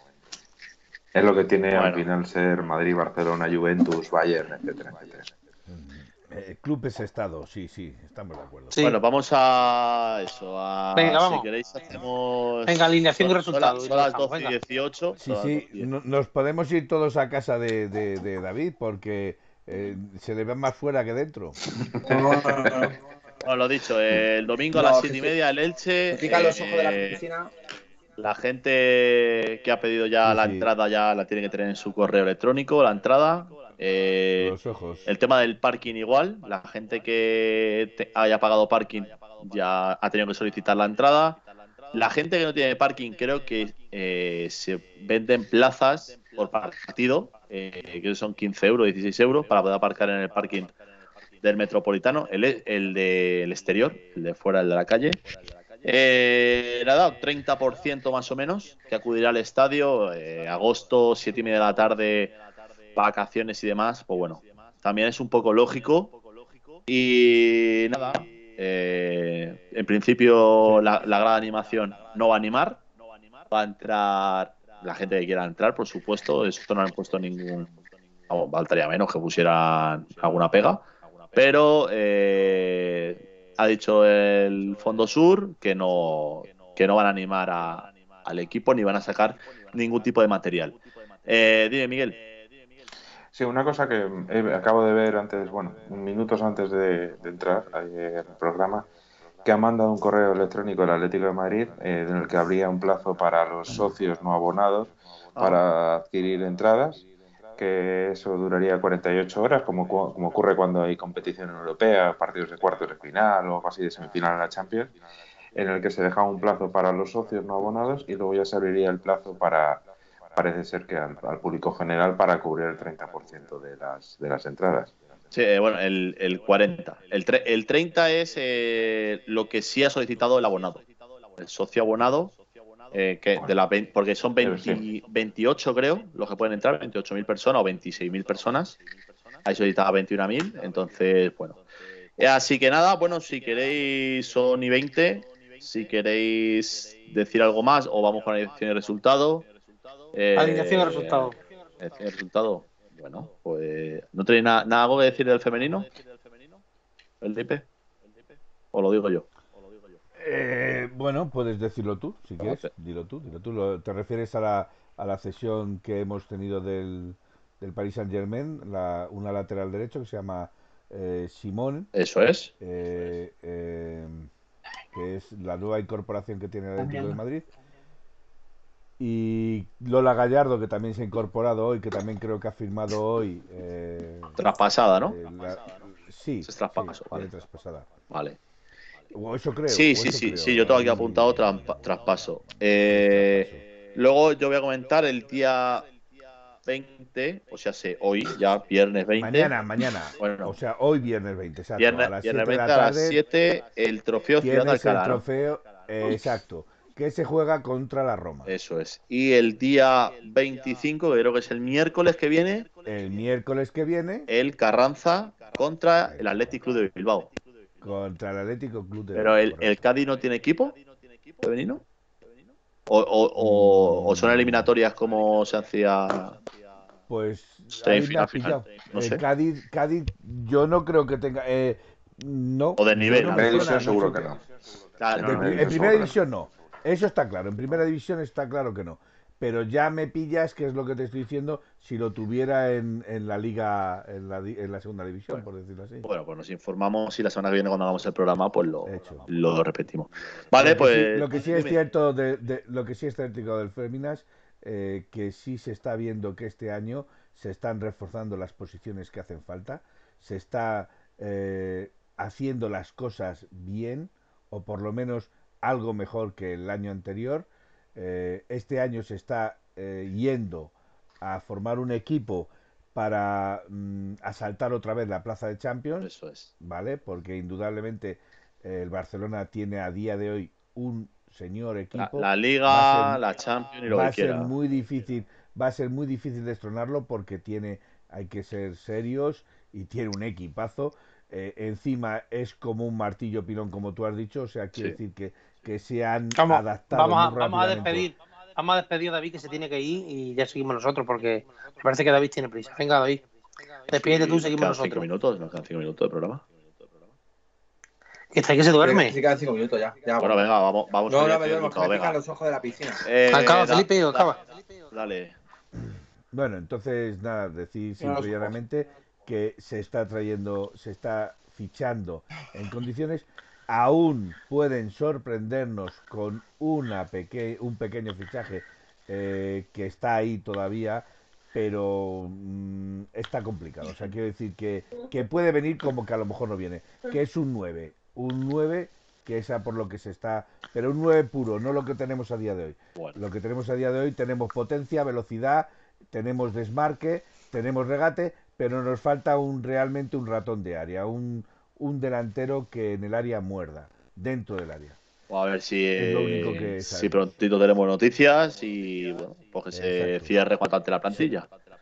Speaker 3: Es lo que tiene al
Speaker 2: Bueno.
Speaker 3: final ser Madrid, Barcelona, Juventus, Bayern, etcétera, etcétera.
Speaker 6: Eh, club es estado, sí, sí, estamos de acuerdo.
Speaker 5: Sí.
Speaker 2: Bueno, vamos a eso. A,
Speaker 5: Venga, vamos.
Speaker 2: Si queréis, hacemos.
Speaker 5: Venga, alineación y
Speaker 2: Son-
Speaker 5: resultados.
Speaker 2: Son las
Speaker 5: Y lo
Speaker 2: doce y
Speaker 5: dejamos,
Speaker 2: dieciocho.
Speaker 6: Sí, sí, no- nos podemos ir todos a casa de, de- de David porque eh, se le ve más fuera que dentro.
Speaker 4: No, no, no, no.
Speaker 2: Bueno, lo dicho, eh, el domingo a
Speaker 4: No,
Speaker 2: las
Speaker 4: que
Speaker 2: siete y
Speaker 4: sí.
Speaker 2: media el Elche.
Speaker 4: Me pican los ojos de la
Speaker 2: eh,
Speaker 4: piscina.
Speaker 2: La gente que ha pedido ya
Speaker 6: Sí,
Speaker 2: la
Speaker 6: sí.
Speaker 2: entrada ya la tiene que tener en su correo electrónico, la entrada. Eh,
Speaker 6: Los ojos.
Speaker 2: el tema del parking igual, la gente que te- haya pagado parking ya ha tenido que solicitar la entrada. La gente que no tiene parking creo que eh, se venden plazas por partido, eh, que son quince euros, dieciséis euros para poder aparcar en el parking del Metropolitano, el, el del exterior, el de fuera, el de la calle. Eh, nada, treinta por ciento más o menos que acudirá al estadio. Eh, agosto, siete y media de la tarde, vacaciones y demás, pues bueno, también es un poco lógico. Y nada, eh, en principio la, la grada de animación no va a animar, va a entrar la gente que quiera entrar, por supuesto. Esto no han puesto ningún, vamos, faltaría menos que pusieran alguna pega, pero eh, ha dicho el Fondo Sur que no, que no van a animar a, al equipo ni van a sacar ningún tipo de material. Eh, dime, Miguel.
Speaker 3: Sí, una cosa que eh, acabo de ver antes, bueno, minutos antes de, de entrar ayer al programa, que han mandado un correo electrónico al Atlético de Madrid eh, en el que habría un plazo para los socios no abonados para adquirir entradas, que eso duraría cuarenta y ocho horas, como, como ocurre cuando hay competición europea, partidos de cuartos de final o algo así de semifinal en la Champions, en el que se deja un plazo para los socios no abonados y luego ya se abriría el plazo para, parece ser que al, al público general, para cubrir el treinta por ciento de las, de las entradas.
Speaker 2: Sí, eh, bueno, el, el cuarenta. El, tre el treinta es eh, lo que sí ha solicitado el abonado. El socio abonado, eh, que de la veinte, porque son veinte, veintiocho, creo, los que pueden entrar, veintiocho mil personas o veintiséis mil personas. Hay solicitado veintiuna mil, entonces, bueno. Eh, así que nada, bueno, si queréis son y veinte. Si queréis decir algo más o vamos con la dirección de resultado.
Speaker 5: Eh, alineación de resultado.
Speaker 2: Alineación de resultado. Bueno, pues ¿no tenéis nada, nada algo que decir del femenino? ¿El D I P? ¿O lo digo yo?
Speaker 6: Eh, bueno, puedes decirlo tú, si quieres. Dilo tú, dilo tú. Lo, ¿te refieres a la, a la cesión que hemos tenido del, del Paris Saint-Germain? La, una lateral derecho que se llama eh, Simón.
Speaker 2: Eso es.
Speaker 6: Eh, eh, que es la nueva incorporación que tiene el Atlético de Madrid. Y Lola Gallardo, que también se ha incorporado hoy, que también creo que ha firmado hoy. Eh,
Speaker 2: traspasada, ¿no?
Speaker 6: Eh, la, sí,
Speaker 2: es traspaso,
Speaker 6: sí,
Speaker 2: vale.
Speaker 6: traspasada.
Speaker 2: Vale.
Speaker 6: O eso creo.
Speaker 2: Sí,
Speaker 6: o
Speaker 2: sí,
Speaker 6: eso
Speaker 2: sí,
Speaker 6: creo.
Speaker 2: sí, yo tengo aquí apuntado trampa, traspaso. Eh, luego yo voy a comentar el día veinte, o sea, sé, hoy, ya viernes veinte.
Speaker 6: Mañana, mañana.
Speaker 2: Bueno,
Speaker 6: o sea, hoy viernes veinte, exacto.
Speaker 2: Viernes,
Speaker 6: a las
Speaker 2: viernes
Speaker 6: siete
Speaker 2: veinte
Speaker 6: de la
Speaker 2: tarde, a las siete, el trofeo Ciudad de Alcalá.
Speaker 6: El trofeo, eh, exacto, que se juega contra la Roma.
Speaker 2: Eso es. Y el día veinticinco, que creo que es el miércoles que viene.
Speaker 6: El miércoles que viene.
Speaker 2: El Carranza contra el Athletic Club de Bilbao.
Speaker 6: Contra el Atlético Club de
Speaker 2: Bilbao. Pero el, el Cádiz no tiene equipo femenino. O, o, o, o son eliminatorias como se hacía.
Speaker 6: Pues
Speaker 2: ahí me has pillado.
Speaker 6: No sé. Cádiz, Cádiz, yo no creo que tenga. Eh, no.
Speaker 2: O de nivel.
Speaker 3: En primera división seguro que no.
Speaker 6: Claro, no, en, en primera división no. Eso está claro. En primera división está claro que no. Pero ya me pillas, que es lo que te estoy diciendo, si lo tuviera en, en la liga, en la, en la segunda división, bueno, por decirlo así.
Speaker 2: Bueno, pues nos informamos y la semana que viene cuando hagamos el programa, pues lo, lo repetimos. Vale, lo pues.
Speaker 6: Sí, lo que sí es cierto de, de lo que sí es cierto del Féminas, eh, que sí se está viendo que este año se están reforzando las posiciones que hacen falta, se está eh, haciendo las cosas bien, o por lo menos algo mejor que el año anterior. Eh, este año se está eh, yendo a formar un equipo para mm, asaltar otra vez la plaza de Champions.
Speaker 2: Eso es.
Speaker 6: ¿Vale? Porque indudablemente eh, el Barcelona tiene a día de hoy un señor equipo.
Speaker 2: La, la Liga, ser, la Champions y lo
Speaker 6: va
Speaker 2: que
Speaker 6: a ser
Speaker 2: quiera.
Speaker 6: muy difícil, va a ser muy difícil destronarlo porque tiene, hay que ser serios y tiene un equipazo. Eh, encima es como un martillo pilón, como tú has dicho, o sea, quiere sí. decir que, que se han
Speaker 5: vamos,
Speaker 6: adaptado
Speaker 5: vamos a,
Speaker 6: muy
Speaker 5: vamos a despedir vamos a despedir a David, que se tiene que ir, y ya seguimos nosotros, porque me parece que David tiene prisa. Venga, David, despídete sí, tú, seguimos
Speaker 2: quedan
Speaker 5: nosotros.
Speaker 2: Cinco minutos, nos quedan cinco minutos de programa.
Speaker 5: Que está ahí que se duerme.
Speaker 4: Sí, quedan cinco minutos ya. ya
Speaker 2: bueno, venga, vamos, vamos
Speaker 4: no,
Speaker 2: a
Speaker 4: no, me duermo, que me pican los ojos de la piscina.
Speaker 2: Eh,
Speaker 5: acaba, da, Felipe,
Speaker 2: da,
Speaker 5: acaba.
Speaker 2: Dale.
Speaker 6: Bueno, entonces, nada, decir simple y llanamente que se está trayendo, se está fichando en condiciones. Aún pueden sorprendernos con una peque un pequeño fichaje eh, que está ahí todavía, pero mmm, está complicado. O sea, quiero decir que, que puede venir como que a lo mejor no viene. Que es un nueve. Un nueve que es a por lo que se está... Pero un nueve puro, no lo que tenemos a día de hoy. Bueno. Lo que tenemos a día de hoy, tenemos potencia, velocidad, tenemos desmarque, tenemos regate, pero nos falta un realmente un ratón de área, un... un delantero que en el área muerda, dentro del área.
Speaker 2: A ver si,
Speaker 6: es lo único que
Speaker 2: si prontito tenemos noticias y bueno, pues que se cierre cuanto antes la plantilla.
Speaker 6: Sí,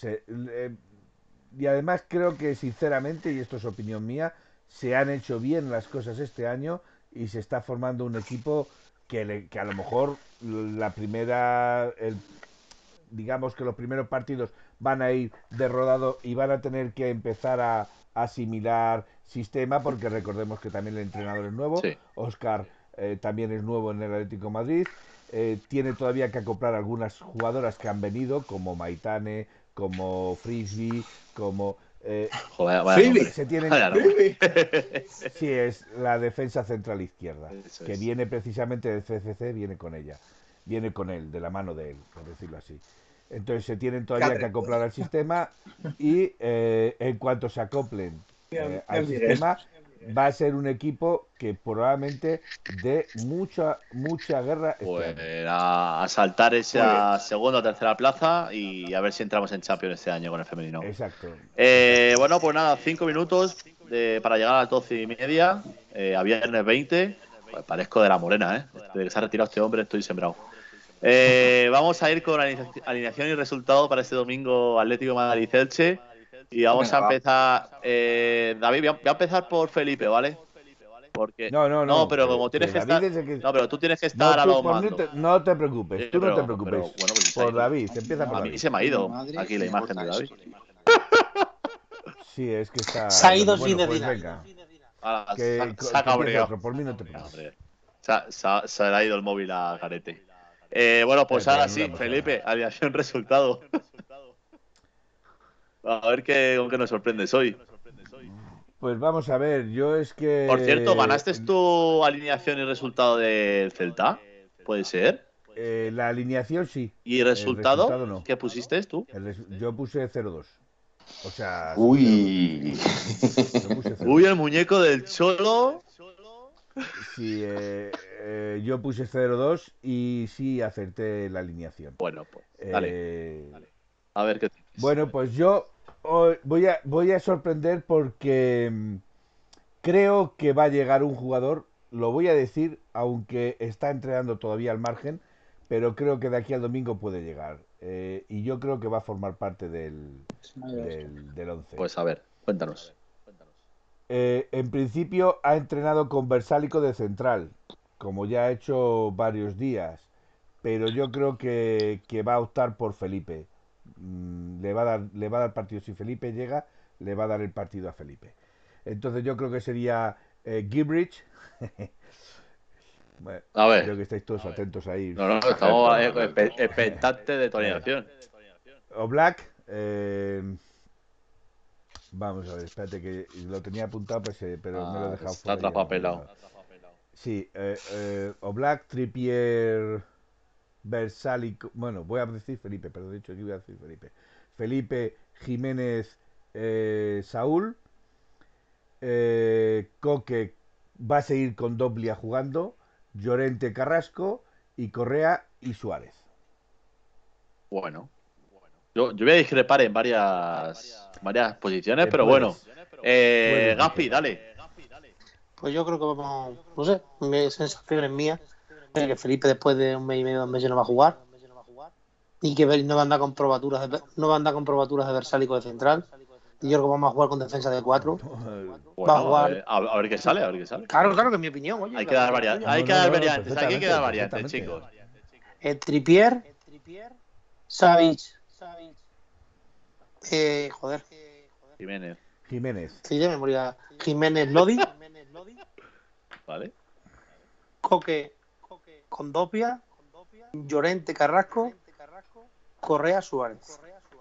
Speaker 6: se, eh, y además creo que sinceramente, y esto es opinión mía, se han hecho bien las cosas este año y se está formando un equipo que, le, que a lo mejor la primera, el, digamos que los primeros partidos van a ir de rodado y van a tener que empezar a asimilar sistema, porque recordemos que también el entrenador es nuevo,
Speaker 2: Sí.
Speaker 6: Óscar eh, también es nuevo en el Atlético de Madrid, eh, tiene todavía que acoplar algunas jugadoras que han venido, como Maitane, como Frisbee, como... Eh,
Speaker 2: Joder, vaya
Speaker 4: Phoebe.
Speaker 2: nombre.
Speaker 6: se tienen...
Speaker 2: Vaya nombre.
Speaker 6: Sí, es la defensa central izquierda,
Speaker 2: Eso
Speaker 6: que
Speaker 2: es.
Speaker 6: viene precisamente del C F C, viene con ella, viene con él, de la mano de él, por decirlo así. Entonces se tienen todavía que acoplar al sistema y eh, en cuanto se acoplen eh, al sistema va a ser un equipo que probablemente dé mucha mucha guerra este
Speaker 2: Pues
Speaker 6: año.
Speaker 2: a, a saltar
Speaker 4: Muy
Speaker 2: esa segunda o tercera plaza y a ver si entramos en Champions este año con el femenino.
Speaker 6: Exacto.
Speaker 2: Eh, bueno, pues nada, cinco minutos de, para llegar a las doce y media, eh, a viernes veinte. Pues parezco de la Morena, ¿eh? Desde que se ha retirado este hombre estoy sembrado. Eh, vamos a ir con alineación y resultado para este domingo Atlético Madrid-Elche. Y vamos
Speaker 4: Venga,
Speaker 2: a
Speaker 4: va.
Speaker 2: empezar, eh, David, voy a, voy a empezar por Felipe, ¿vale? Porque
Speaker 6: No, no, no.
Speaker 2: pero
Speaker 6: que-
Speaker 2: como tienes
Speaker 6: que
Speaker 2: que
Speaker 6: David
Speaker 2: estar,
Speaker 6: es el que-
Speaker 2: no, pero tú tienes que
Speaker 6: No,
Speaker 2: estar a
Speaker 6: tú
Speaker 2: los
Speaker 6: por mí
Speaker 2: mandos.
Speaker 6: te- no te preocupes,
Speaker 2: Sí,
Speaker 6: tú no
Speaker 2: pero-
Speaker 6: te preocupes.
Speaker 2: pero, bueno, pues se ha
Speaker 6: por
Speaker 2: ido.
Speaker 6: David, se empieza por
Speaker 2: A mí
Speaker 6: David.
Speaker 2: se me ha ido
Speaker 4: Madre,
Speaker 2: aquí la
Speaker 4: me
Speaker 2: imagen de
Speaker 4: corta
Speaker 2: David.
Speaker 4: eso.
Speaker 6: Sí, es que está...
Speaker 5: Se ha ido
Speaker 6: bueno,
Speaker 5: sin
Speaker 6: pues
Speaker 5: decir nada.
Speaker 6: venga,
Speaker 2: Ahora,
Speaker 6: que,
Speaker 2: se, ha-
Speaker 6: que
Speaker 2: se ha
Speaker 6: empiece
Speaker 2: cabreado.
Speaker 6: otro, por mí no te
Speaker 2: Venga,
Speaker 6: preocupes.
Speaker 2: hombre. Se, ha- se ha- se le ha ido el móvil a Garete. Eh, bueno, pues
Speaker 6: Eh,
Speaker 2: ahora
Speaker 6: pero
Speaker 2: sí,
Speaker 6: anulamos
Speaker 2: Felipe, alineación resultado. A ver qué, con qué nos sorprendes hoy.
Speaker 6: Pues vamos a ver, yo es que...
Speaker 2: Por cierto, ¿ganaste tu alineación y resultado del Celta? ¿Puede ser?
Speaker 6: Eh, la alineación sí.
Speaker 2: ¿Y
Speaker 6: El
Speaker 2: resultado?
Speaker 6: resultado no.
Speaker 2: ¿Qué pusiste tú?
Speaker 6: El res- yo puse cero dos. O sea...
Speaker 3: Uy.
Speaker 6: Yo puse cero
Speaker 2: Uy,
Speaker 6: dos.
Speaker 2: el muñeco del Cholo.
Speaker 6: Sí, eh, eh, yo puse cero dos y sí acerté la alineación.
Speaker 2: Bueno, pues dale.
Speaker 6: Eh,
Speaker 2: A ver qué tienes.
Speaker 6: Bueno, pues yo hoy voy a, voy a sorprender porque mm, creo que va a llegar un jugador, lo voy a decir, aunque está entrenando todavía al margen, pero creo que de aquí al domingo puede llegar. Eh, y yo creo que va a formar parte del, del, del once.
Speaker 2: Pues a ver, cuéntanos.
Speaker 6: Eh, en principio ha entrenado con Versálico de central, como ya ha hecho varios días, pero yo creo que, que va a optar por Felipe. Mm, le va a dar, le va a dar partido. Si Felipe llega, le va a dar el partido a Felipe. Entonces yo creo que sería eh, Gibridge. Bueno,
Speaker 2: A ver.
Speaker 6: creo que estáis todos atentos ahí.
Speaker 2: No, no, estamos eh, espe- expectantes de tu alineación.
Speaker 6: O Black. eh, Vamos a ver, espérate que lo tenía apuntado, pues, eh, pero me lo he
Speaker 2: Ah,
Speaker 6: dejado
Speaker 2: está
Speaker 6: fuera. y ya no me he
Speaker 2: atrapapelado.
Speaker 6: acordado. Sí, eh, eh, Oblak, Trippier, Versálico. Bueno, voy a decir Felipe, pero de hecho aquí voy a decir Felipe. Felipe, Jiménez, eh, Saúl. Eh, Coque va a seguir con Doblia jugando. Llorente, Carrasco. Y Correa y Suárez.
Speaker 2: Bueno. Yo, yo voy a discrepar en varias, varias posiciones,
Speaker 6: Eh,
Speaker 2: pero
Speaker 6: puedes.
Speaker 2: bueno. Eh,
Speaker 6: Puedes
Speaker 2: Gaspi,
Speaker 6: discrepar.
Speaker 2: dale.
Speaker 5: Pues yo creo que vamos, no sé, mi sensación es mía, es que Felipe después de un mes y medio, dos meses no va a jugar y que no va a andar con probaturas de, no va a andar con probaturas de Versálico de central. Y yo creo que vamos a jugar con defensa de cuatro.
Speaker 2: Bueno,
Speaker 5: Va a jugar.
Speaker 2: A, ver, a, a ver qué sale, a ver qué sale.
Speaker 5: Claro, claro, que es mi opinión. Oye,
Speaker 2: Hay que dar variantes, hay
Speaker 6: No,
Speaker 2: que
Speaker 6: no,
Speaker 2: dar
Speaker 6: no, no,
Speaker 2: variantes, aquí hay que dar variantes,
Speaker 6: perfectamente,
Speaker 2: chicos.
Speaker 5: Eh, Trippier, Savic, eh, joder,
Speaker 2: Jiménez,
Speaker 6: Jiménez.
Speaker 5: sí, de memoria, Jiménez Lodi,
Speaker 2: ¿vale?
Speaker 5: Coque con Dopia, Llorente Carrasco, Correa Suárez.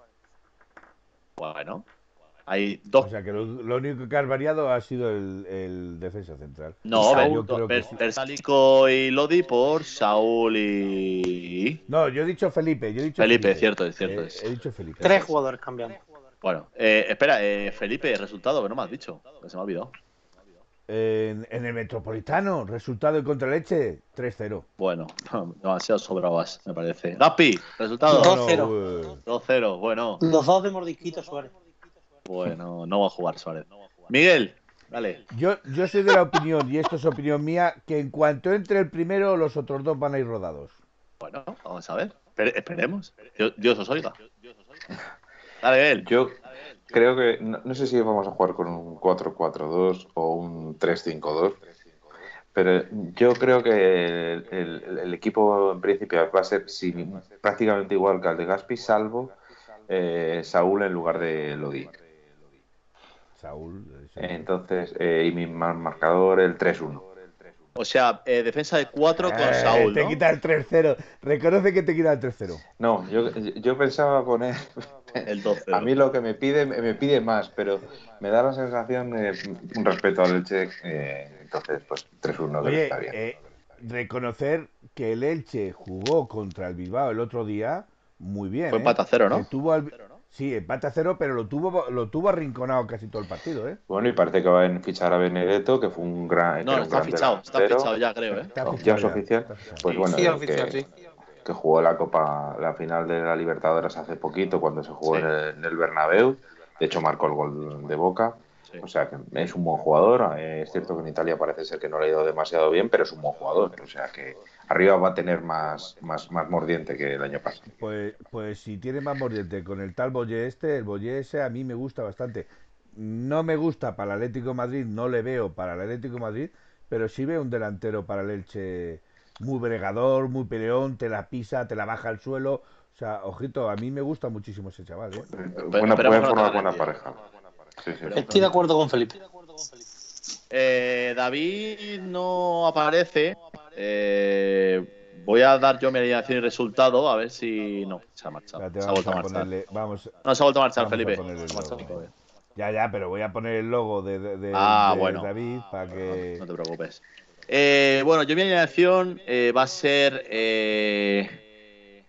Speaker 2: Bueno, hay dos.
Speaker 6: O sea que lo, lo único que has variado ha sido el, el defensa central.
Speaker 2: No,
Speaker 5: Saúl,
Speaker 6: yo creo que
Speaker 2: Ver-
Speaker 6: sí.
Speaker 2: Versálico y Lodi por Saúl y.
Speaker 6: No, yo he dicho Felipe, yo he dicho
Speaker 2: Felipe,
Speaker 6: Felipe.
Speaker 2: cierto, es cierto.
Speaker 6: Eh,
Speaker 2: es.
Speaker 6: he dicho Felipe.
Speaker 5: Tres jugadores cambiando.
Speaker 2: Bueno, eh, espera, eh, Felipe, resultado que no me has dicho, que se me ha olvidado.
Speaker 6: En, en el Metropolitano, resultado en Contraleche, tres cero.
Speaker 2: Bueno, no, demasiado sobrabas, me parece. Gaspi, resultado
Speaker 5: Dos cero.
Speaker 6: No, eh,
Speaker 2: dos cero. Bueno,
Speaker 5: Los dos de mordisquito Suárez.
Speaker 2: bueno, no va a jugar Suárez. Miguel, dale.
Speaker 6: yo, yo soy de la opinión, y esto es opinión mía, que en cuanto entre el primero, los otros dos van a ir rodados.
Speaker 2: Bueno, vamos a ver. Espere- esperemos. Dios, Dios os oiga. Dale, él.
Speaker 3: Yo creo que, no, no sé si vamos a jugar con un cuatro cuatro dos o un tres cinco dos, pero yo creo que el, el- el equipo en principio va a ser sim- prácticamente igual que el de Gaspi, salvo eh, Saúl en lugar de Lodi.
Speaker 6: Saúl. eh, sí.
Speaker 3: Entonces, eh, y mi mar- marcador el tres uno.
Speaker 2: O sea, eh, defensa de cuatro con
Speaker 6: Eh,
Speaker 2: Saúl,
Speaker 6: te
Speaker 2: ¿no?
Speaker 6: quita el tres cero. Reconoce que te quita el tres cero.
Speaker 3: No, yo, yo pensaba poner.
Speaker 2: El dos cero.
Speaker 3: A mí lo que me pide, me pide más, pero me da la sensación, eh, un respeto al Elche, eh, entonces, pues tres uno creo que
Speaker 6: Oye,
Speaker 3: está bien.
Speaker 6: eh, reconocer que el Elche jugó contra el Bilbao el otro día muy bien.
Speaker 2: Fue
Speaker 6: ¿eh?
Speaker 2: empate a cero, ¿no?
Speaker 6: Que tuvo al- Sí, empate a cero, pero lo tuvo, lo tuvo arrinconado casi todo el partido, ¿eh?
Speaker 3: Bueno, y parece que van a fichar a Benedetto, que fue un gran.
Speaker 2: No,
Speaker 3: que era un
Speaker 2: está
Speaker 3: gran
Speaker 2: fichado, está
Speaker 3: delantero.
Speaker 2: fichado ya, creo, ¿eh?
Speaker 6: Está
Speaker 3: Oh,
Speaker 6: fichado
Speaker 3: ya es
Speaker 6: ya,
Speaker 3: oficial.
Speaker 6: está fichado.
Speaker 3: Pues
Speaker 2: Sí.
Speaker 3: bueno,
Speaker 5: Sí,
Speaker 3: eh,
Speaker 5: oficial,
Speaker 3: que,
Speaker 5: sí.
Speaker 3: que jugó la Copa, la final de la Libertadores hace poquito, cuando se jugó
Speaker 2: Sí.
Speaker 3: en, el, en el Bernabéu. De hecho, marcó el gol de Boca.
Speaker 2: Sí.
Speaker 3: O sea, que es un buen jugador. Eh, es cierto que en Italia parece ser que no le ha ido demasiado bien, pero es un buen jugador. O sea, que arriba va a tener más, más, más mordiente que el año pasado.
Speaker 6: Pues, pues si tiene más mordiente con el tal Boye este, el Boye ese a mí me gusta bastante. No me gusta para el Atlético de Madrid, no le veo para el Atlético de Madrid, pero sí veo un delantero para el Elche muy bregador, muy peleón, te la pisa, te la baja al suelo. O sea, ojito, a mí me gusta muchísimo ese chaval, ¿eh?
Speaker 3: Buena,
Speaker 2: esperemos
Speaker 3: puede
Speaker 2: que no
Speaker 3: formar
Speaker 2: tenga
Speaker 3: buena
Speaker 2: nadie.
Speaker 3: pareja. Sí, sí.
Speaker 5: Estoy de acuerdo con Felipe.
Speaker 2: Eh, David no aparece. Eh, voy a dar yo mi alineación y resultado, a ver si. No, se ha marchado.
Speaker 6: Espérate,
Speaker 2: Se ha
Speaker 6: vamos
Speaker 2: vuelto a
Speaker 6: a
Speaker 2: marchar.
Speaker 6: ponerle, vamos,
Speaker 2: No, se ha vuelto a marchar,
Speaker 6: vamos a
Speaker 2: Felipe.
Speaker 6: ponerle el
Speaker 2: Se ha marchado
Speaker 6: logo.
Speaker 2: todavía.
Speaker 6: Ya, ya, pero voy a poner el logo de, de, de-
Speaker 2: Ah,
Speaker 6: de
Speaker 2: bueno.
Speaker 6: David para que...
Speaker 2: No te preocupes. Eh, bueno, yo mi alineación eh, va a ser. Eh,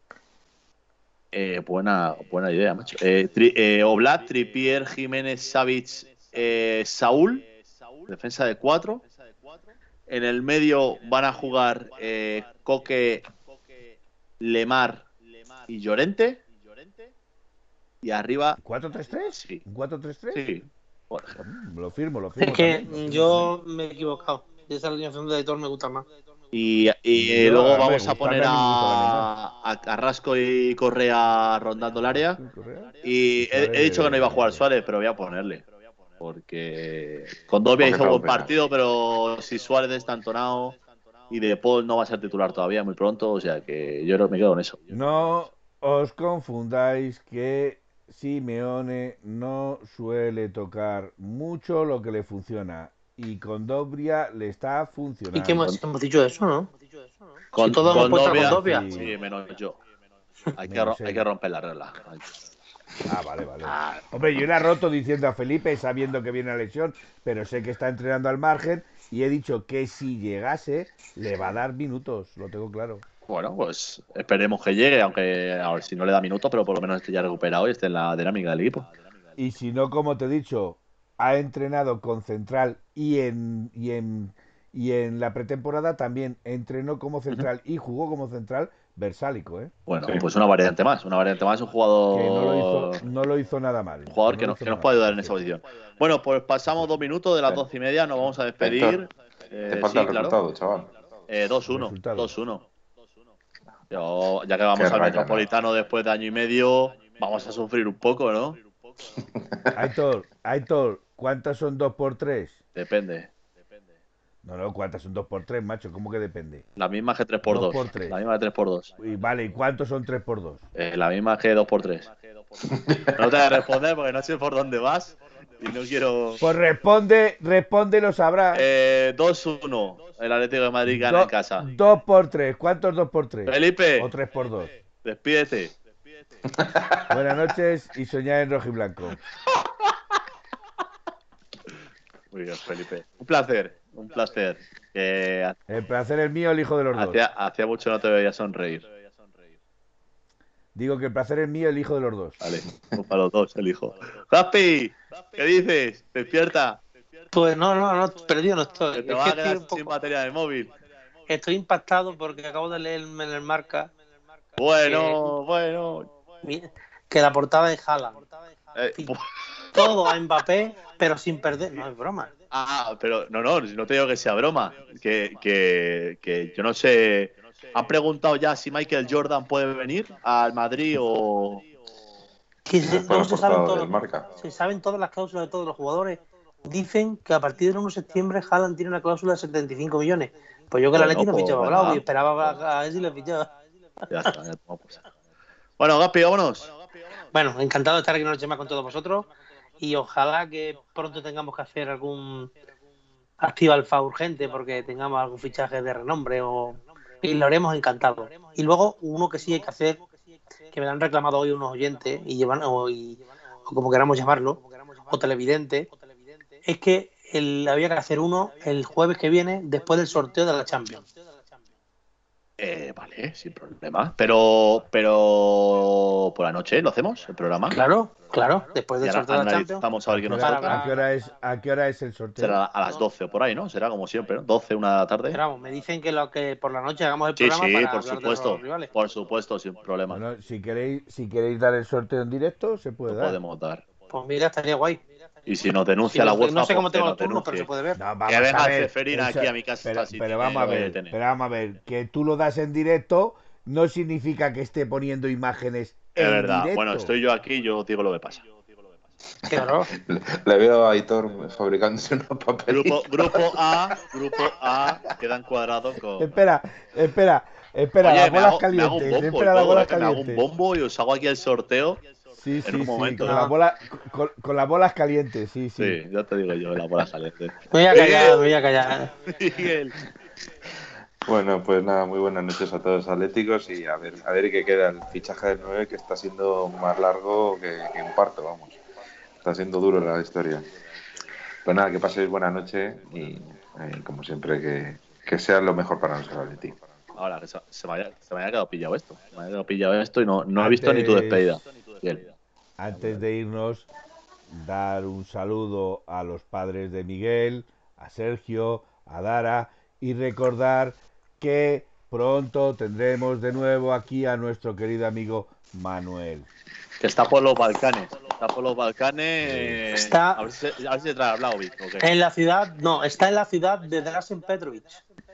Speaker 2: eh, buena, buena idea, macho. Eh, tri, eh, Oblak, Trippier, Jiménez, Savic, eh, Saúl. Defensa de cuatro. En el medio van a jugar eh, Coque, Lemar y Llorente. Y arriba.
Speaker 6: ¿cuatro tres tres?
Speaker 2: Sí.
Speaker 6: ¿Un cuatro tres tres?
Speaker 2: Sí. Bueno,
Speaker 6: Mm, Lo firmo, lo firmo.
Speaker 5: Es que
Speaker 6: también, lo firmo
Speaker 5: yo me he equivocado. Y esa alineación de editor me gusta más.
Speaker 2: Y, y
Speaker 6: Yo,
Speaker 2: luego
Speaker 6: a ver,
Speaker 2: vamos a
Speaker 6: gustarme
Speaker 2: poner
Speaker 6: a mí me gusta
Speaker 2: a, a Carrasco y Correa rondando el área.
Speaker 6: también. Correa.
Speaker 2: Y he,
Speaker 6: Suárez,
Speaker 2: he dicho que no iba a jugar
Speaker 6: eh,
Speaker 2: Suárez, pero voy a ponerle. Porque Condovia
Speaker 3: Porque
Speaker 2: hizo
Speaker 3: te
Speaker 2: buen
Speaker 3: opinas.
Speaker 2: partido, pero si Suárez está entonado y De Paul no va a ser titular todavía muy pronto, o sea que yo creo que me quedo con eso.
Speaker 6: No os confundáis que Simeone no suele tocar mucho lo que le funciona. Y con Dobria le está funcionando.
Speaker 5: ¿Y qué hemos, hemos dicho eso, no?
Speaker 2: Con,
Speaker 5: Si todos hemos puesto a
Speaker 2: Condovia-
Speaker 5: Condovia.
Speaker 6: Sí.
Speaker 2: sí, menos yo. Hay que,
Speaker 6: Menos
Speaker 2: ro- hay
Speaker 6: él.
Speaker 2: que romper la regla.
Speaker 6: Ah, vale, vale. Hombre, yo le he roto diciendo a Felipe, sabiendo que viene la lesión, pero sé que está entrenando al margen y he dicho que si llegase le va a dar minutos, lo tengo claro.
Speaker 2: Bueno, pues esperemos que llegue, aunque a ver si no le da minutos, pero por lo menos esté ya recuperado y esté en la dinámica del equipo.
Speaker 6: Y si no, como te he dicho, ha entrenado con Central y en, y en, y en la pretemporada también entrenó como Central y jugó como Central Versálico, ¿eh?
Speaker 2: Bueno,
Speaker 3: Sí.
Speaker 2: pues una variante más, una variante más, un jugador
Speaker 6: Que no lo hizo, no lo hizo nada mal.
Speaker 2: un jugador
Speaker 6: no
Speaker 2: que,
Speaker 6: lo
Speaker 2: no-
Speaker 6: hizo
Speaker 2: que nos
Speaker 6: nada
Speaker 2: puede
Speaker 6: mal,
Speaker 2: ayudar en esa
Speaker 6: sí.
Speaker 2: posición. Bueno, pues pasamos dos minutos de las
Speaker 3: Sí.
Speaker 2: doce y media, nos vamos a despedir.
Speaker 3: Héctor,
Speaker 2: Eh,
Speaker 3: Te falta
Speaker 2: sí,
Speaker 3: el
Speaker 2: claro.
Speaker 3: resultado, chaval.
Speaker 2: Eh, dos uno,
Speaker 6: Resultado.
Speaker 2: dos uno. Yo, ya que vamos
Speaker 3: Qué
Speaker 2: al
Speaker 3: raya,
Speaker 2: Metropolitano después de año y medio, vamos a sufrir un poco, ¿no?
Speaker 6: Aitor, Aitor, ¿cuántas son dos por tres?
Speaker 2: Depende.
Speaker 6: No, no, ¿cuántas son dos por tres, macho? ¿Cómo que depende?
Speaker 2: La misma que tres por
Speaker 6: Dos
Speaker 2: dos.
Speaker 6: por tres.
Speaker 2: La misma que tres por dos.
Speaker 6: Y vale, ¿y cuántos son tres por dos?
Speaker 2: Eh, la misma que dos por tres. No te voy a responder porque no sé por dónde vas y no quiero.
Speaker 6: Pues responde, responde y lo sabrás.
Speaker 2: Eh, dos uno. El Atlético de Madrid gana
Speaker 6: Do-
Speaker 2: en casa.
Speaker 6: Dos por tres, ¿cuántos dos por tres?
Speaker 2: Felipe,
Speaker 6: O tres por dos.
Speaker 2: despídete.
Speaker 6: Buenas noches y soñad en rojo y blanco.
Speaker 2: Muy bien, Felipe. Un placer, un placer. Que
Speaker 6: El placer es mío, el hijo de los dos.
Speaker 2: hacía, hacía mucho no te veía sonreír.
Speaker 6: Digo que el placer es mío, el hijo de los dos.
Speaker 2: Vale, pues para los dos, el hijo. ¡Gaspi! ¿Qué dices? Despierta.
Speaker 5: Pues no, no, no, perdido no estoy.
Speaker 2: Que
Speaker 5: Es
Speaker 2: te
Speaker 5: que
Speaker 2: vas a
Speaker 5: estoy,
Speaker 2: quedar
Speaker 5: un poco-
Speaker 2: sin batería de móvil.
Speaker 5: estoy impactado porque acabo de leerme en el marca
Speaker 2: Bueno, bueno.
Speaker 5: que la portada es Haaland.
Speaker 2: Eh,
Speaker 5: Sí. Todo a Mbappé, pero sin perder. No es broma.
Speaker 2: ah, pero no, no, no te digo que sea broma. Que, que, que yo no sé. ¿Han preguntado ya si Michael Jordan puede venir al Madrid o.?
Speaker 5: que se,
Speaker 3: Después
Speaker 5: no
Speaker 3: ha
Speaker 5: se saben
Speaker 3: portado
Speaker 5: todos,
Speaker 3: del Marca.
Speaker 5: se saben todas las cláusulas de todos los jugadores. Dicen que a partir del uno de septiembre Haaland tiene una cláusula de setenta y cinco millones. Pues yo que la
Speaker 2: Bueno,
Speaker 5: Leti no
Speaker 2: pues
Speaker 5: fichaba a
Speaker 2: venga.
Speaker 5: Blau y esperaba a, a ver si le fichaba.
Speaker 2: Ya está, ya toma por saco. Bueno, Gaspi, vámonos.
Speaker 5: Bueno, encantado de estar aquí una noche más con todos vosotros y ojalá que pronto tengamos que hacer algún activa alfa urgente porque tengamos algún fichaje de renombre o y lo haremos encantado. Y luego uno que sí hay que hacer, que me lo han reclamado hoy unos oyentes y llevan o, y, o como queramos llamarlo, o televidente, es que el, había que hacer uno el jueves que viene después del sorteo de la Champions.
Speaker 2: Eh, vale, sin problema. Pero, pero por la noche lo hacemos, el programa.
Speaker 5: Claro, claro, después
Speaker 2: Y
Speaker 5: del
Speaker 2: ahora
Speaker 5: sorteo de la Champions.
Speaker 2: analizamos a ver qué
Speaker 6: ¿A qué
Speaker 2: nos
Speaker 6: hora-
Speaker 2: toca.
Speaker 6: ¿A qué hora es, a qué hora es el sorteo?
Speaker 2: Será a las doce o por ahí, ¿no? Será como siempre, ¿no? doce, una de la tarde.
Speaker 5: Pero vamos, me dicen que lo que por la noche hagamos el
Speaker 2: Sí,
Speaker 5: programa
Speaker 2: sí,
Speaker 5: para
Speaker 2: por
Speaker 5: hablar
Speaker 2: supuesto.
Speaker 5: de los rivales.
Speaker 2: Por supuesto, sin problema.
Speaker 6: Bueno, si queréis, si queréis dar el sorteo en directo, se puede
Speaker 2: Lo
Speaker 6: dar.
Speaker 2: podemos dar.
Speaker 5: Pues mira, estaría guay.
Speaker 2: Y si nos denuncia
Speaker 5: Sí,
Speaker 2: la
Speaker 5: no,
Speaker 2: UEFA,
Speaker 5: no sé cómo
Speaker 2: pues que
Speaker 5: tengo
Speaker 2: nos
Speaker 5: los turnos, pero
Speaker 2: denuncie.
Speaker 5: se puede ver.
Speaker 6: No, vamos
Speaker 2: Que
Speaker 6: a
Speaker 2: venga
Speaker 6: ver,
Speaker 2: Ceferina
Speaker 6: eso-
Speaker 2: aquí a mi casa
Speaker 6: Pero,
Speaker 2: si
Speaker 6: pero
Speaker 2: tiene
Speaker 6: vamos a
Speaker 2: lo que
Speaker 6: ver,
Speaker 2: tener.
Speaker 6: pero vamos a ver, que tú lo das en directo no significa que esté poniendo imágenes
Speaker 2: Es
Speaker 6: en
Speaker 2: verdad.
Speaker 6: directo.
Speaker 2: Bueno, estoy yo aquí y yo digo lo que pasa.
Speaker 5: Claro.
Speaker 3: Le, le veo a Aitor fabricándose una papelita.
Speaker 2: Grupo, grupo A, grupo A, quedan cuadrados con.
Speaker 6: Espera, espera, espera,
Speaker 2: Oye,
Speaker 6: las
Speaker 2: me
Speaker 6: bolas
Speaker 2: hago, me hago un
Speaker 6: calientes,
Speaker 2: bombo y
Speaker 6: espera las
Speaker 2: todo,
Speaker 6: bolas
Speaker 2: eh, que me hago un
Speaker 6: calientes.
Speaker 2: bombo y os hago aquí el sorteo.
Speaker 6: Sí,
Speaker 2: en
Speaker 6: sí,
Speaker 2: un
Speaker 6: sí,
Speaker 2: momento.
Speaker 6: con,
Speaker 5: No.
Speaker 6: las bolas, con, con las bolas calientes, sí, sí.
Speaker 2: Sí, ya te digo yo, la bola caliente.
Speaker 5: Me voy a callar, me voy a callar.
Speaker 2: Miguel.
Speaker 3: Bueno, pues nada, muy buenas noches a todos los atléticos y a ver, a ver qué queda el fichaje del nueve, que está siendo más largo que, que un parto, vamos. Está siendo duro la historia. Pues nada, que paséis buena noche y eh, como siempre que, que sea lo mejor para nosotros, Atleti.
Speaker 2: Ahora, que se, se, me haya, se me haya quedado pillado esto. Se me haya quedado pillado esto y no, no he visto ni tu
Speaker 6: Antes-
Speaker 2: despedida. Bien.
Speaker 6: Antes de irnos, dar un saludo a los padres de Miguel, a Sergio, a Dara y recordar que pronto tendremos de nuevo aquí a nuestro querido amigo Manuel.
Speaker 2: Que está por los Balcanes. Está por los Balcanes.
Speaker 5: Está-
Speaker 2: A ver si, a ver si trae a Vlahovic, ¿o qué?
Speaker 5: En la ciudad, no, está en la ciudad de Drasen Petrovic.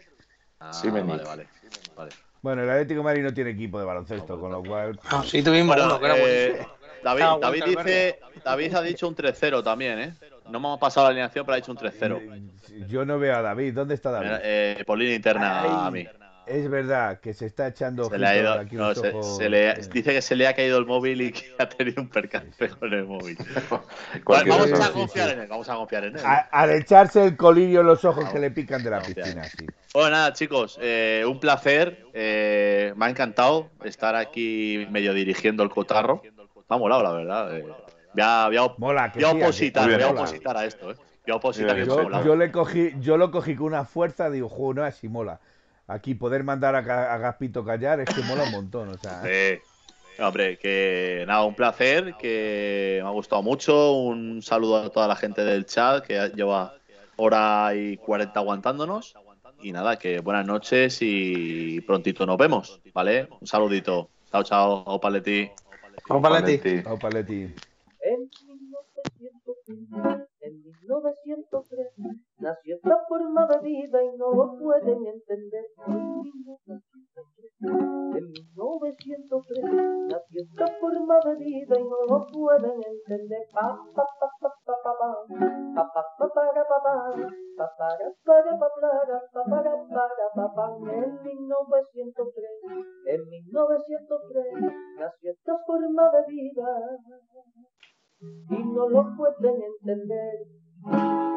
Speaker 2: Ah,
Speaker 3: Sí, Menic.
Speaker 2: vale, vale. Vale.
Speaker 6: Bueno, el Atlético de Madrid no tiene equipo de baloncesto, con lo cual...
Speaker 5: No, sí tuvimos
Speaker 2: Bueno,
Speaker 5: uno, que era
Speaker 2: eh,
Speaker 5: buenísimo.
Speaker 2: David,
Speaker 5: Estaba
Speaker 2: David
Speaker 5: Walter
Speaker 2: dice, David ha dicho un tres cero también, ¿eh? No me ha pasado la alineación, pero ha dicho un tres cero.
Speaker 6: Yo no veo a David. ¿Dónde está David?
Speaker 2: Eh, por línea interna
Speaker 6: Ay,
Speaker 2: a mí.
Speaker 6: Es verdad que se está echando
Speaker 2: Se le ha
Speaker 6: ojitos
Speaker 2: ido,
Speaker 6: aquí
Speaker 2: no,
Speaker 6: los
Speaker 2: se,
Speaker 6: ojos.
Speaker 2: se le, dice que se le ha caído el móvil y que ha tenido un percance con el móvil. Vale,
Speaker 3: Cualquier
Speaker 2: vamos
Speaker 3: cosa.
Speaker 2: a
Speaker 6: sí,
Speaker 2: confiar
Speaker 6: sí.
Speaker 2: en él, vamos a confiar en él.
Speaker 6: A- al echarse el colirio en los ojos
Speaker 2: Vamos.
Speaker 6: que le pican de la
Speaker 2: Vamos,
Speaker 6: piscina, sí.
Speaker 2: Bueno, nada, chicos, eh, un placer. Eh, me ha encantado estar aquí medio dirigiendo el cotarro. Me ha molado, la verdad. Eh, voy a, voy a-
Speaker 6: Mola, que
Speaker 2: voy a
Speaker 6: sí,
Speaker 2: opositar,
Speaker 3: muy
Speaker 2: voy
Speaker 3: bien,
Speaker 2: a
Speaker 3: mola.
Speaker 2: opositar a esto, ¿eh? Voy a opositar
Speaker 3: Muy
Speaker 2: que
Speaker 3: bien,
Speaker 2: me ha
Speaker 6: Yo,
Speaker 2: molado.
Speaker 6: yo le cogí, yo lo cogí con una fuerza, digo, juego, no, así mola. Aquí poder mandar a, Ga- a Gaspito callar es que mola un montón, o sea.
Speaker 2: Sí. Hombre, que nada, un placer, que me ha gustado mucho. Un saludo a toda la gente del chat que lleva hora y cuarenta aguantándonos. Y nada, que buenas noches y prontito nos vemos, ¿vale? Un saludito. Chao, chao, Opa Leti.
Speaker 5: Opa, Leti.
Speaker 3: Valenti.
Speaker 6: Au, Paletti.
Speaker 1: En mil novecientos tres, en mil novecientos tres, nació esta forma de vida y no lo pueden entender. En mil novecientos tres, en mil novecientos tres, nació esta forma de vida y no lo pueden entender. Pa, pa, pa, pa, pa, pa, pa, pa, pa, pa, para, pa, pa, pa, para, para, pa, para, pa, para, para, pa, pa. En mil novecientos tres, en mil novecientos tres, nació esta forma de vida y no lo pueden entender.